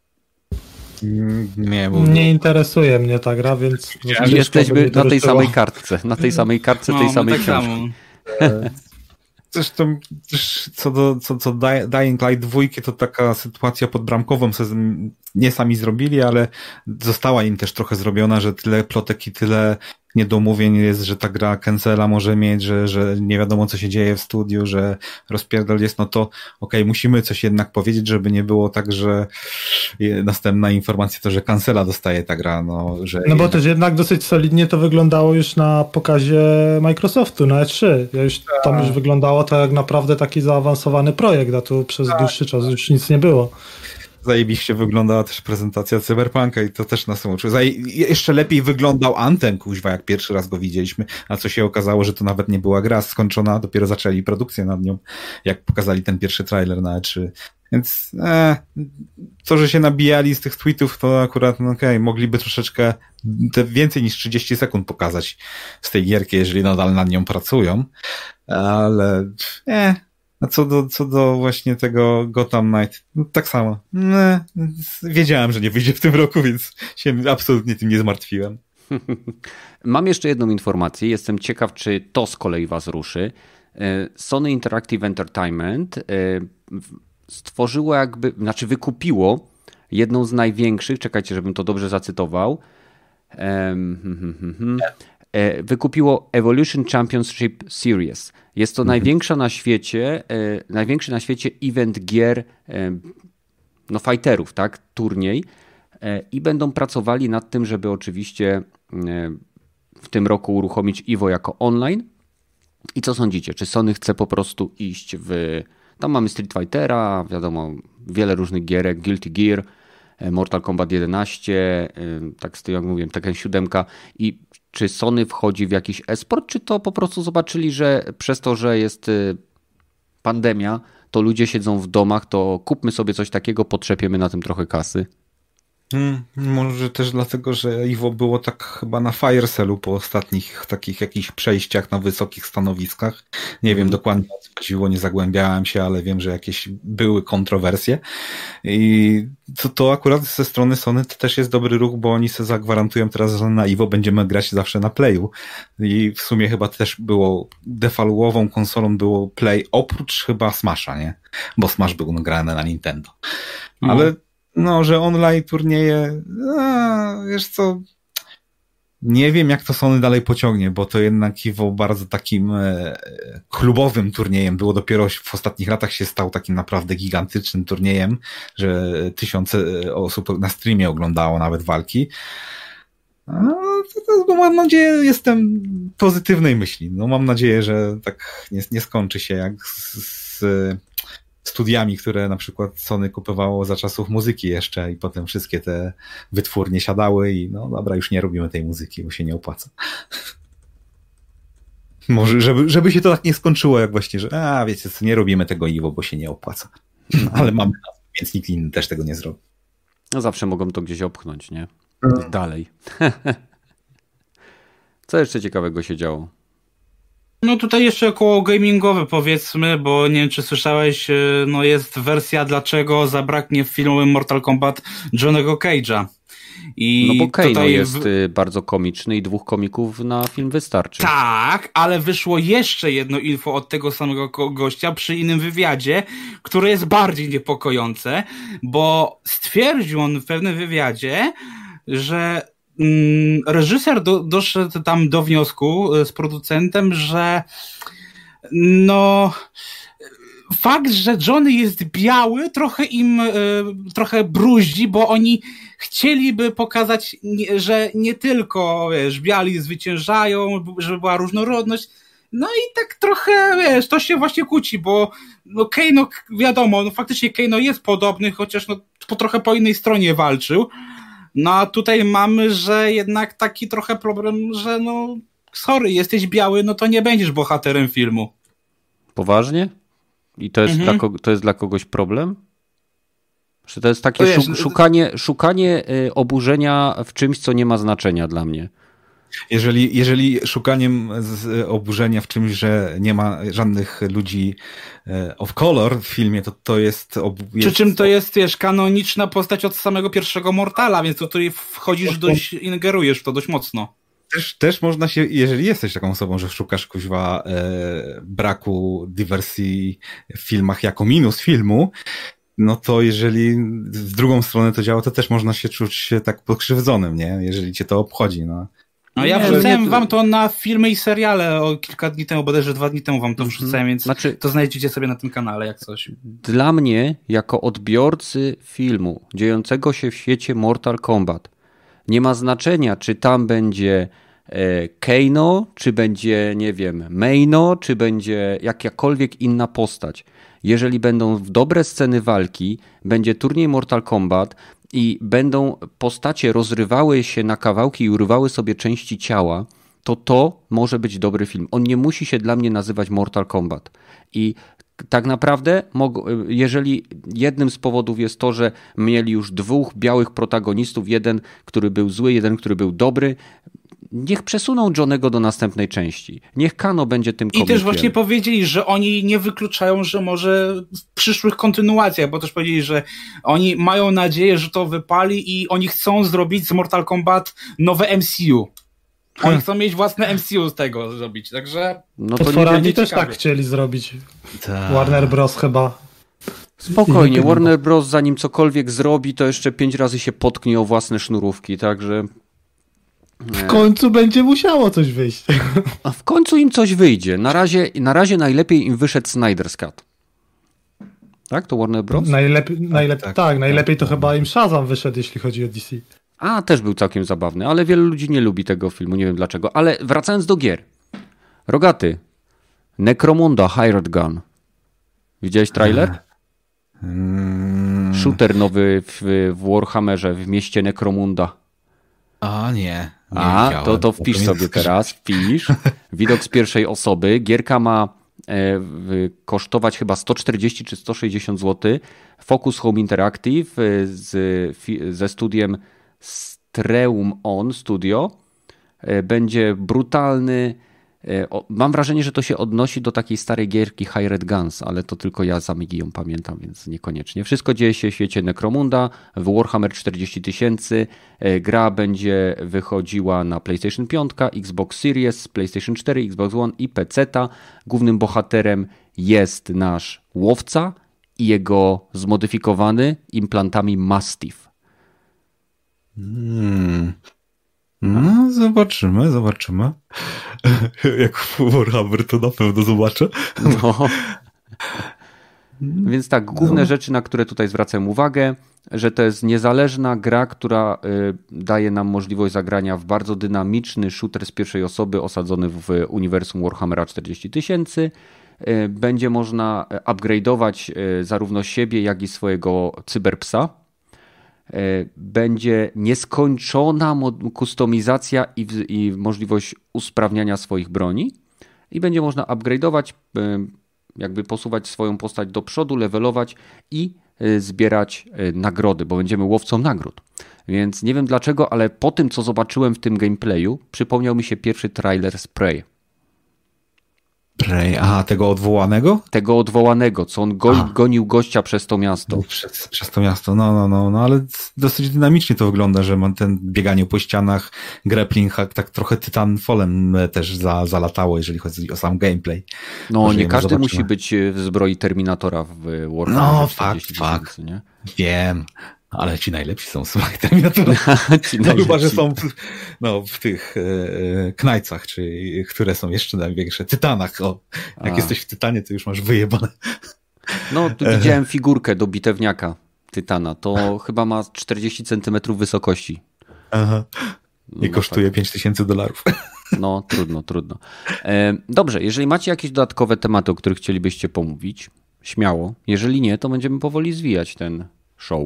Speaker 3: Nie, bo... nie interesuje mnie ta gra, więc...
Speaker 1: Jesteśmy na tej samej kartce, na tej samej kartce, tej no, samej tak książki.
Speaker 2: Zresztą co do co, co Dying Light dwa, to taka sytuacja podbramkową nie sami zrobili, ale została im też trochę zrobiona, że tyle plotek i tyle niedomówień jest, że ta gra cancela może mieć, że, że nie wiadomo co się dzieje w studiu, że rozpierdol jest, no to okej, okay, musimy coś jednak powiedzieć, żeby nie było tak, że następna informacja to, że cancela dostaje ta gra, no, że...
Speaker 3: No bo też jednak dosyć solidnie to wyglądało już na pokazie Microsoftu na E trzy. Ja już, tam już wyglądało to jak naprawdę taki zaawansowany projekt, a tu przez tak. dłuższy czas już nic nie było.
Speaker 2: Zajebiście wyglądała też prezentacja Cyberpunka i to też nas uczyło. Jeszcze lepiej wyglądał Anthem, kuźwa, jak pierwszy raz go widzieliśmy, a co się okazało, że to nawet nie była gra skończona, dopiero zaczęli produkcję nad nią, jak pokazali ten pierwszy trailer na E trzy. Więc e, to, że się nabijali z tych tweetów, to akurat no okej, okay, mogliby troszeczkę te więcej niż trzydzieści sekund pokazać z tej gierki, jeżeli nadal nad nią pracują, ale nie. A co do, co do właśnie tego Gotham Knight, no tak samo. No, wiedziałem, że nie wyjdzie w tym roku, więc się absolutnie tym nie zmartwiłem.
Speaker 1: Mam jeszcze jedną informację. Jestem ciekaw, czy to z kolei was ruszy. Sony Interactive Entertainment stworzyło jakby, znaczy wykupiło jedną z największych, czekajcie, żebym to dobrze zacytował, wykupiło Evolution Championship Series. Jest to mhm. największa na świecie, największy na świecie event gier, no fighterów, tak, turniej, i będą pracowali nad tym, żeby oczywiście w tym roku uruchomić Evo jako online. I co sądzicie? Czy Sony chce po prostu iść w... Tam mamy Street Fightera, wiadomo, wiele różnych gierek, Guilty Gear, Mortal Kombat jedenaście, tak z tym jak mówiłem, Tekken siedem. I czy Sony wchodzi w jakiś e-sport, czy to po prostu zobaczyli, że przez to, że jest pandemia, to ludzie siedzą w domach, to kupmy sobie coś takiego, potrzepiemy na tym trochę kasy?
Speaker 2: Hmm, może też dlatego, że Evo było tak chyba na fire sale po ostatnich takich jakichś przejściach na wysokich stanowiskach. Nie wiem dokładnie o co chodziło, nie zagłębiałem się, ale wiem, że jakieś były kontrowersje. I to, to akurat ze strony Sony to też jest dobry ruch, bo oni sobie zagwarantują teraz, że na Evo będziemy grać zawsze na Playu. I w sumie chyba też było defaluową konsolą było Play, oprócz chyba Smasha, nie? Bo Smash był nagrany na Nintendo. Ale mm. No, że online turnieje, a, wiesz co, nie wiem jak to Sony dalej pociągnie, bo to jednak Evo bardzo takim e, klubowym turniejem było, dopiero w ostatnich latach się stał takim naprawdę gigantycznym turniejem, że tysiące osób na streamie oglądało nawet walki. A, to, to, mam nadzieję, jestem pozytywnej myśli. No, mam nadzieję, że tak nie, nie skończy się jak z, z studiami, które na przykład Sony kupowało za czasów muzyki jeszcze i potem wszystkie te wytwórnie siadały i no dobra, już nie robimy tej muzyki, bo się nie opłaca. Może, żeby, żeby się to tak nie skończyło, jak właśnie, że a wiecie co, nie robimy tego Evo, bo się nie opłaca. Ale mamy nazwę, więc nikt inny też tego nie zrobi.
Speaker 1: No zawsze mogą to gdzieś opchnąć, nie? Dalej. Co jeszcze ciekawego się działo?
Speaker 4: No tutaj jeszcze około gamingowe powiedzmy, bo nie wiem czy słyszałeś, no jest wersja dlaczego zabraknie w filmowym Mortal Kombat Johnny'ego Cage'a. I
Speaker 1: no bo Kano
Speaker 4: tutaj
Speaker 1: jest w... bardzo komiczny i dwóch komików na film wystarczy.
Speaker 4: Tak, ale wyszło jeszcze jedno info od tego samego gościa przy innym wywiadzie, które jest bardziej niepokojące, bo stwierdził on w pewnym wywiadzie, że reżyser do, doszedł tam do wniosku z producentem, że no fakt, że Johnny jest biały trochę im trochę bruździ, bo oni chcieliby pokazać, że nie tylko wiesz, biali zwyciężają, żeby była różnorodność. No i tak trochę, wiesz, to się właśnie kłóci, bo no Kano, wiadomo, no faktycznie Kano jest podobny, chociaż no po trochę po innej stronie walczył. No a tutaj mamy, że jednak taki trochę problem, że no sorry, jesteś biały, no to nie będziesz bohaterem filmu.
Speaker 1: Poważnie? I to jest, mhm. dla, to jest dla kogoś problem? Że to jest takie to jest, szuk- szukanie, szukanie oburzenia w czymś, co nie ma znaczenia dla mnie.
Speaker 2: Jeżeli, jeżeli szukaniem z oburzenia w czymś, że nie ma żadnych ludzi of color w filmie, to to jest... Ob-
Speaker 4: jest... Przy czym to jest, wiesz, kanoniczna postać od samego pierwszego Mortala, więc tutaj wchodzisz dość, ingerujesz w to dość mocno.
Speaker 2: Też, też można się, jeżeli jesteś taką osobą, że szukasz kuźwa e, braku dywersji w filmach jako minus filmu, no to jeżeli w drugą stronę to działa, to też można się czuć się tak pokrzywdzonym, nie? Jeżeli cię to obchodzi, no.
Speaker 4: No ja wrzucałem wam to na filmy i seriale o kilka dni temu, bodajże dwa dni temu wam to wrzucałem, więc znaczy, to znajdziecie sobie na tym kanale jak coś.
Speaker 1: Dla mnie, jako odbiorcy filmu dziejącego się w świecie Mortal Kombat, nie ma znaczenia, czy tam będzie e, Kano, czy będzie, nie wiem, Maino, czy będzie jakakolwiek inna postać. Jeżeli będą dobre sceny walki, będzie turniej Mortal Kombat i będą postacie rozrywały się na kawałki i urywały sobie części ciała, to to może być dobry film. On nie musi się dla mnie nazywać Mortal Kombat. I tak naprawdę, jeżeli jednym z powodów jest to, że mieli już dwóch białych protagonistów, jeden, który był zły, jeden, który był dobry, niech przesuną Johnnego do następnej części. Niech Kano będzie tym komikiem.
Speaker 4: I też właśnie powiedzieli, że oni nie wykluczają, że może w przyszłych kontynuacjach, bo też powiedzieli, że oni mają nadzieję, że to wypali i oni chcą zrobić z Mortal Kombat nowe M C U. Oni chcą mieć własne M C U z tego zrobić, także...
Speaker 1: No to nie
Speaker 3: Potworami
Speaker 1: będzie
Speaker 3: też
Speaker 1: ciekawie.
Speaker 3: tak chcieli zrobić.
Speaker 2: Ta.
Speaker 3: Warner Bros. Chyba.
Speaker 1: Spokojnie, Warner Bros. Zanim cokolwiek zrobi, to jeszcze pięć razy się potknie o własne sznurówki, także...
Speaker 3: W końcu będzie musiało coś wyjść.
Speaker 1: A w końcu im coś wyjdzie. Na razie, na razie najlepiej im wyszedł Snyder's Cut. Tak? To Warner Bros?
Speaker 3: Najlepiej, najlepiej, tak,
Speaker 2: tak,
Speaker 3: tak,
Speaker 2: tak,
Speaker 3: najlepiej to
Speaker 2: tak.
Speaker 3: chyba im Shazam wyszedł, jeśli chodzi o D C.
Speaker 1: A, też był całkiem zabawny, ale wielu ludzi nie lubi tego filmu, nie wiem dlaczego. Ale wracając do gier. Rogaty. Necromunda Hired Gun. Widziałeś trailer?
Speaker 2: Mm,
Speaker 1: Shooter nowy w, w Warhammerze, w mieście Necromunda.
Speaker 2: a nie. nie
Speaker 1: A,
Speaker 2: widziałem.
Speaker 1: to, to wpisz
Speaker 2: mi-
Speaker 1: sobie teraz, wpisz. Widok z pierwszej osoby. Gierka ma e, w, kosztować chyba sto czterdzieści czy sto sześćdziesiąt złotych. Focus Home Interactive e, z, fi, ze studiem Streum On Studio. E, będzie brutalny. E, o, mam wrażenie, że to się odnosi do takiej starej gierki Hired Guns, ale to tylko ja z Amigi ją pamiętam, więc niekoniecznie. Wszystko dzieje się w świecie Necromunda, w Warhammer czterdzieści tysięcy. E, gra będzie wychodziła na PlayStation pięć, Xbox Series, PlayStation cztery, Xbox One i peceta. Głównym bohaterem jest nasz łowca i jego zmodyfikowany implantami Mastiff.
Speaker 2: Hmm. No, zobaczymy, zobaczymy. Jak w Warhammer to na pewno zobaczę.
Speaker 1: No. Więc tak, główne no. rzeczy, na które tutaj zwracam uwagę, że to jest niezależna gra, która y, daje nam możliwość zagrania w bardzo dynamiczny shooter z pierwszej osoby osadzony w uniwersum Warhammera czterdzieści tysięcy. Y, będzie można upgrade'ować y, zarówno siebie, jak i swojego cyberpsa. Będzie nieskończona kustomizacja i, i możliwość usprawniania swoich broni i będzie można upgrade'ować, jakby posuwać swoją postać do przodu, levelować i zbierać nagrody, bo będziemy łowcą nagród. Więc nie wiem dlaczego, ale po tym, co zobaczyłem w tym gameplayu, przypomniał mi się pierwszy trailer z Prey.
Speaker 2: Prey, aha, tego odwołanego?
Speaker 1: Tego odwołanego, co on go, gonił gościa przez to miasto.
Speaker 2: Przez, przez to miasto, no, no, no, no, ale dosyć dynamicznie to wygląda, że ma ten bieganie po ścianach, grappling, tak trochę Titanfallem też za, zalatało, jeżeli chodzi o sam gameplay.
Speaker 1: No,
Speaker 2: Może
Speaker 1: nie każdy
Speaker 2: zobaczymy.
Speaker 1: musi być w zbroi Terminatora w Warhammerze
Speaker 2: No,
Speaker 1: czterdzieści
Speaker 2: fakt,
Speaker 1: tysięcy, nie?
Speaker 2: Wiem, ale ci najlepsi są, słuchaj, Terminatora.
Speaker 1: Ci
Speaker 2: No, chyba, że
Speaker 1: najlepsi.
Speaker 2: są w, no, w tych e, knajcach, czy które są jeszcze największe, Tytanach. O, jak
Speaker 1: A.
Speaker 2: jesteś w Tytanie, to już masz wyjebane.
Speaker 1: No, tu widziałem figurkę do bitewniaka Tytana. To chyba ma czterdzieści centymetrów wysokości.
Speaker 2: Aha. I
Speaker 1: No,
Speaker 2: kosztuje
Speaker 1: tak.
Speaker 2: pięć tysięcy dolarów.
Speaker 1: No, trudno, trudno. E, dobrze, jeżeli macie jakieś dodatkowe tematy, o których chcielibyście pomówić, śmiało. Jeżeli nie, to będziemy powoli zwijać ten show.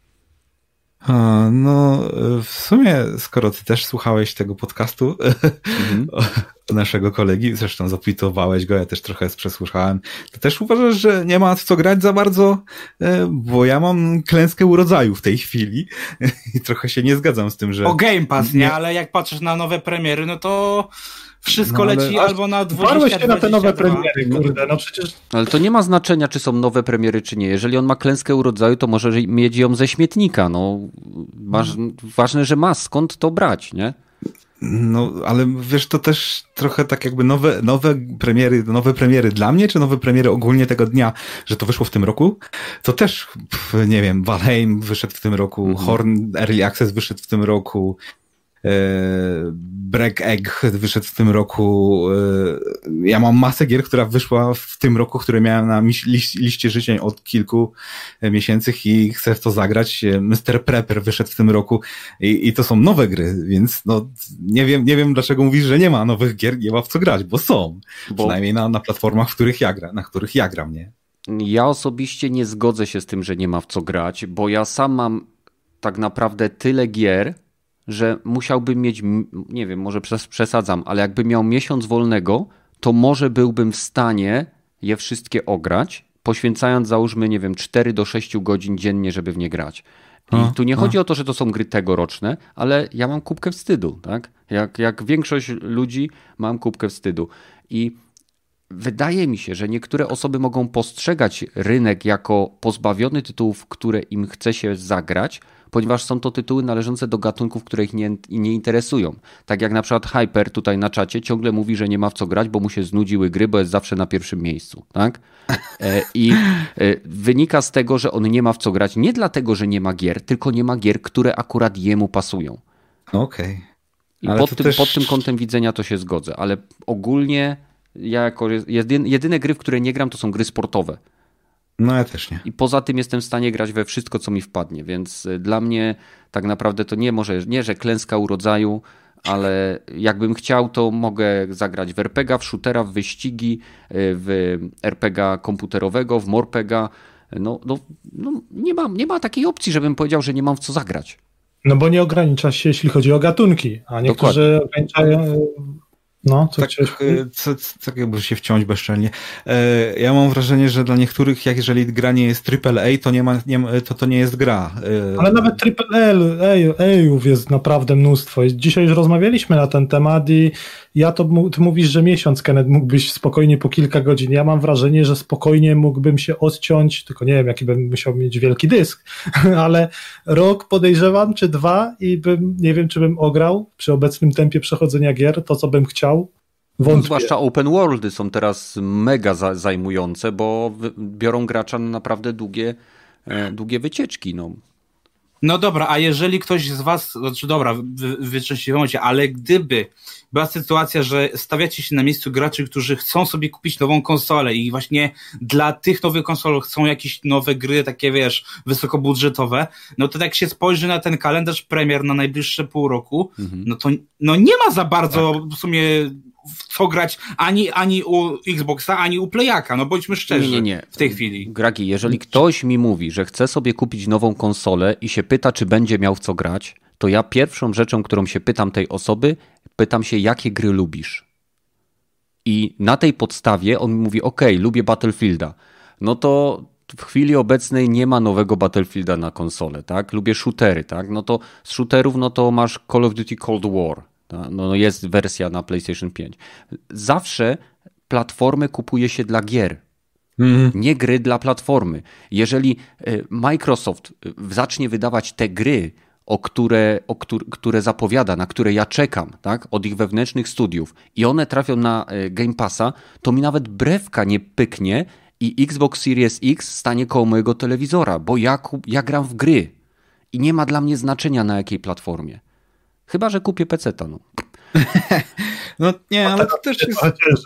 Speaker 2: A, no, w sumie, skoro ty też słuchałeś tego podcastu
Speaker 1: Mhm.
Speaker 2: naszego kolegi, zresztą zatweetowałeś go, ja też trochę przesłuchałem, to też uważasz, że nie ma w co grać za bardzo, bo ja mam klęskę urodzaju w tej chwili i trochę się nie zgadzam z tym, że...
Speaker 4: O Game Pass, nie?
Speaker 2: Nie.
Speaker 4: Ale jak patrzysz na nowe premiery, no to wszystko
Speaker 2: No, ale-
Speaker 4: leci
Speaker 2: Aż
Speaker 4: albo na dwadzieścia
Speaker 3: Warłeś się na te nowe
Speaker 4: dwadzieścia dwa.
Speaker 3: premiery, kurde, no przecież
Speaker 1: Ale to nie ma znaczenia, czy są nowe premiery, czy nie. Jeżeli on ma klęskę urodzaju, to może mieć ją ze śmietnika. No, masz, ważne, że ma skąd to brać, nie?
Speaker 2: No, ale wiesz, to też trochę tak jakby nowe, nowe premiery, nowe premiery dla mnie, czy nowe premiery ogólnie tego dnia, że to wyszło w tym roku, to też, pf, nie wiem, Valheim wyszedł w tym roku,
Speaker 1: Mhm.
Speaker 2: Horn Early Access wyszedł w tym roku, e, Break Egg wyszedł w tym roku, e, ja mam masę gier, która wyszła w tym roku, które miałem na miś- liś- liście życzeń od kilku e, miesięcy i chcę w to zagrać. E, mister Prepper wyszedł w tym roku i, i to są nowe gry, więc no nie wiem, nie wiem dlaczego mówisz, że nie ma nowych gier, nie ma w co grać, bo są.
Speaker 1: Bo
Speaker 2: Przynajmniej na, na platformach, w których ja gra, na których ja gram, nie?
Speaker 1: ja osobiście nie zgodzę się z tym, że nie ma w co grać, bo ja sam mam tak naprawdę tyle gier, że musiałbym mieć, m- nie wiem, może przes- przesadzam, ale jakbym miał miesiąc wolnego, to może byłbym w stanie je wszystkie ograć, poświęcając załóżmy, nie wiem, cztery do sześciu godzin dziennie, żeby w nie grać. I
Speaker 2: A,
Speaker 1: tu nie
Speaker 2: a.
Speaker 1: chodzi o to, że to są gry tegoroczne, ale ja mam kubkę wstydu, tak? Jak, jak większość ludzi mam kubkę wstydu. I wydaje mi się, że niektóre osoby mogą postrzegać rynek jako pozbawiony tytułów, które im chce się zagrać, ponieważ są to tytuły należące do gatunków, które ich nie, nie interesują. Tak jak na przykład Hyper tutaj na czacie ciągle mówi, że nie ma w co grać, bo mu się znudziły gry, bo jest zawsze na pierwszym miejscu. Tak? I wynika z tego, że on nie ma w co grać nie dlatego, że nie ma gier, tylko nie ma gier, które akurat jemu pasują.
Speaker 2: Okej. Okay.
Speaker 1: I pod tym, też... pod tym kątem widzenia to się zgodzę, ale ogólnie ja jako jedyne gry, w które nie gram, to są gry sportowe.
Speaker 2: No ja też nie.
Speaker 1: I poza tym jestem w stanie grać we wszystko, co mi wpadnie, więc dla mnie tak naprawdę to nie może, nie, że klęska urodzaju, ale jakbym chciał, to mogę zagrać w er pe gie a, w shootera, w wyścigi, w er pe gie a komputerowego, w morpega. No, no, no nie, ma, nie ma takiej opcji, żebym powiedział, że nie mam w co zagrać.
Speaker 3: No bo nie ogranicza się, jeśli chodzi o gatunki, a niektórzy Dokładnie. ograniczają... No, co
Speaker 2: tak, co, co, co jakby się wciąć bezczelnie. E, ja mam wrażenie, że dla niektórych, jak jeżeli gra nie jest triple A, to nie, ma, nie to, to nie jest gra. E,
Speaker 3: Ale nawet triple A jest naprawdę mnóstwo. Dzisiaj już rozmawialiśmy na ten temat i ja to, ty mówisz, że miesiąc, Kenneth, mógłbyś spokojnie po kilka godzin. Ja mam wrażenie, że spokojnie mógłbym się odciąć, tylko nie wiem, jaki bym musiał mieć wielki dysk, ale rok podejrzewam, czy dwa i bym, nie wiem, czy bym ograł przy obecnym tempie przechodzenia gier, to co bym chciał.
Speaker 1: No, zwłaszcza open worldy są teraz mega za, zajmujące, bo biorą gracza na naprawdę długie, e, długie wycieczki. No.
Speaker 4: no dobra, a jeżeli ktoś z was, znaczy dobra, wy, wyczyścicie, ale gdyby była sytuacja, że stawiacie się na miejscu graczy, którzy chcą sobie kupić nową konsolę i właśnie dla tych nowych konsol chcą jakieś nowe gry, takie wiesz, wysokobudżetowe, no to jak się spojrzy na ten kalendarz premier na najbliższe pół roku, mhm. no to no nie ma za bardzo tak. w sumie w co grać ani, ani u Xboxa, ani u Playaka, no bądźmy szczerzy nie, nie, nie. w tej chwili.
Speaker 1: Gragi, jeżeli ktoś mi mówi, że chce sobie kupić nową konsolę i się pyta, czy będzie miał w co grać, to ja pierwszą rzeczą, którą się pytam tej osoby, pytam się, jakie gry lubisz. I na tej podstawie on mi mówi, ok, lubię Battlefielda. No to w chwili obecnej nie ma nowego Battlefielda na konsolę, tak? Lubię shootery, tak? No to z shooterów, no to masz Call of Duty Cold War. No jest wersja na PlayStation pięć. Zawsze platformę kupuje się dla gier. Mm. Nie gry dla platformy. Jeżeli Microsoft zacznie wydawać te gry, o które, o które, które zapowiada, na które ja czekam, tak, od ich wewnętrznych studiów i one trafią na Game Passa, to mi nawet brewka nie pyknie i Xbox Series X stanie koło mojego telewizora, bo ja, ja gram w gry i nie ma dla mnie znaczenia na jakiej platformie. Chyba że kupię peceta, no.
Speaker 2: No nie, ale to też jest...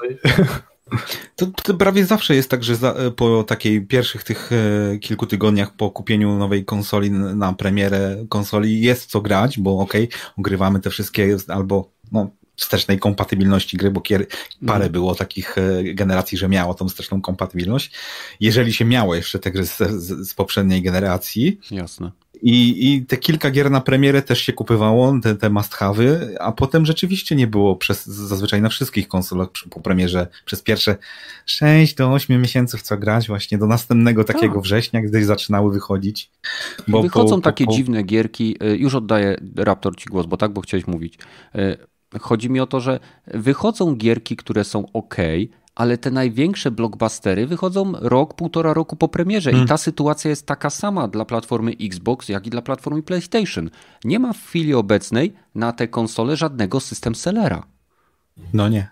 Speaker 2: To, to prawie zawsze jest tak, że za, po takiej pierwszych tych e, kilku tygodniach po kupieniu nowej konsoli na premierę konsoli jest co grać, bo okej, okay, ogrywamy te wszystkie albo no, wstecznej kompatybilności gry, bo kier, parę mm. było takich e, generacji, że miało tą wsteczną kompatybilność. Jeżeli się miało jeszcze te gry z, z, z poprzedniej generacji.
Speaker 1: Jasne.
Speaker 2: I, I te kilka gier na premierę też się kupywało, te, te must-have'y, a potem rzeczywiście nie było przez, zazwyczaj na wszystkich konsolach po premierze przez pierwsze sześć do ośmiu miesięcy w co grać właśnie do następnego takiego tak. września, gdy zaczynały wychodzić.
Speaker 1: Bo Wychodzą po, takie po, po... dziwne gierki, już oddaję Raptor ci głos, bo tak, bo chciałeś mówić. Chodzi mi o to, że wychodzą gierki, które są ok, ale te największe blockbustery wychodzą rok, półtora roku po premierze hmm. i ta sytuacja jest taka sama dla platformy Xbox, jak i dla platformy PlayStation. Nie ma w chwili obecnej na te konsole żadnego system sellera.
Speaker 2: No nie.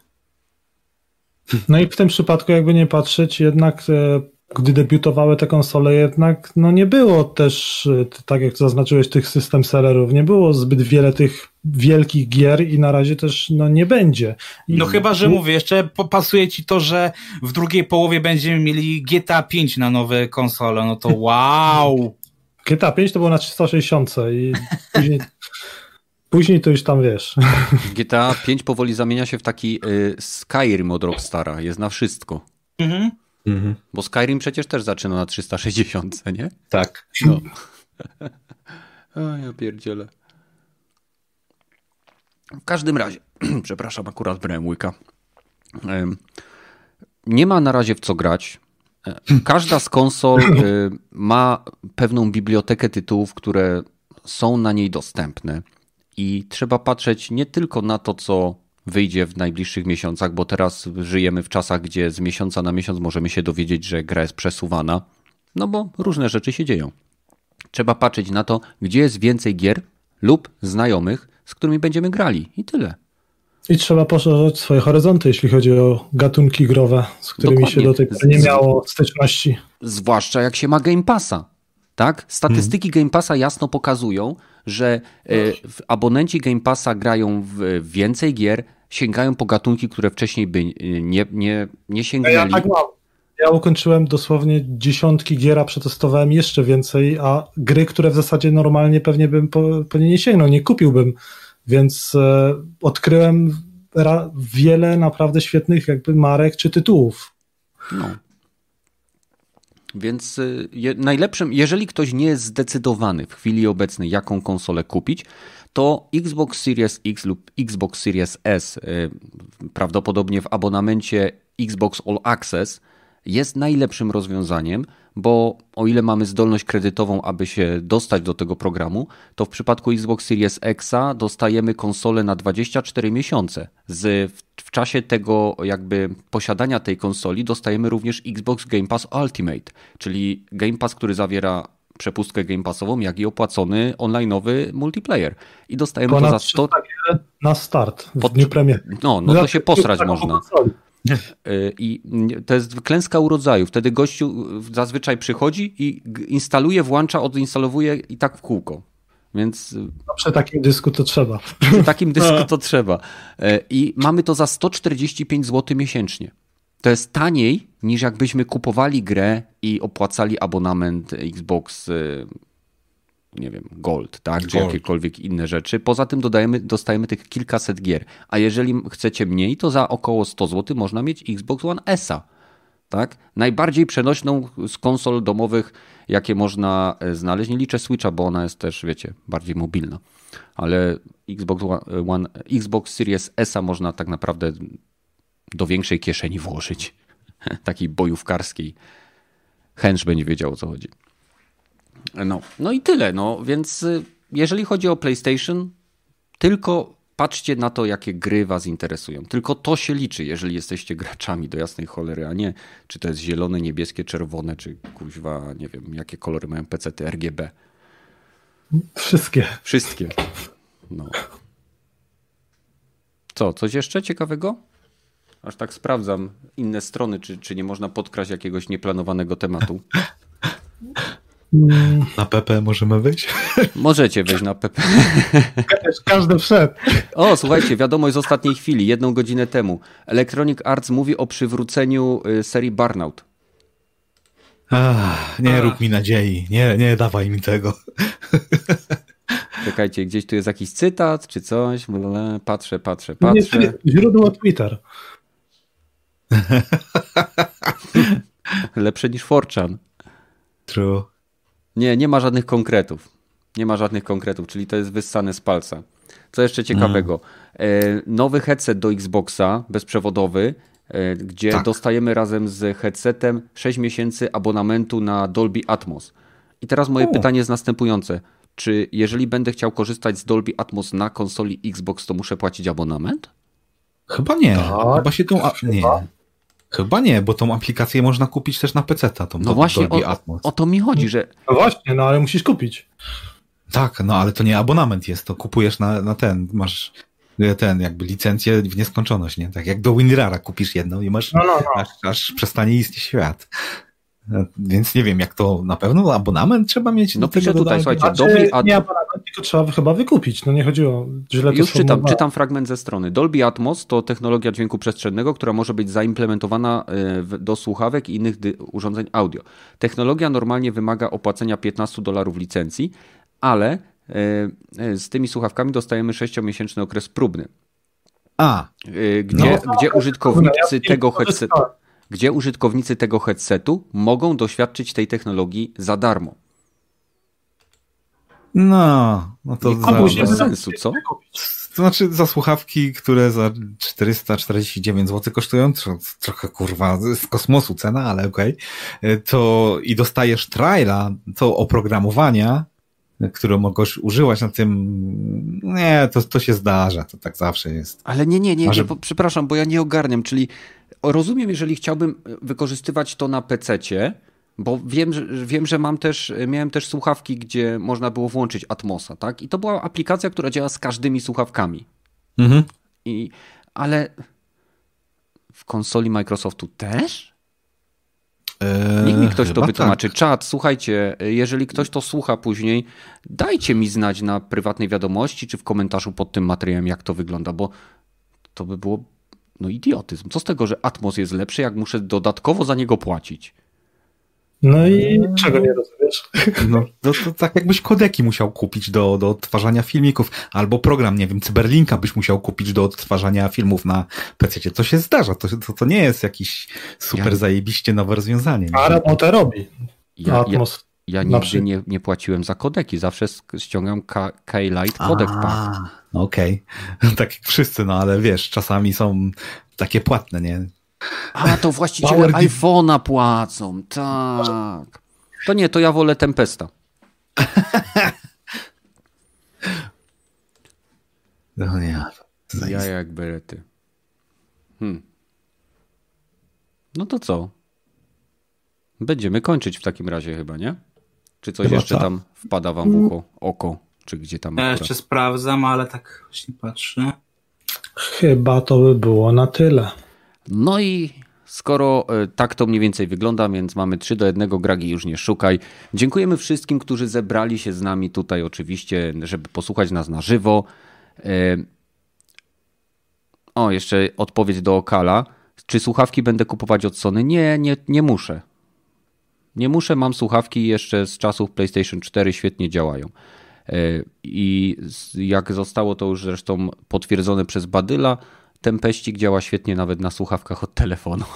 Speaker 3: No i w tym przypadku, jakby nie patrzeć, jednak e, gdy debiutowały te konsole, jednak no nie było też, tak jak zaznaczyłeś, tych system sellerów, nie było zbyt wiele tych wielkich gier i na razie też no nie będzie. I
Speaker 4: no chyba, że mówię, jeszcze pasuje ci to, że w drugiej połowie będziemy mieli G T A pięć na nowe konsole, no to wow!
Speaker 3: G T A pięć to było na trzysta sześćdziesiąt i później, później to już tam wiesz.
Speaker 1: G T A pięć powoli zamienia się w taki y, Skyrim od Rockstara, jest na wszystko. Mhm. Mhm. Bo Skyrim przecież też zaczyna na trzysta sześćdziesiąt, nie?
Speaker 2: Tak.
Speaker 1: No. O, ja pierdzielę. W każdym razie, przepraszam, akurat brałem łyka. Nie ma na razie w co grać. Każda z konsol ma pewną bibliotekę tytułów, które są na niej dostępne. I trzeba patrzeć nie tylko na to, co wyjdzie w najbliższych miesiącach, bo teraz żyjemy w czasach, gdzie z miesiąca na miesiąc możemy się dowiedzieć, że gra jest przesuwana, no bo różne rzeczy się dzieją. Trzeba patrzeć na to, gdzie jest więcej gier lub znajomych, z którymi będziemy grali. I tyle.
Speaker 3: I trzeba poszerzać swoje horyzonty, jeśli chodzi o gatunki growe, z którymi Dokładnie. się do tej pory nie miało styczności.
Speaker 1: Zwłaszcza jak się ma Game Passa. Tak? Statystyki hmm. Game Passa jasno pokazują, że abonenci Game Passa grają w więcej gier, sięgają po gatunki, które wcześniej by nie, nie, nie sięgnęli.
Speaker 3: Ja tak mam. Ja ukończyłem dosłownie dziesiątki gier, a przetestowałem jeszcze więcej, a gry, które w zasadzie normalnie pewnie bym po, po nie nie sięgnął, nie kupiłbym, więc e, odkryłem ra, wiele naprawdę świetnych jakby marek czy tytułów.
Speaker 1: No. Więc je, najlepszym, jeżeli ktoś nie jest zdecydowany w chwili obecnej, jaką konsolę kupić, to Xbox Series X lub Xbox Series S, y, prawdopodobnie w abonamencie Xbox All Access, jest najlepszym rozwiązaniem, bo o ile mamy zdolność kredytową, aby się dostać do tego programu, to w przypadku Xbox Series Xa dostajemy konsolę na dwadzieścia cztery miesiące. Z, w, w czasie tego jakby posiadania tej konsoli dostajemy również Xbox Game Pass Ultimate, czyli Game Pass, który zawiera przepustkę Game Passową, jak i opłacony online'owy multiplayer. I dostajemy
Speaker 3: Ponad
Speaker 1: to za sto...
Speaker 3: na start, w dniu premiery.
Speaker 1: No, no to się posrać można. I to jest klęska urodzaju. Wtedy gościu zazwyczaj przychodzi i instaluje, włącza, odinstalowuje i tak w kółko. Więc
Speaker 3: no, przy takim dysku to trzeba.
Speaker 1: Przy takim dysku to trzeba. I mamy to za sto czterdzieści pięć złotych miesięcznie. To jest taniej niż jakbyśmy kupowali grę i opłacali abonament Xbox, nie wiem, Gold, tak? Gold. Czy jakiekolwiek inne rzeczy. Poza tym dodajemy, dostajemy tych kilkaset gier. A jeżeli chcecie mniej, to za około sto złotych można mieć Xbox One S-a. Tak? Najbardziej przenośną z konsol domowych, jakie można znaleźć. Nie liczę Switcha, bo ona jest też, wiecie, bardziej mobilna. Ale Xbox One, Xbox Series S-a można tak naprawdę do większej kieszeni włożyć. Takiej bojówkarskiej. Hench będzie wiedział, o co chodzi. No, no i tyle. No, więc jeżeli chodzi o PlayStation, tylko patrzcie na to, jakie gry was interesują. Tylko to się liczy, jeżeli jesteście graczami do jasnej cholery, a nie czy to jest zielone, niebieskie, czerwone, czy kuźwa, nie wiem, jakie kolory mają pecety, R G B.
Speaker 3: Wszystkie.
Speaker 1: Wszystkie. No. Co, coś jeszcze ciekawego? Aż tak sprawdzam inne strony, czy, czy nie można podkraść jakiegoś nieplanowanego tematu.
Speaker 2: Na P P możemy wejść?
Speaker 1: Możecie wejść na P P.
Speaker 3: Każdy wszedł.
Speaker 1: O, słuchajcie, wiadomość z ostatniej chwili, jedną godzinę temu. Electronic Arts mówi o przywróceniu serii Burnout.
Speaker 2: Ach, nie Ach. rób mi nadziei, nie, nie dawaj mi tego.
Speaker 1: Czekajcie, gdzieś tu jest jakiś cytat, czy coś. Patrzę, patrzę, patrzę. Nie,
Speaker 3: źródło Twitter.
Speaker 1: Lepsze niż four chan.
Speaker 2: True.
Speaker 1: Nie, nie ma żadnych konkretów. Nie ma żadnych konkretów, czyli to jest wyssane z palca. Co jeszcze ciekawego? Mm. Nowy headset do Xboxa, bezprzewodowy, gdzie tak. dostajemy razem z headsetem sześć miesięcy abonamentu na Dolby Atmos. I teraz moje U. pytanie jest następujące. Czy jeżeli będę chciał korzystać z Dolby Atmos na konsoli Xbox, to muszę płacić abonament?
Speaker 2: Chyba nie. Tak. Chyba się tą... A... Nie. Chyba nie, bo tą aplikację można kupić też na peceta. Tą
Speaker 1: no właśnie, o, o to mi chodzi, że...
Speaker 3: No właśnie, no ale musisz kupić.
Speaker 2: Tak, no ale to nie abonament jest, to kupujesz na, na ten, masz ten jakby licencję w nieskończoność, nie? Tak jak do WinRara kupisz jedną i masz,
Speaker 3: no, no, no.
Speaker 2: Aż, aż przestanie istnieć świat. Więc nie wiem, jak to na pewno abonament trzeba mieć.
Speaker 1: No piszę tutaj, słuchajcie,
Speaker 3: znaczy, Dolby Atmos... Nie abonament, tylko trzeba chyba wykupić, no nie chodziło źle to
Speaker 1: Już czytam, czytam fragment ze strony. Dolby Atmos to technologia dźwięku przestrzennego, która może być zaimplementowana do słuchawek i innych urządzeń audio. Technologia normalnie wymaga opłacenia piętnaście dolarów licencji, ale z tymi słuchawkami dostajemy sześciomiesięczny okres próbny.
Speaker 2: A.
Speaker 1: Gdzie, no, gdzie użytkownicy ja tego headsetu... gdzie użytkownicy tego headsetu mogą doświadczyć tej technologii za darmo.
Speaker 2: No, no to
Speaker 1: za, bez sensu, co?
Speaker 2: To znaczy za słuchawki, które za czterysta czterdzieści dziewięć złotych kosztują, tro, trochę kurwa z kosmosu cena, ale okej, okay. To i dostajesz triala, to oprogramowania, które mogłeś używać na tym, nie, to, to się zdarza, to tak zawsze jest.
Speaker 1: Ale nie, nie, nie, Może... nie bo, przepraszam, bo ja nie ogarniam, czyli rozumiem, jeżeli chciałbym wykorzystywać to na pececie, Bo wiem, że, wiem, że mam też, miałem też słuchawki, gdzie można było włączyć Atmosa, tak? I to była aplikacja, która działa z każdymi słuchawkami.
Speaker 2: Mhm.
Speaker 1: I, ale w konsoli Microsoftu też?
Speaker 2: Eee,
Speaker 1: Niech mi ktoś to
Speaker 2: chyba
Speaker 1: wytłumaczy.
Speaker 2: tak.
Speaker 1: Czat, słuchajcie, jeżeli ktoś to słucha później, dajcie mi znać na prywatnej wiadomości, czy w komentarzu pod tym materiałem, jak to wygląda, bo to by było no idiotyzm. Co z tego, że Atmos jest lepszy, jak muszę dodatkowo za niego płacić?
Speaker 3: No i czego nie rozumiesz?
Speaker 2: No, to, to tak jakbyś kodeki musiał kupić do, do odtwarzania filmików, albo program, nie wiem, Cyberlinka byś musiał kupić do odtwarzania filmów na P C. To się zdarza, to, to, to nie jest jakiś super
Speaker 1: Ja-
Speaker 2: zajebiście nowe rozwiązanie.
Speaker 3: A Remo to robi.
Speaker 1: Ja, ja,
Speaker 3: Atmos.
Speaker 1: ja
Speaker 3: na
Speaker 1: nigdy
Speaker 3: przykład.
Speaker 1: nie, nie płaciłem za kodeki. Zawsze sk- ściągam K- K-Lite kodek pack.
Speaker 2: A, okej. Tak jak wszyscy, no ale wiesz, czasami są takie płatne, nie?
Speaker 1: A, to właściciele
Speaker 2: Power Div-
Speaker 1: iPhone'a płacą. Tak. To nie, to ja wolę Tempesta.
Speaker 2: No nie.
Speaker 1: Ja jak berety. Hmm. No to co? Będziemy kończyć w takim razie chyba, nie? Czy coś
Speaker 2: Chyba
Speaker 1: jeszcze
Speaker 2: tak.
Speaker 1: tam wpada wam w ucho, oko, czy gdzie tam
Speaker 4: Ja
Speaker 1: akurat?
Speaker 4: jeszcze sprawdzam, ale tak właśnie patrzę.
Speaker 3: Chyba to by było na tyle.
Speaker 1: No i skoro e, tak to mniej więcej wygląda, więc mamy trzy do jednego, Gragi już nie szukaj. Dziękujemy wszystkim, którzy zebrali się z nami tutaj oczywiście, żeby posłuchać nas na żywo. E, O, jeszcze odpowiedź do Okala. Czy słuchawki będę kupować od Sony? Nie, nie, nie muszę. Nie muszę, mam słuchawki jeszcze z czasów PlayStation cztery, świetnie działają. E, I z- jak zostało to już zresztą potwierdzone przez Badyla, Tempeścik działa świetnie nawet na słuchawkach od telefonu.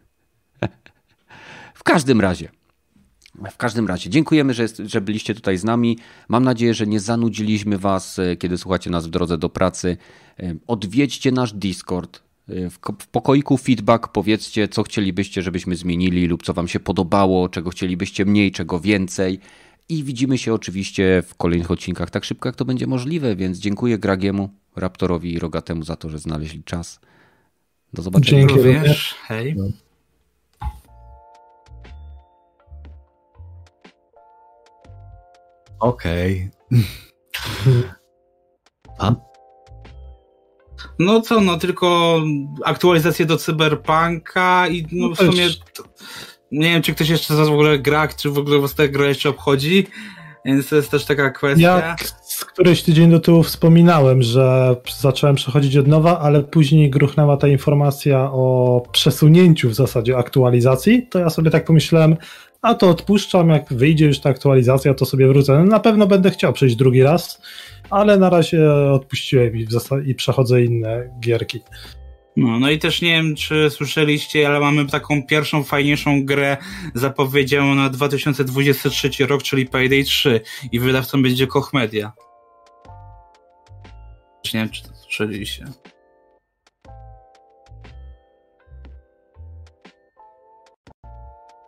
Speaker 1: W każdym razie, w każdym razie, dziękujemy, że, jest, że byliście tutaj z nami. Mam nadzieję, że nie zanudziliśmy was, e, kiedy słuchacie nas w drodze do pracy. E, Odwiedźcie nasz Discord. E, W, ko- w pokoiku feedback powiedzcie, co chcielibyście, żebyśmy zmienili lub co wam się podobało, czego chcielibyście mniej, czego więcej. I widzimy się oczywiście w kolejnych odcinkach tak szybko, jak to będzie możliwe, więc dziękuję Gragiemu, Raptorowi i Rogatemu za to, że znaleźli czas. Do zobaczenia.
Speaker 3: Dzięki.
Speaker 4: Również,
Speaker 3: również.
Speaker 4: hej.
Speaker 2: Okej. Pan?
Speaker 4: No co, no tylko aktualizacje do Cyberpunka i no
Speaker 3: No
Speaker 4: w
Speaker 3: to
Speaker 4: sumie
Speaker 3: jest-
Speaker 4: to, nie wiem, czy ktoś jeszcze z was w ogóle gra, czy w ogóle was ta gra jeszcze obchodzi, więc to jest też taka kwestia.
Speaker 3: Ja z któryś tydzień do tyłu wspominałem, że zacząłem przechodzić od nowa, ale później gruchnęła ta informacja o przesunięciu w zasadzie aktualizacji, to ja sobie tak pomyślałem, a to odpuszczam, jak wyjdzie już ta aktualizacja, to sobie wrócę. No, na pewno będę chciał przejść drugi raz, ale na razie odpuściłem i, w zasad- i przechodzę inne gierki.
Speaker 4: No, no i też nie wiem, czy słyszeliście, ale mamy taką pierwszą, fajniejszą grę zapowiedzianą na dwa tysiące dwudziesty trzeci rok, czyli Payday trzy i wydawcą będzie Koch Media. Nie wiem, czy to słyszeliście.